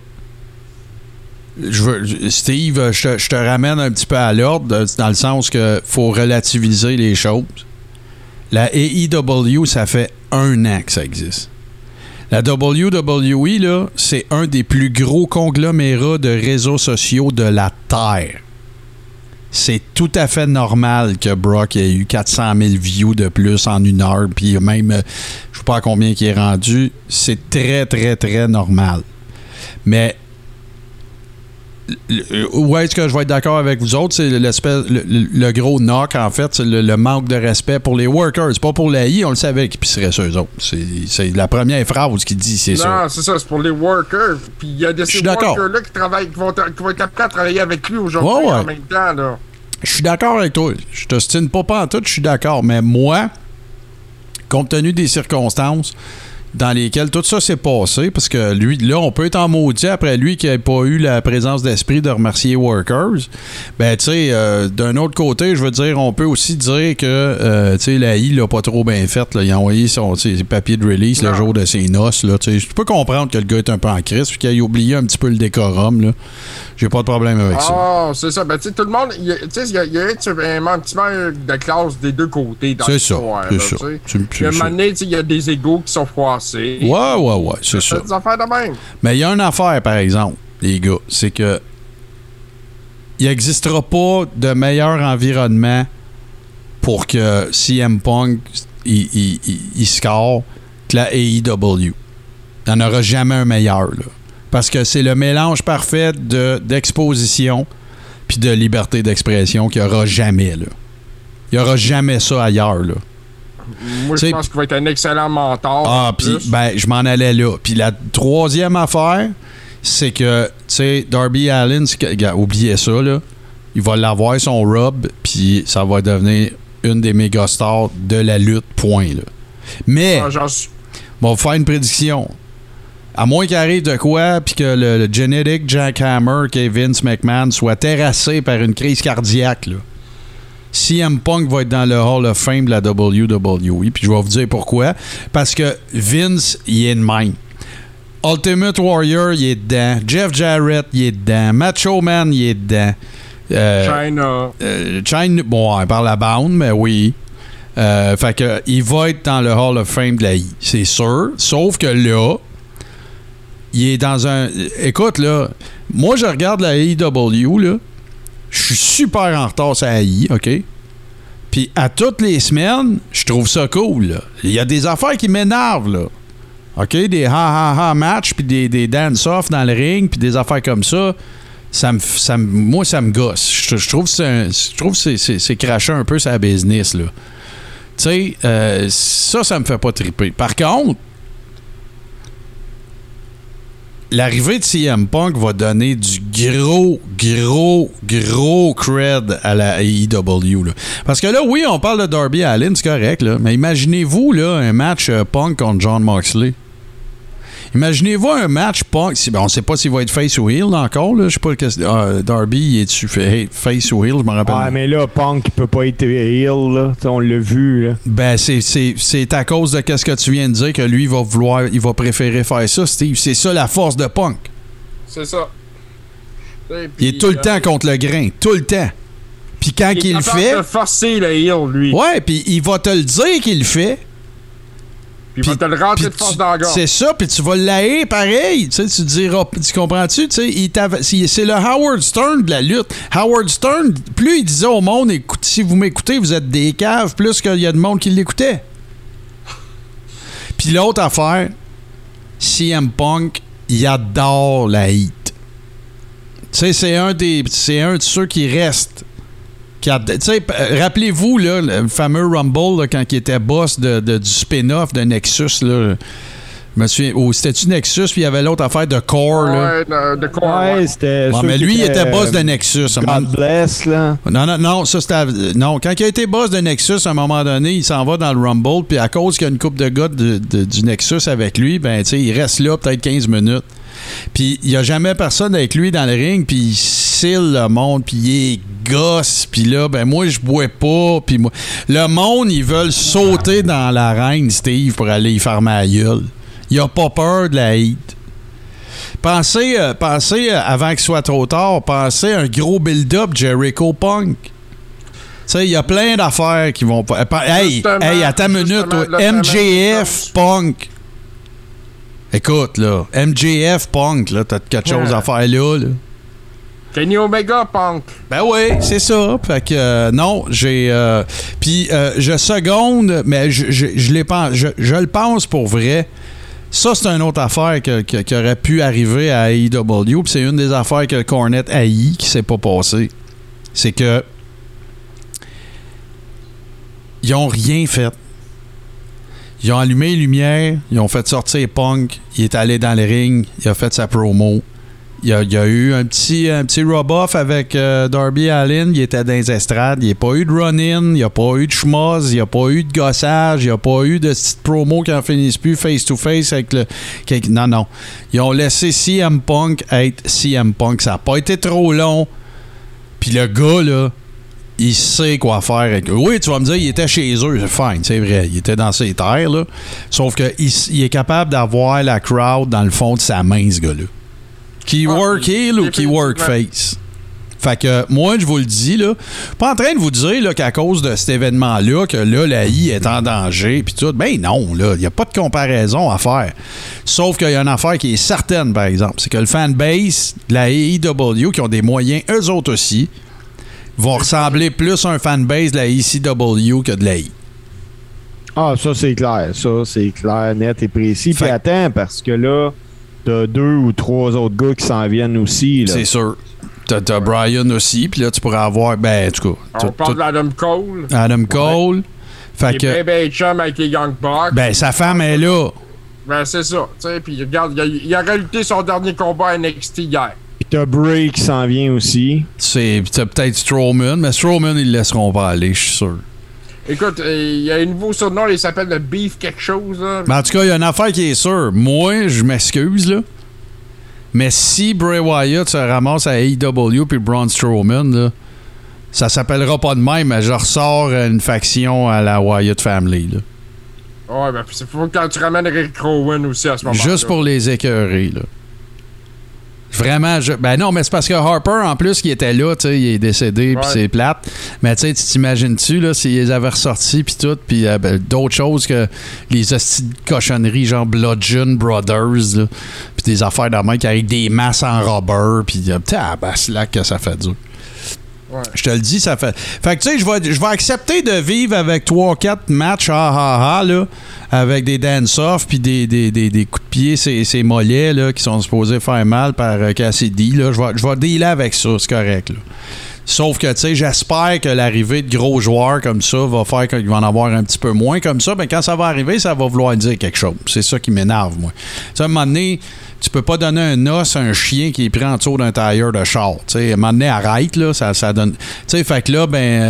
Steve, je te ramène un petit peu à l'ordre, dans le sens que faut relativiser les choses. La AEW, ça fait 1 an que ça existe. La WWE, là, c'est un des plus gros conglomérats de réseaux sociaux de la Terre. C'est tout à fait normal que Brock ait eu 400 000 views de plus en 1 heure, puis même, je sais pas à combien il est rendu, c'est très, très, très normal. Mais où est-ce que je vais être d'accord avec vous autres, c'est le gros knock, en fait, c'est le manque de respect pour les workers. C'est pas pour l'AI, on le savait qu'ils pisseraient sur eux autres. C'est la première phrase qu'il dit, c'est ça. Non, c'est ça, c'est pour les workers. Puis il y a ces workers-là qui vont être appelés à travailler avec lui aujourd'hui en même temps, là. Je suis d'accord avec toi. Je t'ostine pas en tout, je suis d'accord. Mais moi, compte tenu des circonstances dans lesquelles tout ça s'est passé, parce que lui, là, on peut être en maudit après lui qui n'a pas eu la présence d'esprit de remercier Workers. Ben, tu sais, d'un autre côté, je veux dire, on peut aussi dire que, tu sais, la I l'a pas trop bien fait. Là. Il a envoyé ses papiers de release le jour de ses noces. Là, tu peux comprendre que le gars est un peu en crise, puis qu'il a oublié un petit peu le décorum. Là. J'ai pas de problème avec ça. Ah, c'est ça. Ben, tu sais, tout le monde, il y a un petit peu de classe des deux côtés dans l'histoire. C'est ça. Puis à un moment donné, il y a des égos qui sont froissés. Ouais, c'est ça. Des affaires de même. Mais il y a une affaire, par exemple, les gars, c'est que il n'existera pas de meilleur environnement pour que CM Punk il score que la AEW. Il n'y en aura jamais un meilleur, là. Parce que c'est le mélange parfait d'exposition puis de liberté d'expression qu'il n'y aura jamais, là. Il n'y aura jamais ça ailleurs, là. Moi, je pense qu'il va être un excellent mentor. Ah, puis je m'en allais là. Puis la troisième affaire, c'est que, tu sais, Darby Allin, oubliez ça, là. Il va l'avoir, son rub, puis ça va devenir une des méga stars de la lutte, point, là. Mais, on va faire une prédiction. À moins qu'il arrive de quoi, puis que le genetic jackhammer qui est Vince McMahon soit terrassé par une crise cardiaque, là. CM Punk va être dans le Hall of Fame de la WWE, puis je vais vous dire pourquoi. Parce que Vince, il est de même. Ultimate Warrior, il est dedans. Jeff Jarrett, il est dedans. Macho Man, il est dedans. China, bon, par la bande, mais oui. Fait que il va être dans le Hall of Fame de la I, c'est sûr. Sauf que là, il est dans un... Écoute, là, moi, je regarde la AEW, là. Je suis super en retard sur la I, OK? Puis à toutes les semaines, je trouve ça cool, là. Il y a des affaires qui m'énervent, là. OK? Des ha-ha-ha matchs, puis des dance-off dans le ring, puis des affaires comme ça. Moi, ça me gosse. Je trouve que c'est cracher un peu sa business, là. Tu sais, ça me fait pas triper. Par contre, l'arrivée de CM Punk va donner du gros cred à la AEW, là. Parce que là, oui, on parle de Darby Allin, c'est correct, là, mais imaginez-vous là, un match Punk contre Jon Moxley. Imaginez-vous un match Punk. On ne sait pas s'il va être face ou heel encore. Là. Je sais pas Darby, est-tu face ou heel? Je me rappelle. Ah, mais là, Punk ne peut pas être heel. Là. On l'a vu. Là. Ben, c'est à cause de ce que tu viens de dire que lui, il va préférer faire ça, Steve. C'est ça la force de Punk. C'est ça. Il est tout le temps contre le grain. Tout le temps. Puis quand il le fait. Il va forcer le heel, lui. Ouais, puis il va te le dire qu'il le fait. Puis il va te le rentrer de force dans la gorge. C'est ça, puis tu vas l'haïr pareil. Tu diras, tu comprends-tu? C'est le Howard Stern de la lutte. Howard Stern, plus il disait au monde, écoute, si vous m'écoutez, vous êtes des caves, plus qu'il y a de monde qui l'écoutait. Puis l'autre affaire, CM Punk, il adore la heat. Tu sais, c'est un de ceux qui restent. Rappelez-vous là, le fameux Rumble là, quand il était boss du spin-off de Nexus. Là. Je me souviens, c'était-tu Nexus, puis il y avait l'autre affaire de Core. Ouais, de Core. Ouais, c'était. Ouais, mais lui, il était boss de Nexus. God bless, là. Non, ça c'était. Non, quand il a été boss de Nexus, à un moment donné, il s'en va dans le Rumble, puis à cause qu'il y a une couple de gars du Nexus avec lui, ben, tu sais, il reste là peut-être 15 minutes. Puis il n'y a jamais personne avec lui dans le ring, puis il cille le monde, puis il est gosse, puis là, ben moi, je bois pas, puis moi... Le monde, ils veulent sauter dans l'arène, Steve, pour aller y faire ma gueule. Il a pas peur de la heat. Pensez, avant qu'il soit trop tard, pensez à un gros build-up Jericho Punk. Tu sais, il y a plein d'affaires qui vont... Hey, attends une minute, MJF Punk. Écoute, là, MJF Punk, là, t'as quelque chose à faire là. Kenny Omega Punk. Ben oui, c'est ça. Fait que, non, j'ai... Puis, je seconde, mais je le pense pour vrai. Ça, c'est une autre affaire qui aurait pu arriver à AEW, puis c'est une des affaires que le Cornette haït qui s'est pas passé. C'est que... Ils ont rien fait. Ils ont allumé les lumières, ils ont fait sortir Punk, il est allé dans le ring, il a fait sa promo. Il y a eu un petit rub-off avec Darby Allin, il était dans les estrades, il n'y a pas eu de run-in, il n'y a pas eu de schmoz, il n'y a pas eu de gossage, il n'y a pas eu de petite promo qui en finisse plus face-to-face avec le... Non. Ils ont laissé CM Punk être CM Punk. Ça n'a pas été trop long. Puis le gars, là, il sait quoi faire avec eux. Oui, tu vas me dire, il était chez eux, c'est fine, c'est vrai. Il était dans ses terres, là. Sauf qu'il est capable d'avoir la crowd dans le fond de sa main, ce gars-là. Qui work heel ou qui work face. Fait que moi, je vous le dis, là, pas en train de vous dire là, qu'à cause de cet événement-là, que là, la I est en danger, puis tout. Ben non, là, il n'y a pas de comparaison à faire. Sauf qu'il y a une affaire qui est certaine, par exemple, c'est que le fanbase de la AEW, qui ont des moyens, eux autres aussi, vont ressembler plus à un fanbase de la ECW que de la I. Ah, ça, c'est clair. Ça, c'est clair, net et précis. Puis attends, parce que là, t'as 2 ou 3 autres gars qui s'en viennent aussi. Là. C'est sûr. T'as Brian aussi, puis là, tu pourrais avoir... Ben, en tout cas... On parle d'Adam Cole. Adam Cole. Fait il est bien chum avec les Young Bucks. Ben, sa femme est là. Ben, c'est ça. Tu sais, puis regarde, il a lutté son dernier combat à NXT hier. Puis t'as Bray qui s'en vient aussi. T'as peut-être Strowman, mais Strowman, ils le laisseront pas aller, je suis sûr. Écoute, il y a un nouveau surnom, il s'appelle le Beef quelque chose. Là. Mais en tout cas, il y a une affaire qui est sûre. Moi, je m'excuse, là. Mais si Bray Wyatt se ramasse à AEW puis Braun Strowman, là, ça s'appellera pas de même, mais je ressors une faction à la Wyatt Family, là. Ouais, ben, c'est faut quand tu ramènes Rick Rowan aussi à ce moment-là. Juste pour les écœurer, là. Vraiment, ben non, mais c'est parce que Harper, en plus, qui était là, tu sais, il est décédé, puis c'est plate. Mais tu sais, tu t'imagines-tu, là, s'ils les avaient ressortis, puis tout, puis d'autres choses que les hosties de cochonneries, genre Bludgeon Brothers, là, puis des affaires de mec avec des masses en rubber, puis tabaslac que ça fait dur. Ouais. Je te le dis, ça fait. Fait que tu sais, je vais accepter de vivre avec 3-4 matchs là, avec des dance-off puis des coups de pied, ces mollets là, qui sont supposés faire mal par Cassidy. Là. Je vais dealer avec ça, c'est correct. Là. Sauf que, tu sais, j'espère que l'arrivée de gros joueurs comme ça va faire qu'il va en avoir un petit peu moins comme ça. Mais quand ça va arriver, ça va vouloir dire quelque chose. C'est ça qui m'énerve, moi. Tu sais, à un moment donné, tu peux pas donner un os à un chien qui est pris en dessous d'un tailleur de char. Tu sais, à un moment donné, arrête, là, ça donne... Tu sais, fait que là,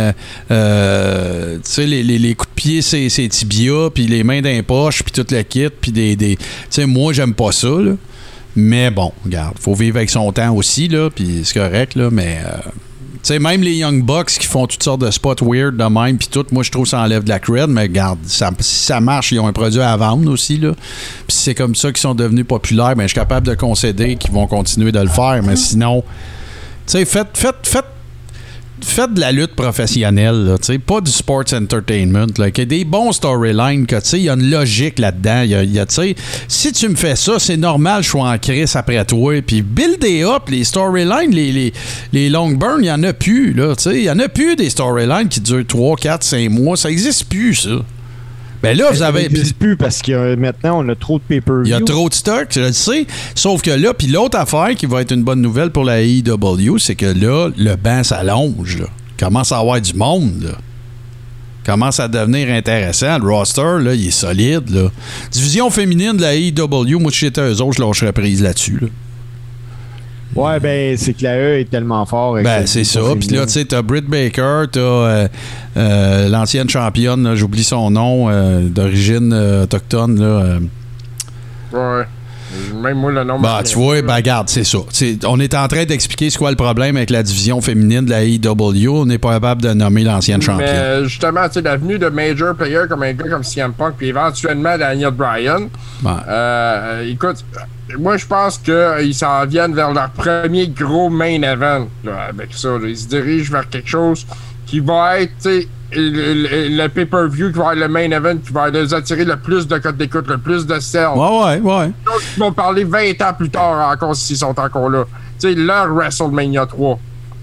tu sais, les coups de pied, c'est tibia, puis les mains dans les poches, puis tout le kit, puis tu sais, moi, j'aime pas ça, là. Mais bon, regarde, faut vivre avec son temps aussi, là, puis c'est correct, là, mais... Tu sais, même les Young Bucks qui font toutes sortes de spots weird de même, puis tout, moi, je trouve que ça enlève de la cred, mais regarde, si ça marche, ils ont un produit à vendre aussi, là. Puis c'est comme ça qu'ils sont devenus populaires, ben, je suis capable de concéder qu'ils vont continuer de le faire, mais sinon, tu sais, faites de la lutte professionnelle, là, pas du sports entertainment, là, qu'il y a des bons storylines, que il y a une logique là-dedans. Si tu me fais ça, c'est normal, je suis en crise après toi. Puis builder up les storylines, les long burns, il n'y en a plus. Il n'y en a plus des storylines qui durent 3, 4, 5 mois. Ça n'existe plus, ça. Ben là, vous avez. Ça n'existe plus parce que maintenant, on a trop de pay-per-view. Il y a trop de stock, je le sais. Sauf que là, puis l'autre affaire qui va être une bonne nouvelle pour la AEW, c'est que là, le banc s'allonge. Là. Commence à avoir du monde. Là. Commence à devenir intéressant. Le roster, là, il est solide. Là. Division féminine de la AEW, moi, si j'étais eux autres, je lâcherais prise là-dessus. Là. Ouais, ben, c'est que la E est tellement fort. Ben, c'est ça. Puis là, tu sais, t'as Britt Baker, t'as l'ancienne championne, là, j'oublie son nom, d'origine autochtone, là. Ouais. Même moi, le nom. Ben, tu vois, ben, regarde, c'est ça. On est en train d'expliquer c'est quoi le problème avec la division féminine de la AEW. On n'est pas capable de nommer l'ancienne championne. Mais justement, tu sais, la venue de major players comme un gars comme CM Punk, puis éventuellement Daniel Bryan. Ben. Écoute. Moi, je pense qu'ils s'en viennent vers leur premier gros main event là, avec ça. Là. Ils se dirigent vers quelque chose qui va être le pay-per-view, qui va être le main event, qui va les attirer le plus de codes d'écoute, le plus de sell. Ouais. Donc, ils vont parler 20 ans plus tard encore s'ils sont encore là. Tu sais, leur WrestleMania 3.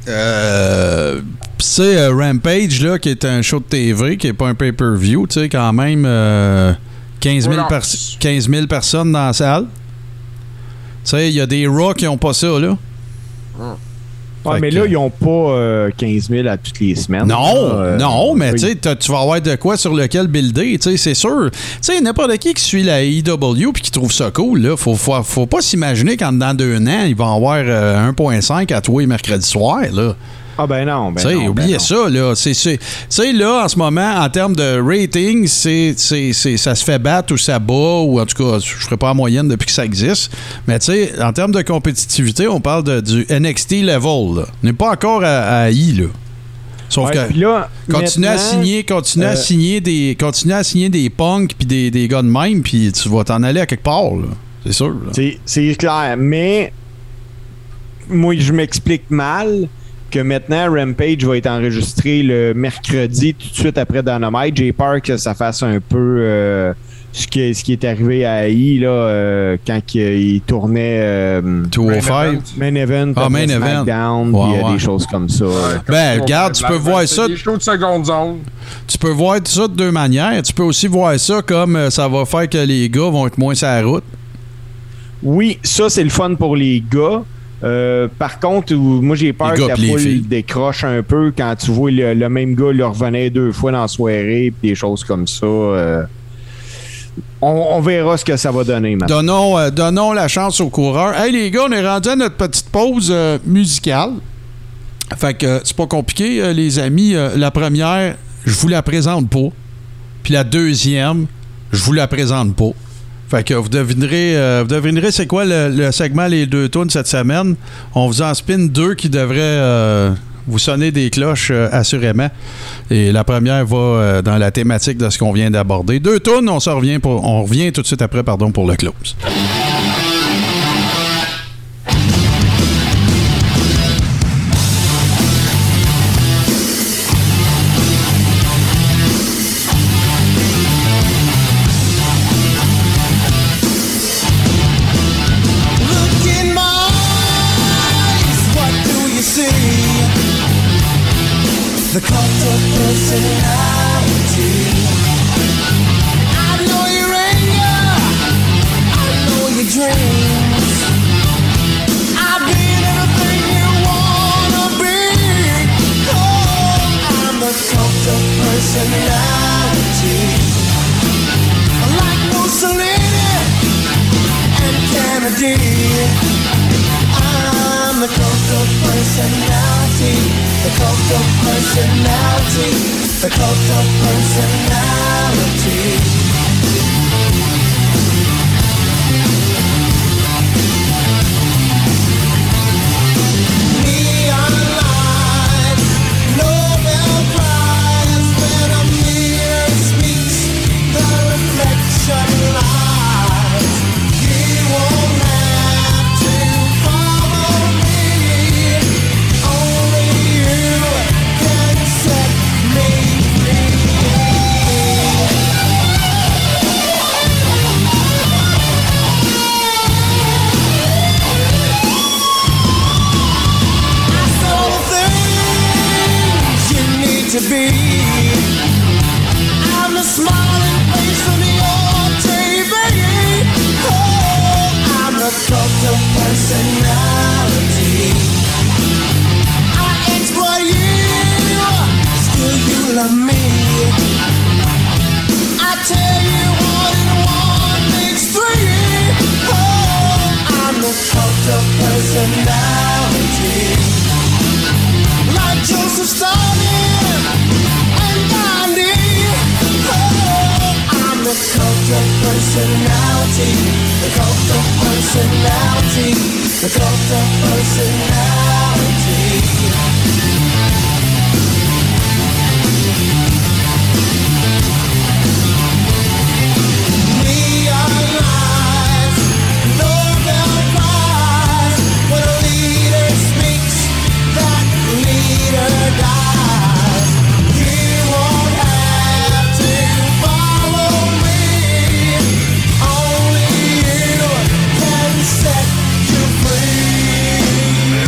C'est Rampage, là, qui est un show de TV, qui est pas un pay-per-view, tu sais, quand même 15 000 personnes dans la salle. Tu sais, il y a des Raw qui n'ont pas ça, là. Ouais, mais là, ils n'ont pas 15 000 à toutes les semaines. Non, mais tu sais, tu vas avoir de quoi sur lequel builder, tu sais, c'est sûr. Tu sais, n'importe qui suit la AEW puis qui trouve ça cool, là, faut pas s'imaginer qu'en dedans d'1 an, il va en avoir 1.5 à tous les mercredis soirs, là. Ah ben non, ben non. Oubliez ça, là. Tu sais, là, en ce moment, en termes de rating, ça se fait battre ou ça bat, ou en tout cas, je ne ferai pas la moyenne depuis que ça existe. Mais tu sais, en termes de compétitivité, on parle du NXT level, là. On n'est pas encore à I, là. Sauf que là, continue à signer des punks puis des gars de même, puis tu vas t'en aller à quelque part, là. C'est sûr, là. C'est clair, mais moi, je m'explique mal que maintenant, Rampage va être enregistré le mercredi tout de suite après Dynamite. J'ai peur que ça fasse un peu ce qui est arrivé à AI là, quand il tournait 205 Main Event, Main SmackDown, Event. des choses comme ça. Ben, regarde, tu peux voir ça. Des shows de seconde zone. Tu peux voir ça de deux manières. Tu peux aussi voir ça comme ça va faire que les gars vont être moins sur la route. Oui, ça, c'est le fun pour les gars. Par contre, moi j'ai peur que la foule décroche un peu quand tu vois le même gars le revenait 2 fois dans la soirée pis des choses comme ça. On verra ce que ça va donner maintenant. Donnons la chance aux coureurs. Hey les gars, on est rendu à notre petite pause musicale. Fait que c'est pas compliqué, les amis. La première, je vous la présente pas. Puis la deuxième, je vous la présente pas. Fait que vous devinerez c'est quoi le segment Les Deux Tunes cette semaine. On vous en spin 2 qui devraient vous sonner des cloches assurément. Et la première va dans la thématique de ce qu'on vient d'aborder. 2 tunes, on revient tout de suite après pour le close. The cult of personality. I know your anger, I know your dreams. I've been everything you wanna be. Oh, I'm the cult of personality. Like Mussolini and Kennedy. I'm the cult of personality. The cult of personality. The cult of personality. Neon lights, Nobel Prize. When a mirror speaks, the reflection lies. You won't have to follow me. Only you can set me free. I saw the things you need to be. I'm the smiling face on your TV. Oh, I'm the cult of personality. I exploit you, still you love me. I tell you 1 and 1 makes 3. Oh, I'm the cult of personality. Like Joseph Stalin and Gandhi. Oh, I'm the cult of personality. The cult of personality. The cult of personality. Neon lights, Nobel Prize. When a leader speaks, that leader dies. You won't have to follow me. Only you can set you free.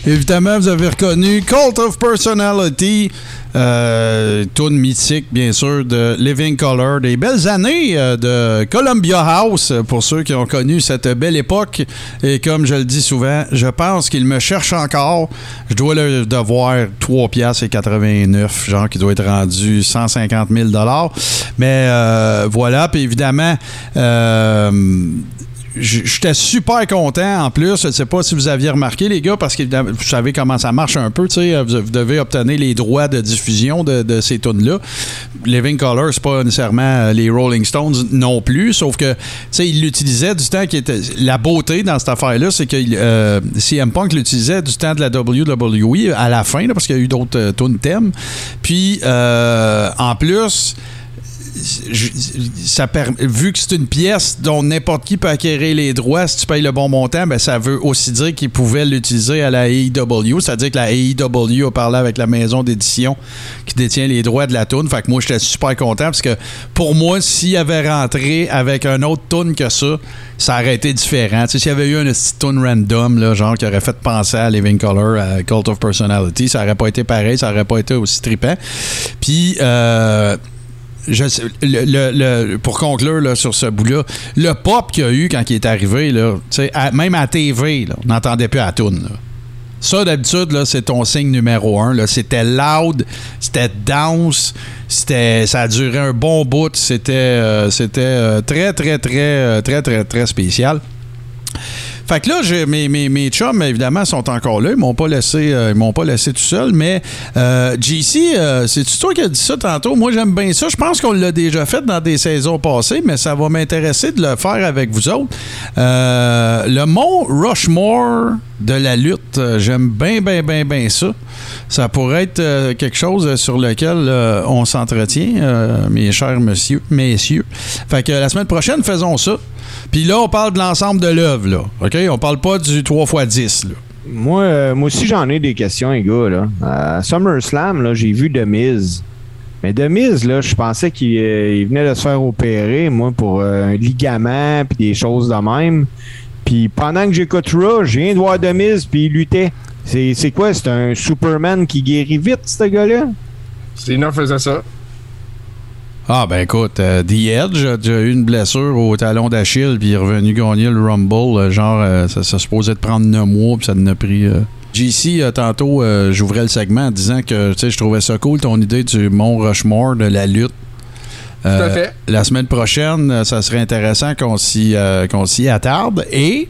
Évidemment, vous avez reconnu Cult of Personality, tune mythique, bien sûr, de Living Colour. Des belles années de Columbia House, pour ceux qui ont connu cette belle époque. Et comme je le dis souvent, je pense qu'il me cherche encore. Je dois le devoir 3,89$, genre qui doit être rendu 150 000 $. Mais voilà, puis évidemment... J'étais super content en plus. Je ne sais pas si vous aviez remarqué, les gars, parce que vous savez comment ça marche un peu. Vous devez obtenir les droits de diffusion de ces tunes-là. Living Colour, c'est pas nécessairement les Rolling Stones non plus, sauf que il l'utilisait du temps qui était. La beauté dans cette affaire-là, c'est que CM Punk l'utilisait du temps de la WWE à la fin, là, parce qu'il y a eu d'autres tunes thèmes. Puis, en plus. Vu que c'est une pièce dont n'importe qui peut acquérir les droits, si tu payes le bon montant, ben ça veut aussi dire qu'ils pouvaient l'utiliser à la AEW. C'est-à-dire que la AEW a parlé avec la maison d'édition qui détient les droits de la toune. Fait que moi, j'étais super content parce que pour moi, s'il avait rentré avec un autre toune que ça aurait été différent. S'il y avait eu un toune random, là, genre qui aurait fait penser à Living Colour, à Cult of Personality, ça aurait pas été pareil, ça aurait pas été aussi trippant. Puis, pour conclure là, sur ce bout-là, le pop qu'il y a eu quand il est arrivé, là, même à TV, là, on n'entendait plus à la toune. Là. Ça, d'habitude, là, c'est ton signe numéro 1. Là. C'était loud, c'était dense, ça a duré un bon bout, c'était très, très, très, très, très, très spécial. Fait que là, mes chums, évidemment, sont encore là. Ils m'ont pas laissé tout seul. Mais JC, c'est-tu toi qui as dit ça tantôt? Moi, j'aime bien ça. Je pense qu'on l'a déjà fait dans des saisons passées, mais ça va m'intéresser de le faire avec vous autres. Le mont Rushmore de la lutte, j'aime bien ça. Ça pourrait être quelque chose sur lequel on s'entretient, mes chers messieurs. Fait que la semaine prochaine, faisons ça. Puis là, on parle de l'ensemble de l'œuvre, là. OK? On parle pas du 3x10, là. Moi aussi, j'en ai des questions, les gars, là. À SummerSlam, là, j'ai vu The Miz. Mais The Miz, là, je pensais qu'il venait de se faire opérer, moi, pour un ligament puis des choses de même. Puis pendant que j'écoute Raw, je viens de voir The Miz puis il luttait. C'est quoi? C'est un Superman qui guérit vite, ce gars-là? Cena faisait ça. Ah, ben écoute, The Edge a déjà eu une blessure au talon d'Achille, puis il est revenu gagner le Rumble. Ça se supposait de prendre 9 mois, puis ça en a pris. JC, tantôt, j'ouvrais le segment en disant que je trouvais ça cool, ton idée du Mont Rushmore, de la lutte. Tout à fait. La semaine prochaine, ça serait intéressant qu'on s'y attarde. Et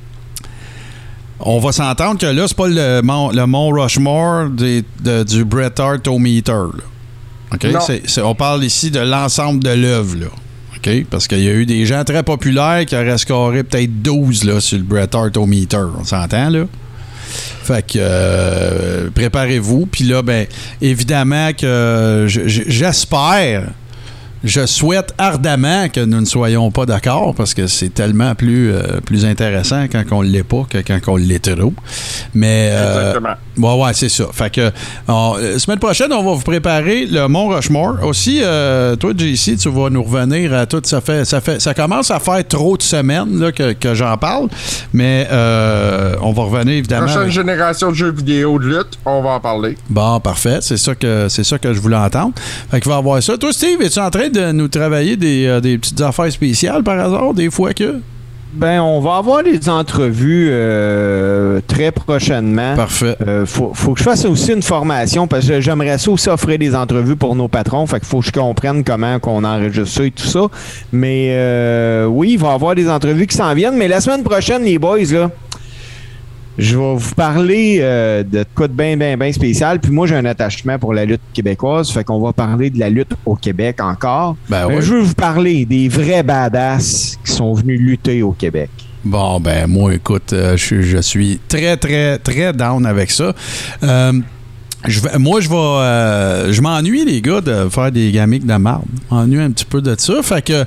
on va s'entendre que là, c'est pas le Mont Rushmore du Bret Hart au meter, là. Okay? On parle ici de l'ensemble de l'œuvre, là. Okay? Parce qu'il y a eu des gens très populaires qui auraient scoré peut-être 12 là, sur le Bret Hart au meter. On s'entend, là? Fait que préparez-vous. Puis là, ben évidemment que j'espère, je souhaite ardemment que nous ne soyons pas d'accord parce que c'est tellement plus intéressant quand on ne l'est pas que quand on l'est trop. Mais exactement. Ouais, c'est ça. Fait que semaine prochaine, on va vous préparer le Mont Rushmore. Aussi, toi, JC, tu vas nous revenir à tout. Ça commence à faire trop de semaines là, que j'en parle, mais on va revenir évidemment. Prochaine génération de jeux vidéo de lutte, on va en parler. Bon, parfait. C'est ça que je voulais entendre. Fait qu'il va y avoir ça. Toi, Steve, es-tu en train de nous travailler des petites affaires spéciales par hasard, des fois que... Ben, on va avoir des entrevues très prochainement. Parfait. Faut que je fasse aussi une formation parce que j'aimerais ça aussi offrir des entrevues pour nos patrons. Fait qu'il faut que je comprenne comment qu'on enregistre ça et tout ça. Mais oui, il va y avoir des entrevues qui s'en viennent. Mais la semaine prochaine, les boys, là, je vais vous parler de quoi de bien spécial. Puis moi, j'ai un attachement pour la lutte québécoise. Fait qu'on va parler de la lutte au Québec encore. Ben oui. Je veux vous parler des vrais badass qui sont venus lutter au Québec. Bon, ben moi, écoute, je suis très, très, très down avec ça. Je m'ennuie, les gars, de faire des gamiques de marde. Je m'ennuie un petit peu de ça. Fait que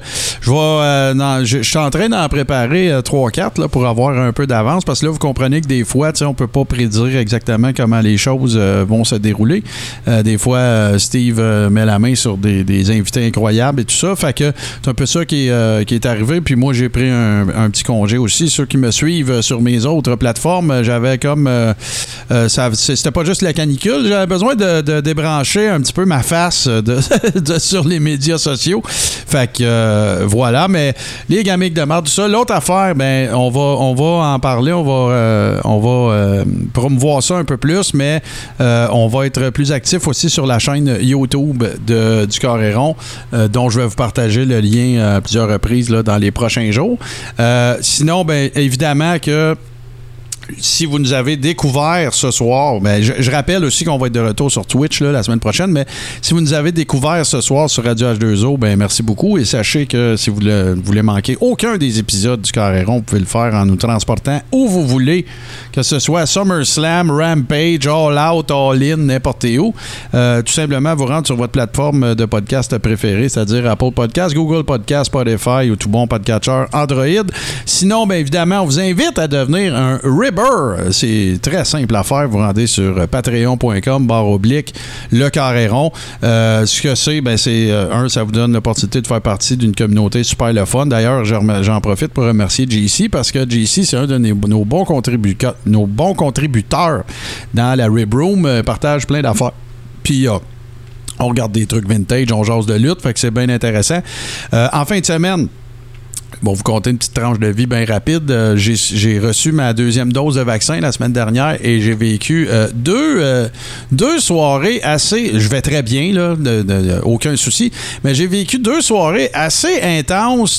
je suis en train d'en préparer 3-4 là, pour avoir un peu d'avance. Parce que là, vous comprenez que des fois, on peut pas prédire exactement comment les choses vont se dérouler. Des fois, Steve met la main sur des invités incroyables et tout ça. Fait que c'est un peu ça qui est arrivé. Puis moi, j'ai pris un petit congé aussi. Ceux qui me suivent sur mes autres plateformes, j'avais comme... c'était pas juste la canicule. J'avais besoin de débrancher un petit peu ma face sur les médias sociaux. Fait que voilà, mais les gamiques de marde, tout ça. L'autre affaire, ben on va en parler, on va promouvoir ça un peu plus, mais on va être plus actif aussi sur la chaîne YouTube du Coréron, dont je vais vous partager le lien à plusieurs reprises là, dans les prochains jours. Sinon, ben évidemment que si vous nous avez découvert ce soir, ben je rappelle aussi qu'on va être de retour sur Twitch là, la semaine prochaine, mais si vous nous avez découvert ce soir sur Radio H2O, ben merci beaucoup et sachez que si vous voulez manquer aucun des épisodes du Coréron, vous pouvez le faire en nous transportant où vous voulez, que ce soit SummerSlam, Rampage, All Out, All In, n'importe où. Tout simplement vous rendre sur votre plateforme de podcast préférée, c'est-à-dire Apple Podcast, Google Podcast, Spotify ou tout bon podcatcher Android. Sinon, ben évidemment, on vous invite à devenir un Ribber. C'est très simple à faire. Vous rendez sur patreon.com/le Coréron. Ce que c'est, ben c'est ça vous donne l'opportunité de faire partie d'une communauté super le fun. D'ailleurs, j'en profite pour remercier JC parce que JC, c'est un de nos bons contributeurs dans la Rib Room. Partage plein d'affaires. Puis on regarde des trucs vintage, on jase de lutte, fait que c'est bien intéressant. En fin de semaine, bon, vous comptez une petite tranche de vie bien rapide. J'ai reçu ma deuxième dose de vaccin la semaine dernière et j'ai vécu deux soirées assez... Je vais très bien, là, aucun souci, mais j'ai vécu 2 soirées assez intenses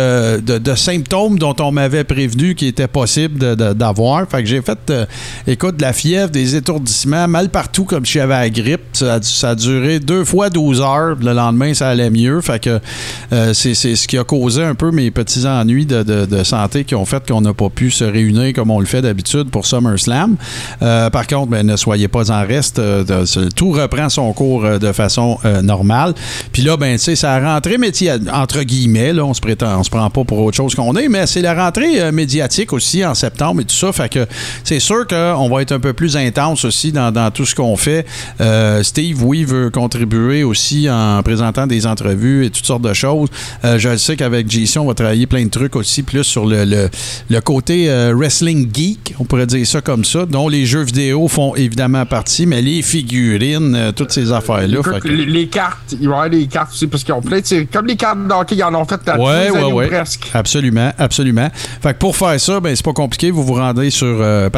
de symptômes dont on m'avait prévenu qu'il était possible d'avoir. Fait que j'ai fait, écoute, de la fièvre, des étourdissements, mal partout comme si j'avais la grippe. Ça a duré 2 fois 12 heures. Le lendemain, ça allait mieux. Fait que c'est ce qui a causé un peu mes petits ennuis de santé qui ont fait qu'on n'a pas pu se réunir comme on le fait d'habitude pour SummerSlam. Par contre, ben, ne soyez pas en reste. Tout reprend son cours de façon normale. Puis là, ben, tu sais, ça a rentré entre guillemets, là, on se prend pas pour autre chose qu'on est, mais c'est la rentrée médiatique aussi en septembre et tout ça. Fait que c'est sûr qu'on va être un peu plus intense aussi dans tout ce qu'on fait. Steve, oui, veut contribuer aussi en présentant des entrevues et toutes sortes de choses. Je sais qu'avec JC, on va travailler plein de trucs aussi, plus sur le côté wrestling geek, on pourrait dire ça comme ça, dont les jeux vidéo font évidemment partie, mais les figurines, toutes ces affaires-là. Écoute, les cartes, il va y avoir des cartes aussi, parce qu'ils ont plein de... Comme les cartes d'hockey, ils en ont fait presque. Absolument. Fait que pour faire ça, ben c'est pas compliqué, vous vous rendez sur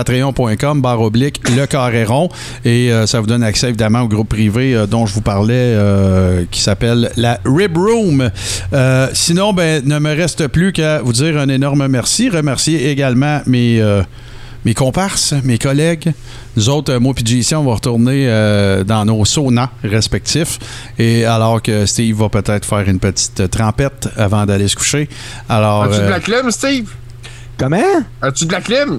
patreon.com/le Coréron et ça vous donne accès évidemment au groupe privé dont je vous parlais, qui s'appelle la Rib Room. Sinon, ben ne me reste plus qu'à vous dire un énorme merci. Remercier également mes comparses, mes collègues. Nous autres, moi et JC, on va retourner dans nos saunas respectifs. Et alors que Steve va peut-être faire une petite trempette avant d'aller se coucher. Alors, as-tu de la clim, Steve? Comment? As-tu de la clim?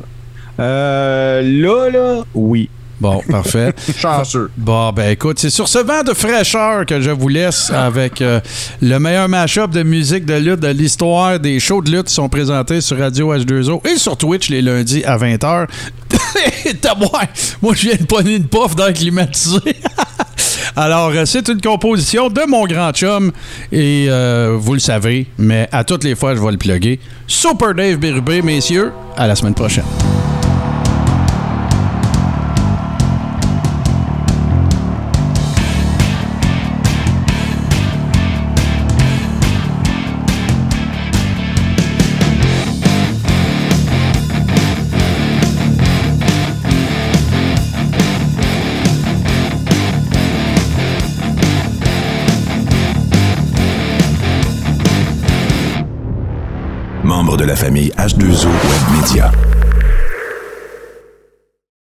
Là, oui. Bon, parfait. Chanceux. Bon, ben écoute, c'est sur ce vent de fraîcheur que je vous laisse avec le meilleur mash-up de musique de lutte de l'histoire. Des shows de lutte qui sont présentés sur Radio H2O et sur Twitch les lundis à 20h. Moi, je viens de pogner une puff d'air climatisé. Alors, c'est une composition de mon grand chum et vous le savez, mais à toutes les fois, je vais le plugger. Super Dave Bérubé, messieurs, à la semaine prochaine. Membre de la famille H2O Web Media.